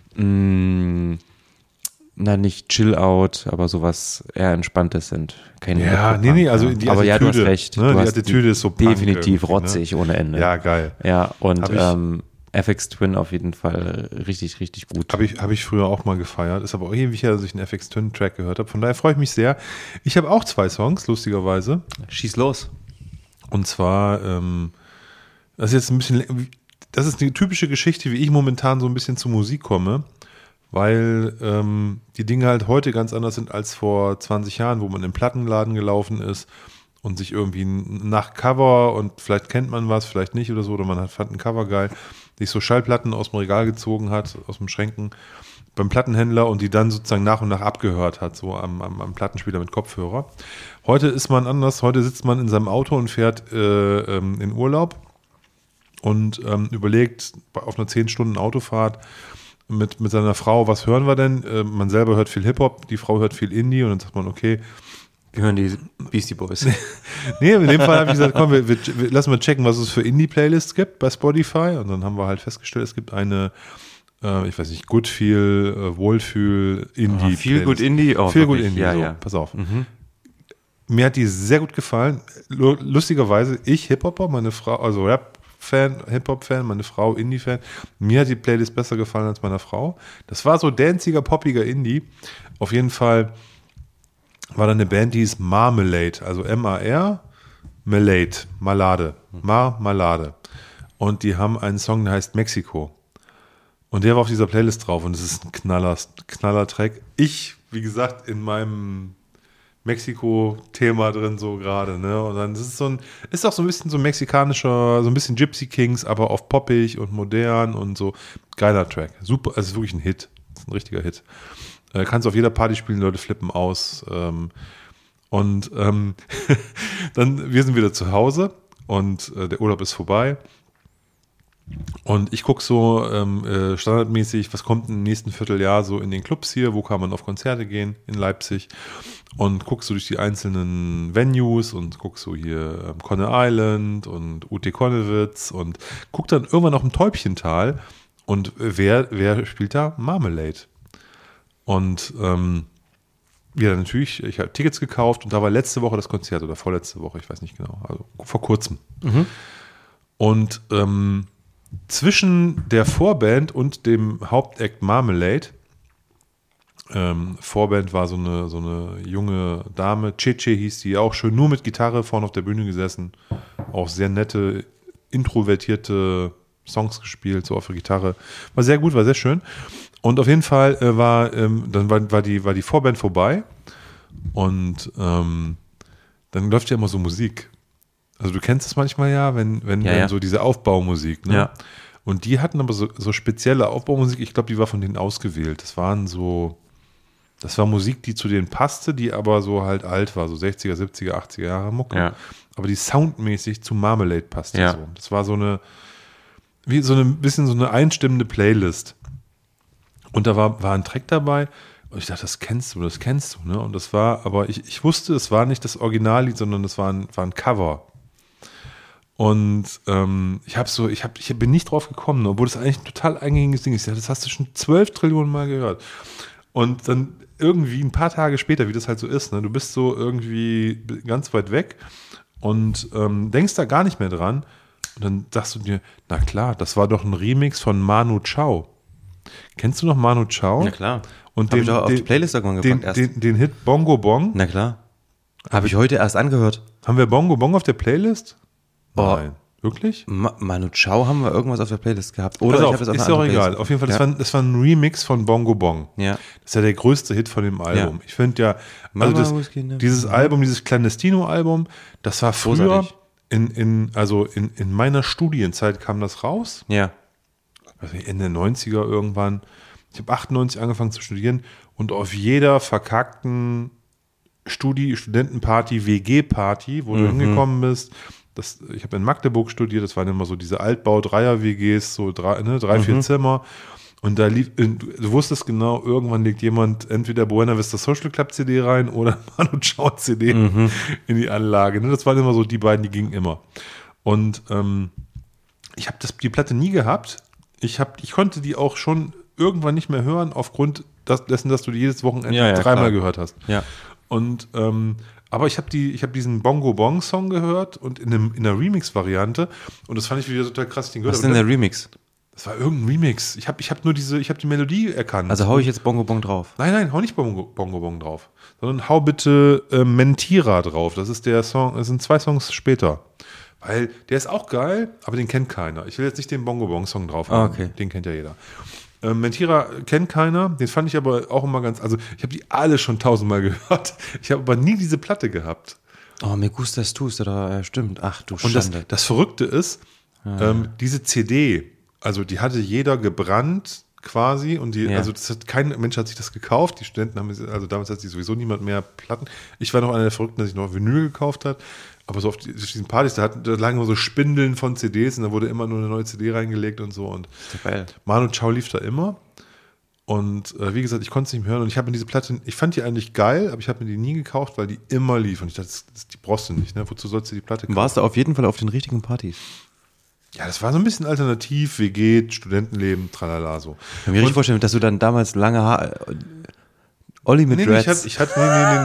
nicht Chill-Out, aber sowas eher Entspanntes sind. Also die Attitüde. Aber ja, du hast recht. Ne, die Attitüde ist so Punk definitiv rotzig, ne? Ohne Ende. Ja, geil. Ja, und FX Twin auf jeden Fall richtig, richtig gut. Hab ich früher auch mal gefeiert. Ist aber auch ewig her, dass ich einen FX Twin Track gehört habe. Von daher freue ich mich sehr. Ich habe auch 2 Songs, lustigerweise. Schieß los. Und zwar, das ist eine typische Geschichte, wie ich momentan so ein bisschen zu Musik komme, weil die Dinge halt heute ganz anders sind als vor 20 Jahren, wo man im Plattenladen gelaufen ist und sich irgendwie nach Cover und vielleicht kennt man was, vielleicht nicht oder so, oder man fand ein Cover geil, sich so Schallplatten aus dem Regal gezogen hat, aus dem Schränken beim Plattenhändler und die dann sozusagen nach und nach abgehört hat, so am Plattenspieler mit Kopfhörer. Heute ist man anders, heute sitzt man in seinem Auto und fährt in Urlaub und überlegt auf einer 10 Stunden Autofahrt mit seiner Frau, was hören wir denn? Man selber hört viel Hip-Hop, die Frau hört viel Indie und dann sagt man, okay, wir hören die Beastie Boys. Nee, in dem Fall habe ich gesagt, komm, wir lassen mal checken, was es für Indie-Playlists gibt bei Spotify. Und dann haben wir halt festgestellt, es gibt eine, ich weiß nicht, Good Feel, Wohlfühl, Indie. Viel gut Indie? Viel gut Indie, ja, so, ja. Pass auf. Mir hat die sehr gut gefallen. Lustigerweise, ich Hip-Hopper, meine Frau, also Rap-Fan, Hip-Hop-Fan, meine Frau Indie-Fan. Mir hat die Playlist besser gefallen als meiner Frau. Das war so danziger, poppiger Indie. Auf jeden Fall war da eine Band, die hieß Marmalade, also M-A-R, Malade. Marmalade. Und die haben einen Song, der heißt Mexiko. Und der war auf dieser Playlist drauf und es ist ein Knaller-Track. Ich, wie gesagt, in meinem Mexiko-Thema drin so gerade, ne? Und dann ist es ist auch so ein bisschen so mexikanischer, so ein bisschen Gypsy Kings, aber auf poppig und modern und so. Geiler Track. Super, also es ist wirklich ein Hit. Das ist ein richtiger Hit. Kannst auf jeder Party spielen, Leute flippen aus. Dann, wir sind wieder zu Hause und der Urlaub ist vorbei. Und ich gucke so standardmäßig, was kommt im nächsten Vierteljahr so in den Clubs hier, wo kann man auf Konzerte gehen in Leipzig und guck so durch die einzelnen Venues und guck so hier Conne Island und UT Konnewitz und guck dann irgendwann noch im Täubchental und wer spielt da? Marmalade. Und ja, natürlich, ich habe Tickets gekauft und da war letzte Woche das Konzert oder vorletzte Woche, ich weiß nicht genau, also vor kurzem. Und zwischen der Vorband und dem Hauptact Marmalade, Vorband war so eine junge Dame, Cheche hieß die, auch schön nur mit Gitarre vorne auf der Bühne gesessen, auch sehr nette, introvertierte Songs gespielt, so auf der Gitarre. War sehr gut, war sehr schön. Und auf jeden Fall war die Vorband vorbei und dann läuft ja immer so Musik. Also du kennst es manchmal ja, wenn so diese Aufbaumusik, ne? Ja. Und die hatten aber so spezielle Aufbaumusik, ich glaube, die war von denen ausgewählt. Das war Musik, die zu denen passte, die aber so halt alt war, so 60er, 70er, 80er Jahre Mucke. Ja. Aber die soundmäßig zu Marmalade passte Ja. so. Das war bisschen so eine einstimmende Playlist. Und da war ein Track dabei und ich dachte, das kennst du, ne? Und das war, aber ich wusste, es war nicht das Originallied, sondern das war ein Cover. Und ich bin nicht drauf gekommen, obwohl das eigentlich ein total eingängiges Ding ist. Ja, das hast du schon 12 Trillionen Mal gehört. Und dann irgendwie ein paar Tage später, wie das halt so ist, ne, du bist so irgendwie ganz weit weg und denkst da gar nicht mehr dran. Und dann sagst du dir, na klar, das war doch ein Remix von Manu Chao. Kennst du noch Manu Chao? Na klar. Und Habe ich auch auf die Playlist irgendwann gepackt erst. Den Hit Bongo Bong. Na klar. Habe ich heute erst angehört. Haben wir Bongo Bong auf der Playlist? Oh. Nein. Wirklich? Manu Chao haben wir irgendwas auf der Playlist gehabt. Oder Pass ich auf, habe es auf ist einer doch anderen egal. Playlist. Auf jeden Fall, Ja. das war ein Remix von Bongo Bong. Ja. Das ist ja der größte Hit von dem Album. Ja. Ich finde ja, also dieses Album, dieses Clandestino-Album, das war früher Großartig. in meiner Studienzeit kam das raus. Ja. Also Ende der 90er irgendwann. Ich habe 98 angefangen zu studieren und auf jeder verkackten Studentenparty, WG-Party, wo du hingekommen bist, ich habe in Magdeburg studiert, das waren immer so diese Altbau-Dreier-WGs, so 3-4 Zimmer. Und da du wusstest genau, irgendwann legt jemand entweder Buena Vista Social Club CD rein oder Manu Chao CD in die Anlage. Ne? Das waren immer so die beiden, die gingen immer. Und ich habe die Platte nie gehabt. Ich konnte die auch schon irgendwann nicht mehr hören, aufgrund dessen, dass du die jedes Wochenende dreimal gehört hast. Ja. Und aber ich habe diesen Bongo Bong Song gehört und in einer Remix-Variante und das fand ich wieder total krass. Was ist denn der Remix? Das war irgendein Remix. Ich hab die Melodie erkannt. Also hau ich jetzt Bongo Bong drauf? Nein, hau nicht Bongo Bong drauf, sondern hau bitte Mentira drauf. Das ist der Song, das sind 2 Songs später. Weil der ist auch geil, aber den kennt keiner. Ich will jetzt nicht den Bongo Bong Song drauf haben. Okay. Den kennt ja jeder. Mentira kennt keiner, den fand ich aber auch immer also ich habe die alle schon 1000-mal gehört. Ich habe aber nie diese Platte gehabt. Oh, Me Gustas Tus, oder stimmt. Ach du Und Schande. das Verrückte ist, diese CD, also die hatte jeder gebrannt quasi und also kein Mensch hat sich das gekauft. Die Studenten also damals hat sich sowieso niemand mehr Platten. Ich war noch einer der Verrückten, dass ich noch Vinyl gekauft hat. Aber so auf diesen Partys, da lagen immer so Spindeln von CDs und da wurde immer nur eine neue CD reingelegt und so. Und geil. Manu Chao lief da immer. Und wie gesagt, ich konnte es nicht mehr hören. Und ich habe mir diese Platte, ich fand die eigentlich geil, aber ich habe mir die nie gekauft, weil die immer lief. Und ich dachte, die brauchst du nicht, ne? Wozu sollst du die Platte kaufen? Warst du auf jeden Fall auf den richtigen Partys? Ja, das war so ein bisschen alternativ, WG, Studentenleben, tralala, so. Ich kann mir richtig vorstellen, dass du dann damals lange Haare, Olli mit Nee, Dreads. ich hatte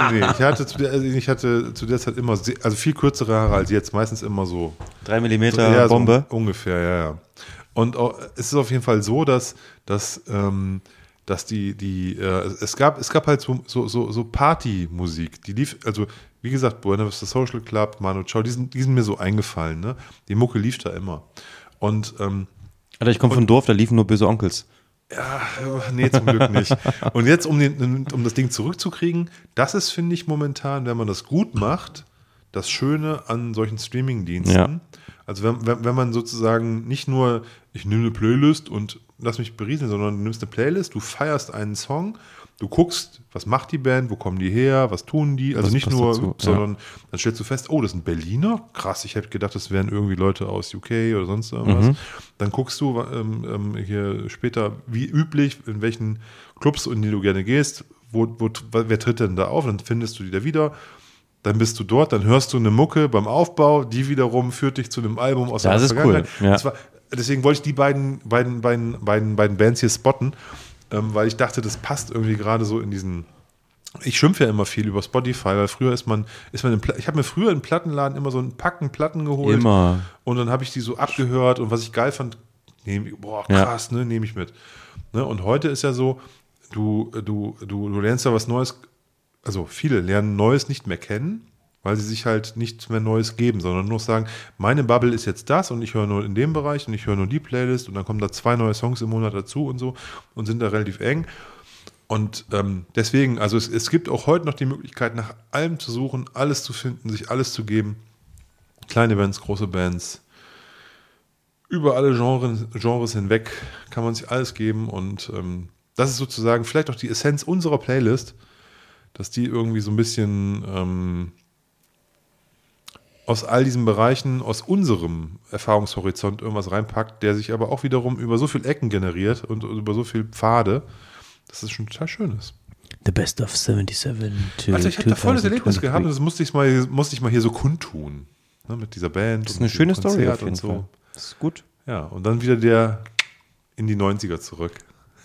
zu der Zeit immer, also viel kürzere Haare als jetzt, meistens immer so. 3 Millimeter Bombe. So ungefähr, ja. Und es ist auf jeden Fall so, dass es gab halt so Partymusik, die lief, also wie gesagt, Buena Vista Social Club, Manu Chao, die sind mir so eingefallen, ne? Die Mucke lief da immer. Und Alter, ich komme vom Dorf, da liefen nur böse Onkels. ja, nee, zum Glück nicht. Und jetzt, um das Ding zurückzukriegen, das ist, finde ich, momentan, wenn man das gut macht, das Schöne an solchen Streaming-Diensten. Ja. Also wenn man sozusagen nicht nur, ich nehme eine Playlist und lass mich berieseln, sondern du nimmst eine Playlist, du feierst einen Song, du guckst, was macht die Band, wo kommen die her, was tun die, also Was nicht passt nur, dazu, sondern dann stellst du fest, oh, das sind Berliner, krass, ich hätte gedacht, das wären irgendwie Leute aus UK oder sonst irgendwas. Dann guckst du hier später, wie üblich, in welchen Clubs, in die du gerne gehst, wer tritt denn da auf, dann findest du die da wieder. Dann bist du dort, dann hörst du eine Mucke beim Aufbau, die wiederum führt dich zu einem Album aus der Vergangenheit. Cool. Ja. Deswegen wollte ich die beiden Bands hier spotten, weil ich dachte, das passt irgendwie gerade so in diesen. Ich schimpfe ja immer viel über Spotify, weil früher ich habe mir früher im Plattenladen immer so einen Packen Platten geholt. Immer. Und dann habe ich die so abgehört und was ich geil fand, krass, ne, nehme ich mit. Ne, und heute ist ja so, du lernst ja was Neues. Also viele lernen Neues nicht mehr kennen, weil sie sich halt nichts mehr Neues geben, sondern nur sagen, meine Bubble ist jetzt das und ich höre nur in dem Bereich und ich höre nur die Playlist und dann kommen da 2 neue Songs im Monat dazu und so und sind da relativ eng. Und deswegen, also es gibt auch heute noch die Möglichkeit, nach allem zu suchen, alles zu finden, sich alles zu geben. Kleine Bands, große Bands, über alle Genres hinweg kann man sich alles geben und das ist sozusagen vielleicht auch die Essenz unserer Playlist, dass die irgendwie so ein bisschen aus all diesen Bereichen, aus unserem Erfahrungshorizont irgendwas reinpackt, der sich aber auch wiederum über so viele Ecken generiert und über so viele Pfade, dass es schon total schön ist. The Best of 77 to Also ich habe da voll das Erlebnis 2023. gehabt und das musste ich mal hier so kundtun. Ne, mit dieser Band. Das ist eine schöne Story Konzert auf jeden und so. Fall. Das ist gut. Ja, und dann wieder in die 90er zurück.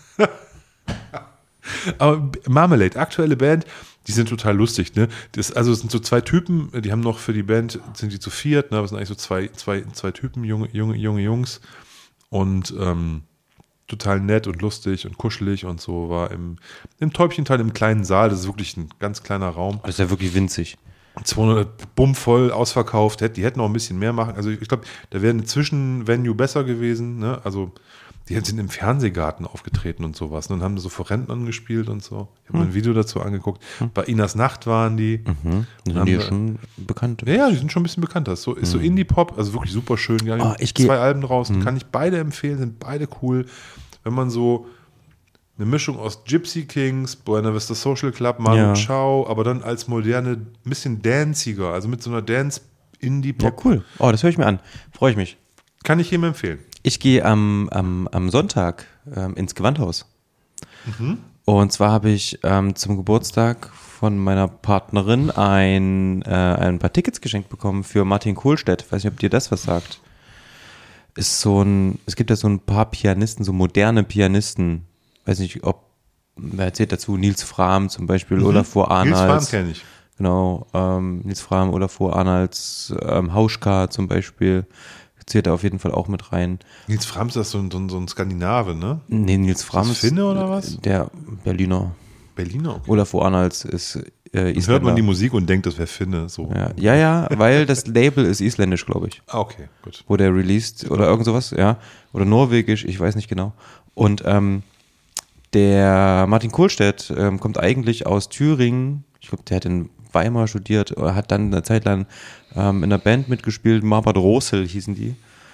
Aber Marmalade, aktuelle Band, die sind total lustig, ne? Es sind so 2 Typen, die haben noch für die Band, sind die zu 4, ne? Aber es sind eigentlich so zwei Typen, junge Jungs und total nett und lustig und kuschelig und so, war im Täubchenteil im kleinen Saal, das ist wirklich ein ganz kleiner Raum. Das ist ja wirklich winzig. 200 bumm voll ausverkauft, die hätten auch ein bisschen mehr machen, also ich glaube, da wäre eine Zwischenvenue besser gewesen, ne? Also die sind im Fernsehgarten aufgetreten und sowas. Und dann haben so vor Rentnern gespielt und so. Ich habe mir ein Video dazu angeguckt. Bei Inas Nacht waren die. Sind die schon bekannt? Ja, die sind schon ein bisschen bekannter. Ist so Indie-Pop, also wirklich super schön. Die haben 2 Alben draußen, kann ich beide empfehlen, sind beide cool. Wenn man so eine Mischung aus Gypsy Kings, Buena Vista Social Club, Manu Chao, aber dann als moderne, ein bisschen danciger, also mit so einer Dance-Indie-Pop. Ja, cool. Oh, das höre ich mir an. Freue ich mich. Kann ich jedem empfehlen. Ich gehe am Sonntag ins Gewandhaus. Und zwar habe ich zum Geburtstag von meiner Partnerin ein paar Tickets geschenkt bekommen für Martin Kohlstedt. Weiß nicht, ob dir das was sagt. Es gibt ja so ein paar Pianisten, so moderne Pianisten. Weiß nicht, wer erzählt dazu? Nils Frahm zum Beispiel, Olafur Arnalds. Nils Frahm kenne ich. Genau, Nils Frahm, Olafur Arnalds, Hauschka zum Beispiel. Zählt da auf jeden Fall auch mit rein. Nils Frahm ist das so ein Skandinave, ne? Nee, Nils Frahm ist Finne oder was? Der Berliner. Berliner, okay. Olafur Arnalds ist Isländer. Hört man die Musik und denkt, das wäre Finne. So. Ja, weil das Label ist isländisch, glaube ich. Ah, okay, gut. Wo der released oder irgend sowas, ja. Oder norwegisch, ich weiß nicht genau. Und der Martin Kohlstedt kommt eigentlich aus Thüringen. Ich glaube, der hat in Weimar studiert, hat dann eine Zeit lang in einer Band mitgespielt, Marbad Rosel hießen die,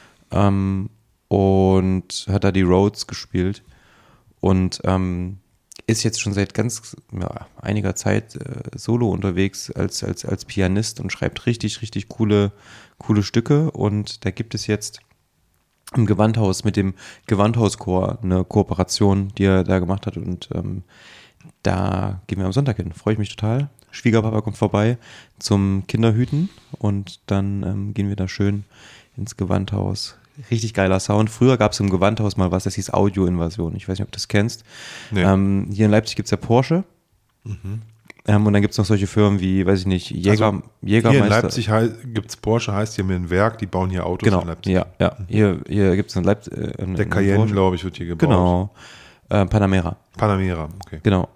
und hat da die Rhodes gespielt und ist jetzt schon seit einiger Zeit solo unterwegs als Pianist und schreibt richtig, richtig coole Stücke und da gibt es jetzt im Gewandhaus mit dem Gewandhauschor eine Kooperation, die er da gemacht hat und da gehen wir am Sonntag hin. Freue ich mich total. Schwiegerpapa kommt vorbei zum Kinderhüten und dann gehen wir da schön ins Gewandhaus. Richtig geiler Sound. Früher gab es im Gewandhaus mal was, das hieß Audio-Invasion. Ich weiß nicht, ob du das kennst. Nee. Hier in Leipzig gibt es ja Porsche Und dann gibt es noch solche Firmen wie, weiß ich nicht, Jägermeister. Hier in Leipzig gibt es Porsche, heißt hier mit ein Werk, die bauen hier Autos Genau, in Leipzig. ja. Hier gibt es in Leipzig. Der Cayenne, glaube ich, wird hier gebaut. Genau. Panamera. Panamera, okay. Genau.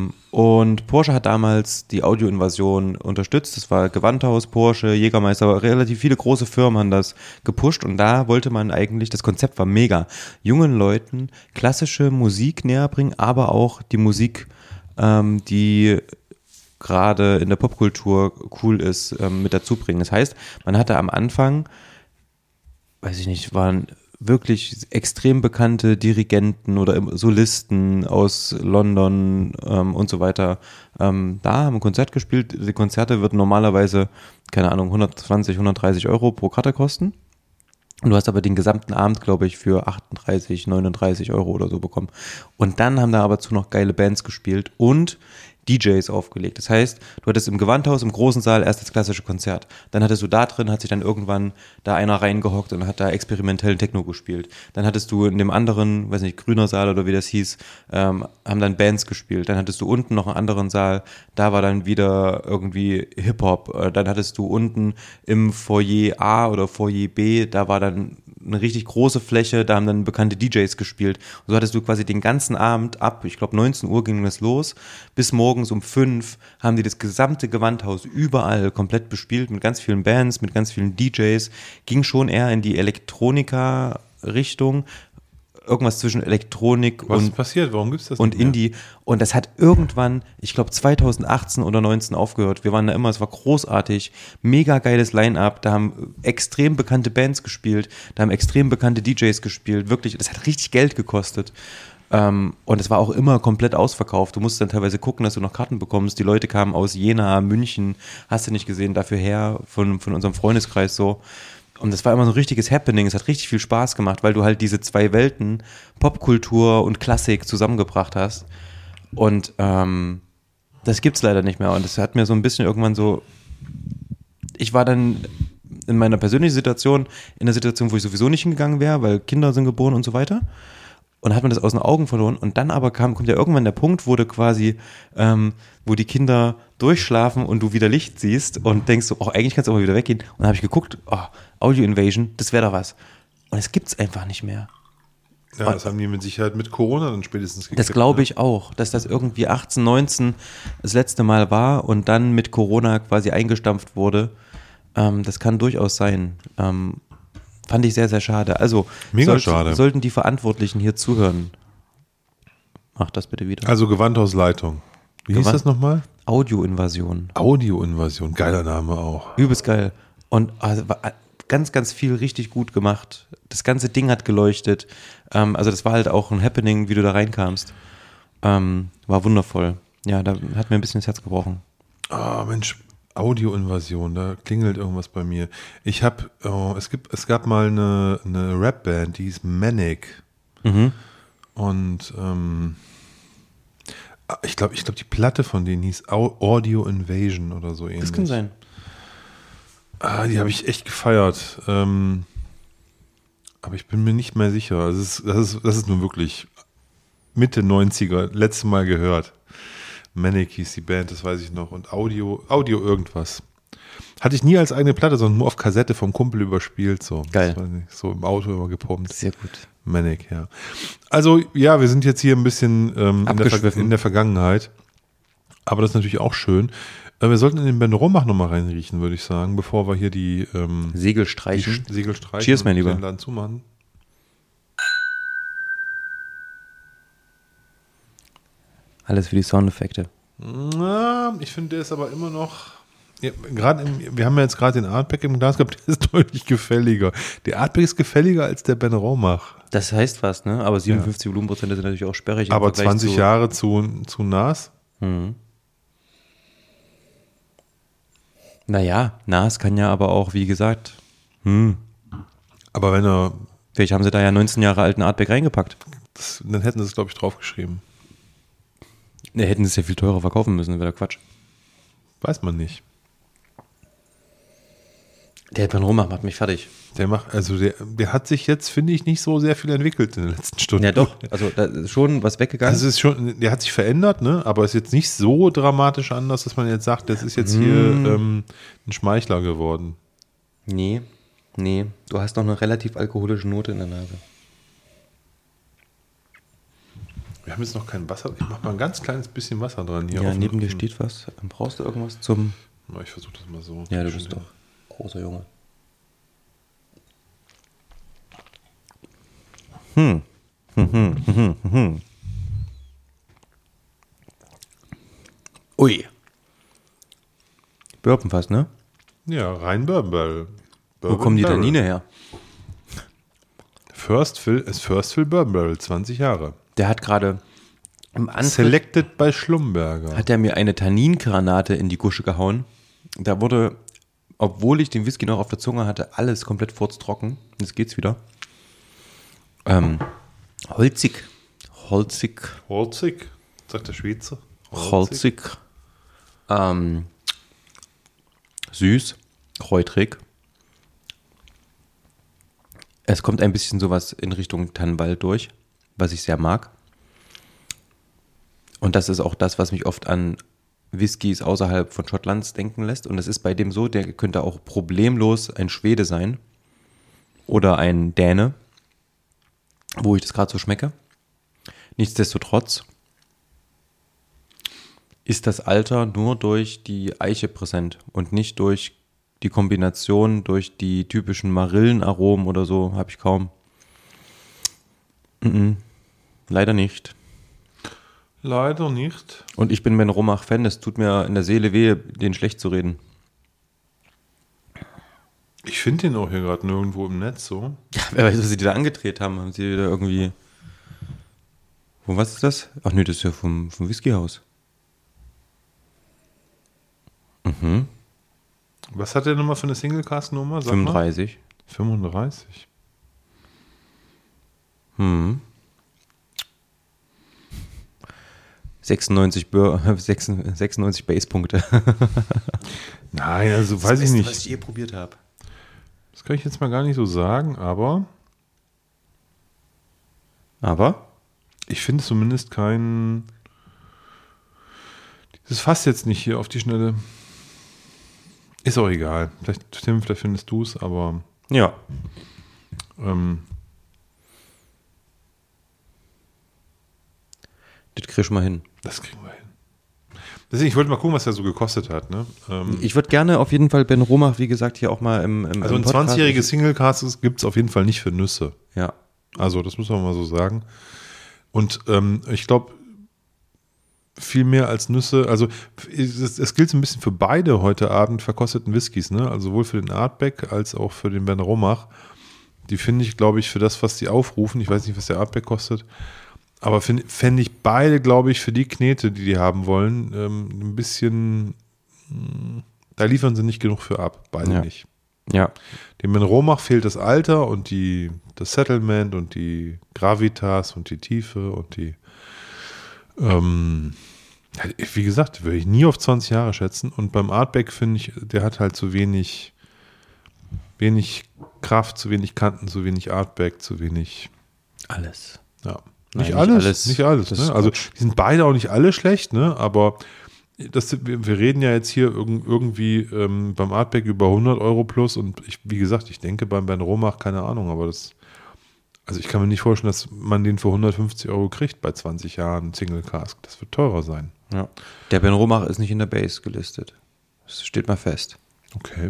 Und Porsche hat damals die Audio-Invasion unterstützt. Das war Gewandhaus, Porsche, Jägermeister, aber relativ viele große Firmen haben das gepusht. Und da wollte man eigentlich, das Konzept war mega, jungen Leuten klassische Musik näher bringen, aber auch die Musik, die gerade in der Popkultur cool ist, mit dazu bringen. Das heißt, man hatte am Anfang, weiß ich nicht, waren wirklich extrem bekannte Dirigenten oder Solisten aus London und so weiter da, haben ein Konzert gespielt. Die Konzerte würden normalerweise, keine Ahnung, 120, 130 Euro pro Karte kosten. Und du hast aber den gesamten Abend, glaube ich, für 38, 39 Euro oder so bekommen. Und dann haben da aber zu noch geile Bands gespielt und DJs aufgelegt. Das heißt, du hattest im Gewandhaus, im großen Saal erst das klassische Konzert. Dann hattest du da drin, hat sich dann irgendwann da einer reingehockt und hat da experimentellen Techno gespielt. Dann hattest du in dem anderen, weiß nicht, grüner Saal oder wie das hieß, haben dann Bands gespielt. Dann hattest du unten noch einen anderen Saal, da war dann wieder irgendwie Hip-Hop. Dann hattest du unten im Foyer A oder Foyer B, da war dann eine richtig große Fläche, da haben dann bekannte DJs gespielt. Und so hattest du quasi den ganzen Abend ab, ich glaube 19 Uhr ging das los, bis morgens um 5 haben die das gesamte Gewandhaus überall komplett bespielt mit ganz vielen Bands, mit ganz vielen DJs, ging schon eher in die Elektronika-Richtung, irgendwas zwischen Elektronik Was ist passiert? Warum gibt es das und nicht mehr? Indie. Und das hat irgendwann, ich glaube 2018 oder 19 aufgehört. Wir waren da immer, es war großartig, mega geiles Line-Up, da haben extrem bekannte Bands gespielt, da haben extrem bekannte DJs gespielt, wirklich, das hat richtig Geld gekostet. Und es war auch immer komplett ausverkauft. Du musst dann teilweise gucken, dass du noch Karten bekommst. Die Leute kamen aus Jena, München, hast du nicht gesehen, dafür her, von unserem Freundeskreis so. Und das war immer so ein richtiges Happening. Es hat richtig viel Spaß gemacht, weil du halt diese zwei Welten, Popkultur und Klassik, zusammengebracht hast. Und das gibt's leider nicht mehr. Und das hat mir so ein bisschen irgendwann so. Ich war dann in meiner persönlichen Situation, in einer Situation, wo ich sowieso nicht hingegangen wäre, weil Kinder sind geboren und so weiter. Und hat man das aus den Augen verloren. Und dann aber kommt ja irgendwann der Punkt, wo du quasi, wo die Kinder durchschlafen und du wieder Licht siehst und denkst so, oh, eigentlich kannst du auch mal wieder weggehen. Und dann habe ich geguckt, oh, Audio Invasion, das wäre doch was. Und es gibt's einfach nicht mehr. Ja, das haben die mit Sicherheit mit Corona dann spätestens gekriegt. Das glaube ich auch, dass das irgendwie 18, 19 das letzte Mal war und dann mit Corona quasi eingestampft wurde. Das kann durchaus sein. Fand ich sehr, sehr schade. Also Mega schade. Sollten die Verantwortlichen hier zuhören, macht das bitte wieder. Also Gewandhausleitung. Wie hieß das nochmal? Audio-Invasion. Audio-Invasion, geiler Name auch. Übelst geil. Und also, war ganz, ganz viel richtig gut gemacht. Das ganze Ding hat geleuchtet. Also das war halt auch ein Happening, wie du da reinkamst. War wundervoll. Ja, da hat mir ein bisschen das Herz gebrochen. Ah, Mensch, Audio-Invasion, da klingelt irgendwas bei mir. Es gab mal eine Rap-Band, die hieß Manic. Und ich glaube, die Platte von denen hieß Audio Invasion oder so ähnlich. Das kann sein. Die habe ich echt gefeiert. Aber ich bin mir nicht mehr sicher. Also das ist nun wirklich Mitte 90er, letztes Mal gehört. Manic hieß die Band, das weiß ich noch. Und Audio irgendwas. Hatte ich nie als eigene Platte, sondern nur auf Kassette vom Kumpel überspielt. So. Geil. Das war nicht, so im Auto immer gepumpt. Sehr gut. Manic, ja. Also, ja, wir sind jetzt hier ein bisschen in der Vergangenheit. Aber das ist natürlich auch schön. Wir sollten in den Ben Romach nochmal reinriechen, würde ich sagen, bevor wir hier die Segel streichen. Segel streichen. Cheers, mein Lieber. Den Laden zumachen. Alles für die Soundeffekte. Na, ich finde, der ist aber immer noch. Ja, wir haben ja jetzt gerade den Artback im Glas gehabt, der ist deutlich gefälliger. Der Artback ist gefälliger als der Ben Romach. Das heißt was, ne? Aber 57 Volumenprozente sind natürlich auch sperrig. Aber 20 Jahre zu Nas? Naja, Nas kann ja aber auch, wie gesagt, Aber wenn er. vielleicht haben sie da ja 19 Jahre alten Artback reingepackt. Dann hätten sie es, glaube ich, draufgeschrieben. Ne, hätten sie es ja viel teurer verkaufen müssen, wäre Quatsch. Weiß man nicht. Der Ben Romach macht mich fertig. Der hat sich jetzt, finde ich, nicht so sehr viel entwickelt in den letzten Stunden. Ja doch, also da ist schon was weggegangen. Also es ist schon, der hat sich verändert, ne? Aber ist jetzt nicht so dramatisch anders, dass man jetzt sagt, das ist jetzt hier ein Schmeichler geworden. Nee, du hast noch eine relativ alkoholische Note in der Nase. Wir haben jetzt noch kein Wasser. Ich mache mal ein ganz kleines bisschen Wasser dran hier. Ja, neben dir steht was. Brauchst du irgendwas zum... Ich versuche das mal so. Ja, du bist doch großer Junge. Ui. Bourbon fast, ne? Ja, rein Bourbon. Wo kommen die Tannine her? First Fill Bourbon Barrel, 20 Jahre. Der hat gerade im Antritt... Selected bei Schlumberger. Hat er mir eine Tanningranate in die Gusche gehauen. Da wurde, obwohl ich den Whisky noch auf der Zunge hatte, alles komplett furztrocken. Jetzt geht's wieder. Holzig, sagt der Schweizer. Holzig. Süß, kräutrig. Es kommt ein bisschen sowas in Richtung Tannenwald durch, was ich sehr mag. Und das ist auch das, was mich oft an Whiskys außerhalb von Schottlands denken lässt. Und es ist bei dem so, der könnte auch problemlos ein Schwede sein oder ein Däne, wo ich das gerade so schmecke. Nichtsdestotrotz ist das Alter nur durch die Eiche präsent und nicht durch die Kombination, durch die typischen Marillenaromen oder so, habe ich kaum. Leider nicht. Leider nicht. Und ich bin Ben Romach-Fan, es tut mir in der Seele weh, den schlecht zu reden. Ich finde den auch hier gerade nirgendwo im Netz so. Ja, wer weiß, was sie da angedreht haben. Haben sie da irgendwie... Was ist das? Ach nö, das ist ja vom Whiskyhaus. Was hat der nochmal für eine Single-Cask-Nummer? 35. 35. 96 Base-Punkte. Nein, also weiß ich nicht. Was ich je probiert habe. Das kann ich jetzt mal gar nicht so sagen, aber ich finde zumindest kein... Das fasst jetzt nicht hier auf die Schnelle. Ist auch egal. Tim, vielleicht findest du es, aber... Ja. Das kriegst du mal hin. Das kriegen wir hin. Deswegen, ich wollte mal gucken, was der so gekostet hat. Ne? Ich würde gerne auf jeden Fall Ben Romach, wie gesagt, hier auch mal im also ein 20-jähriges Single-Cask gibt es auf jeden Fall nicht für Nüsse. Ja. Also das muss man mal so sagen. Und ich glaube, viel mehr als Nüsse, also es gilt so ein bisschen für beide heute Abend verkosteten Whiskys, ne? Also sowohl für den Ardbeg als auch für den Ben Romach. Die finde ich, glaube ich, für das, was die aufrufen, ich weiß nicht, was der Ardbeg kostet, aber fände ich beide, glaube ich, für die Knete, die haben wollen, ein bisschen, da liefern sie nicht genug für ab, beide nicht. Ja. Dem Ben Romach fehlt das Alter und das Settlement und die Gravitas und die Tiefe und die wie gesagt, würde ich nie auf 20 Jahre schätzen. Und beim Ardbeg finde ich, der hat halt zu wenig Kraft, zu wenig Kanten, zu wenig Ardbeg, zu wenig alles. Ja. Nein, nicht alles. Ne? Also die sind beide auch nicht alle schlecht, ne? Aber wir reden ja jetzt hier irgendwie beim Ardbeg über 100 Euro plus und wie gesagt, ich denke beim Ben Romach, keine Ahnung, aber also ich kann mir nicht vorstellen, dass man den für 150 Euro kriegt bei 20 Jahren Single Cask. Das wird teurer sein. Ja. Der Ben Romach ist nicht in der Base gelistet. Das steht mal fest. Okay.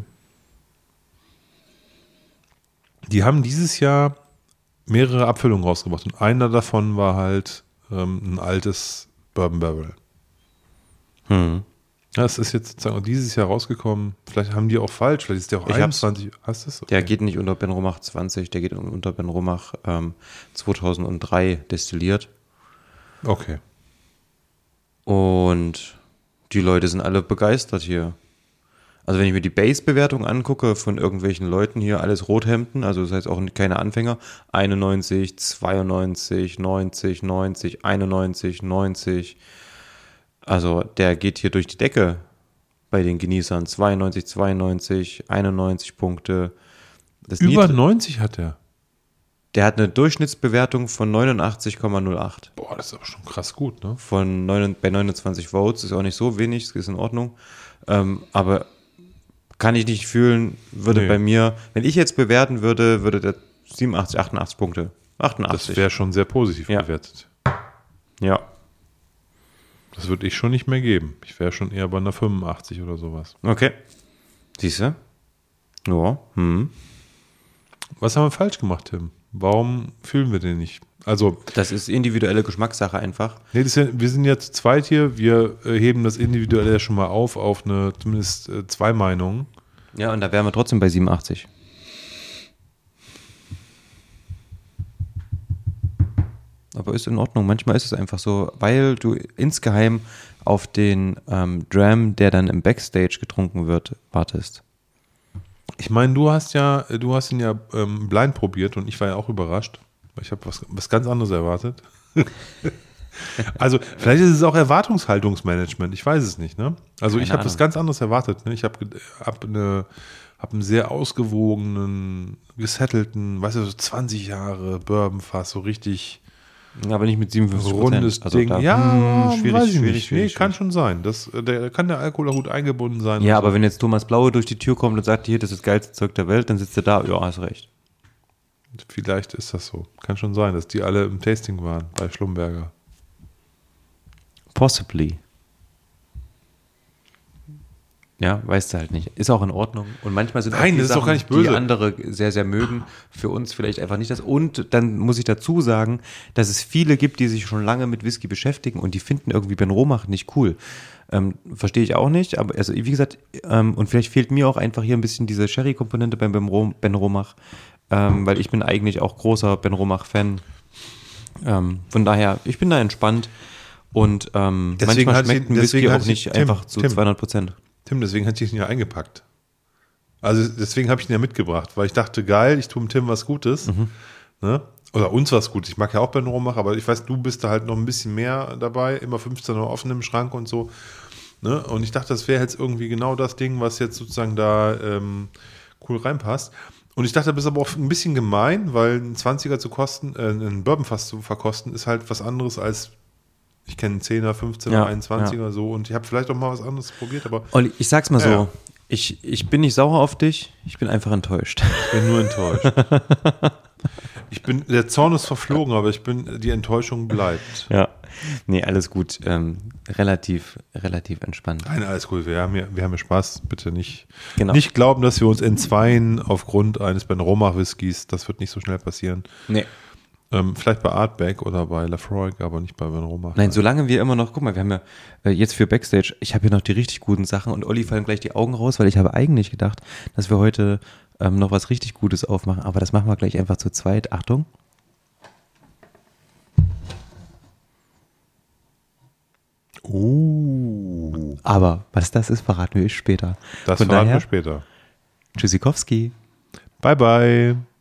Die haben dieses Jahr mehrere Abfüllungen rausgebracht und einer davon war halt ein altes Bourbon Barrel. Ja, es ist jetzt sozusagen dieses Jahr rausgekommen. Vielleicht haben die auch falsch, vielleicht ist der auch 21. Hast du es? Okay. Der geht nicht unter Ben Romach 20, der geht unter Ben Romach 2003 destilliert. Okay. Und die Leute sind alle begeistert hier. Also wenn ich mir die Base-Bewertung angucke von irgendwelchen Leuten hier, alles Rothemden, also das heißt auch keine Anfänger, 91, 92, 90, 90, 91, 90. Also der geht hier durch die Decke bei den Genießern. 92, 92, 91 Punkte. Über 90 hat er. Der hat eine Durchschnittsbewertung von 89,08. Boah, das ist aber schon krass gut, ne? Bei 29 Votes, ist auch nicht so wenig, ist in Ordnung. Aber kann ich nicht fühlen, würde bei mir, wenn ich jetzt bewerten würde, würde der 87, 88 Punkte. 88. Das wäre schon sehr positiv bewertet. Ja. Das würde ich schon nicht mehr geben. Ich wäre schon eher bei einer 85 oder sowas. Okay. Siehst du? Ja. Was haben wir falsch gemacht, Tim? Warum fühlen wir den nicht? Also, das ist individuelle Geschmackssache einfach. Nee, wir sind ja zu zweit hier. Wir heben das Individuelle schon mal auf eine, zumindest 2 Meinungen. Ja, und da wären wir trotzdem bei 87. Aber ist in Ordnung. Manchmal ist es einfach so, weil du insgeheim auf den Dram, der dann im Backstage getrunken wird, wartest. Ich meine, du hast ihn ja blind probiert und ich war ja auch überrascht. Ich habe was ganz anderes erwartet. Also vielleicht ist es auch Erwartungshaltungsmanagement, ich weiß es nicht. Ne? Also ich habe was ganz anderes erwartet. Ne? Ich habe einen sehr ausgewogenen, gesettelten, weißt du, so 20 Jahre Bourbonfass, so richtig aber nicht mit 57%. Rundes also Ding. Ja, schwierig. Nee, kann schon sein. Kann der Alkohol auch gut eingebunden sein. Ja, aber wenn jetzt Thomas Blaue durch die Tür kommt und sagt, hier, das ist das geilste Zeug der Welt, dann sitzt er da, ja, hast recht. Vielleicht ist das so. Kann schon sein, dass die alle im Tasting waren bei Schlumberger. Possibly. Ja, weißt du halt nicht. Ist auch in Ordnung. Und manchmal sind das Sachen, ist doch gar nicht böse, die andere sehr, sehr mögen. Für uns vielleicht einfach nicht das. Und dann muss ich dazu sagen, dass es viele gibt, die sich schon lange mit Whisky beschäftigen und die finden irgendwie Ben Romach nicht cool. Verstehe ich auch nicht. Aber also wie gesagt, und vielleicht fehlt mir auch einfach hier ein bisschen diese Sherry-Komponente beim Ben Romach, weil ich bin eigentlich auch großer Ben Romach-Fan. Von daher, ich bin da entspannt. Und manchmal schmeckt ein Whisky auch nicht einfach zu 200%. Tim, deswegen hatte ich ihn ja eingepackt. Also deswegen habe ich ihn ja mitgebracht, weil ich dachte, geil, ich tue dem Tim was Gutes. Ne? Oder uns was Gutes. Ich mag ja auch Ben Romach, aber ich weiß, du bist da halt noch ein bisschen mehr dabei. Immer 15 Uhr offen im Schrank und so. Ne? Und ich dachte, das wäre jetzt irgendwie genau das Ding, was jetzt sozusagen da cool reinpasst. Und ich dachte, das ist aber auch ein bisschen gemein, weil ein 20er zu kosten, einen Bourbonfass zu verkosten, ist halt was anderes als ich kenne einen 10er, 15er, 21er so und ich habe vielleicht auch mal was anderes probiert, aber... Olli, ich sag's mal so, ich bin nicht sauer auf dich, ich bin einfach enttäuscht. Ich bin nur enttäuscht. Der Zorn ist verflogen, aber die Enttäuschung bleibt. Ja, nee, alles gut, relativ entspannt. Nein, alles gut, wir haben ja Spaß, bitte nicht glauben, dass wir uns entzweien aufgrund eines Ben Romach Whiskys, das wird nicht so schnell passieren. Nee. Vielleicht bei Artback oder bei Lafroig, aber nicht bei Ben Romach. Nein, solange wir immer noch, guck mal, wir haben ja jetzt für Backstage, ich habe hier noch die richtig guten Sachen und Olli fallen gleich die Augen raus, weil ich habe eigentlich gedacht, dass wir heute noch was richtig Gutes aufmachen, aber das machen wir gleich einfach zu zweit. Achtung. Aber was das ist, verraten wir euch später. Das verraten wir später. Tschüssikowski. Bye, bye.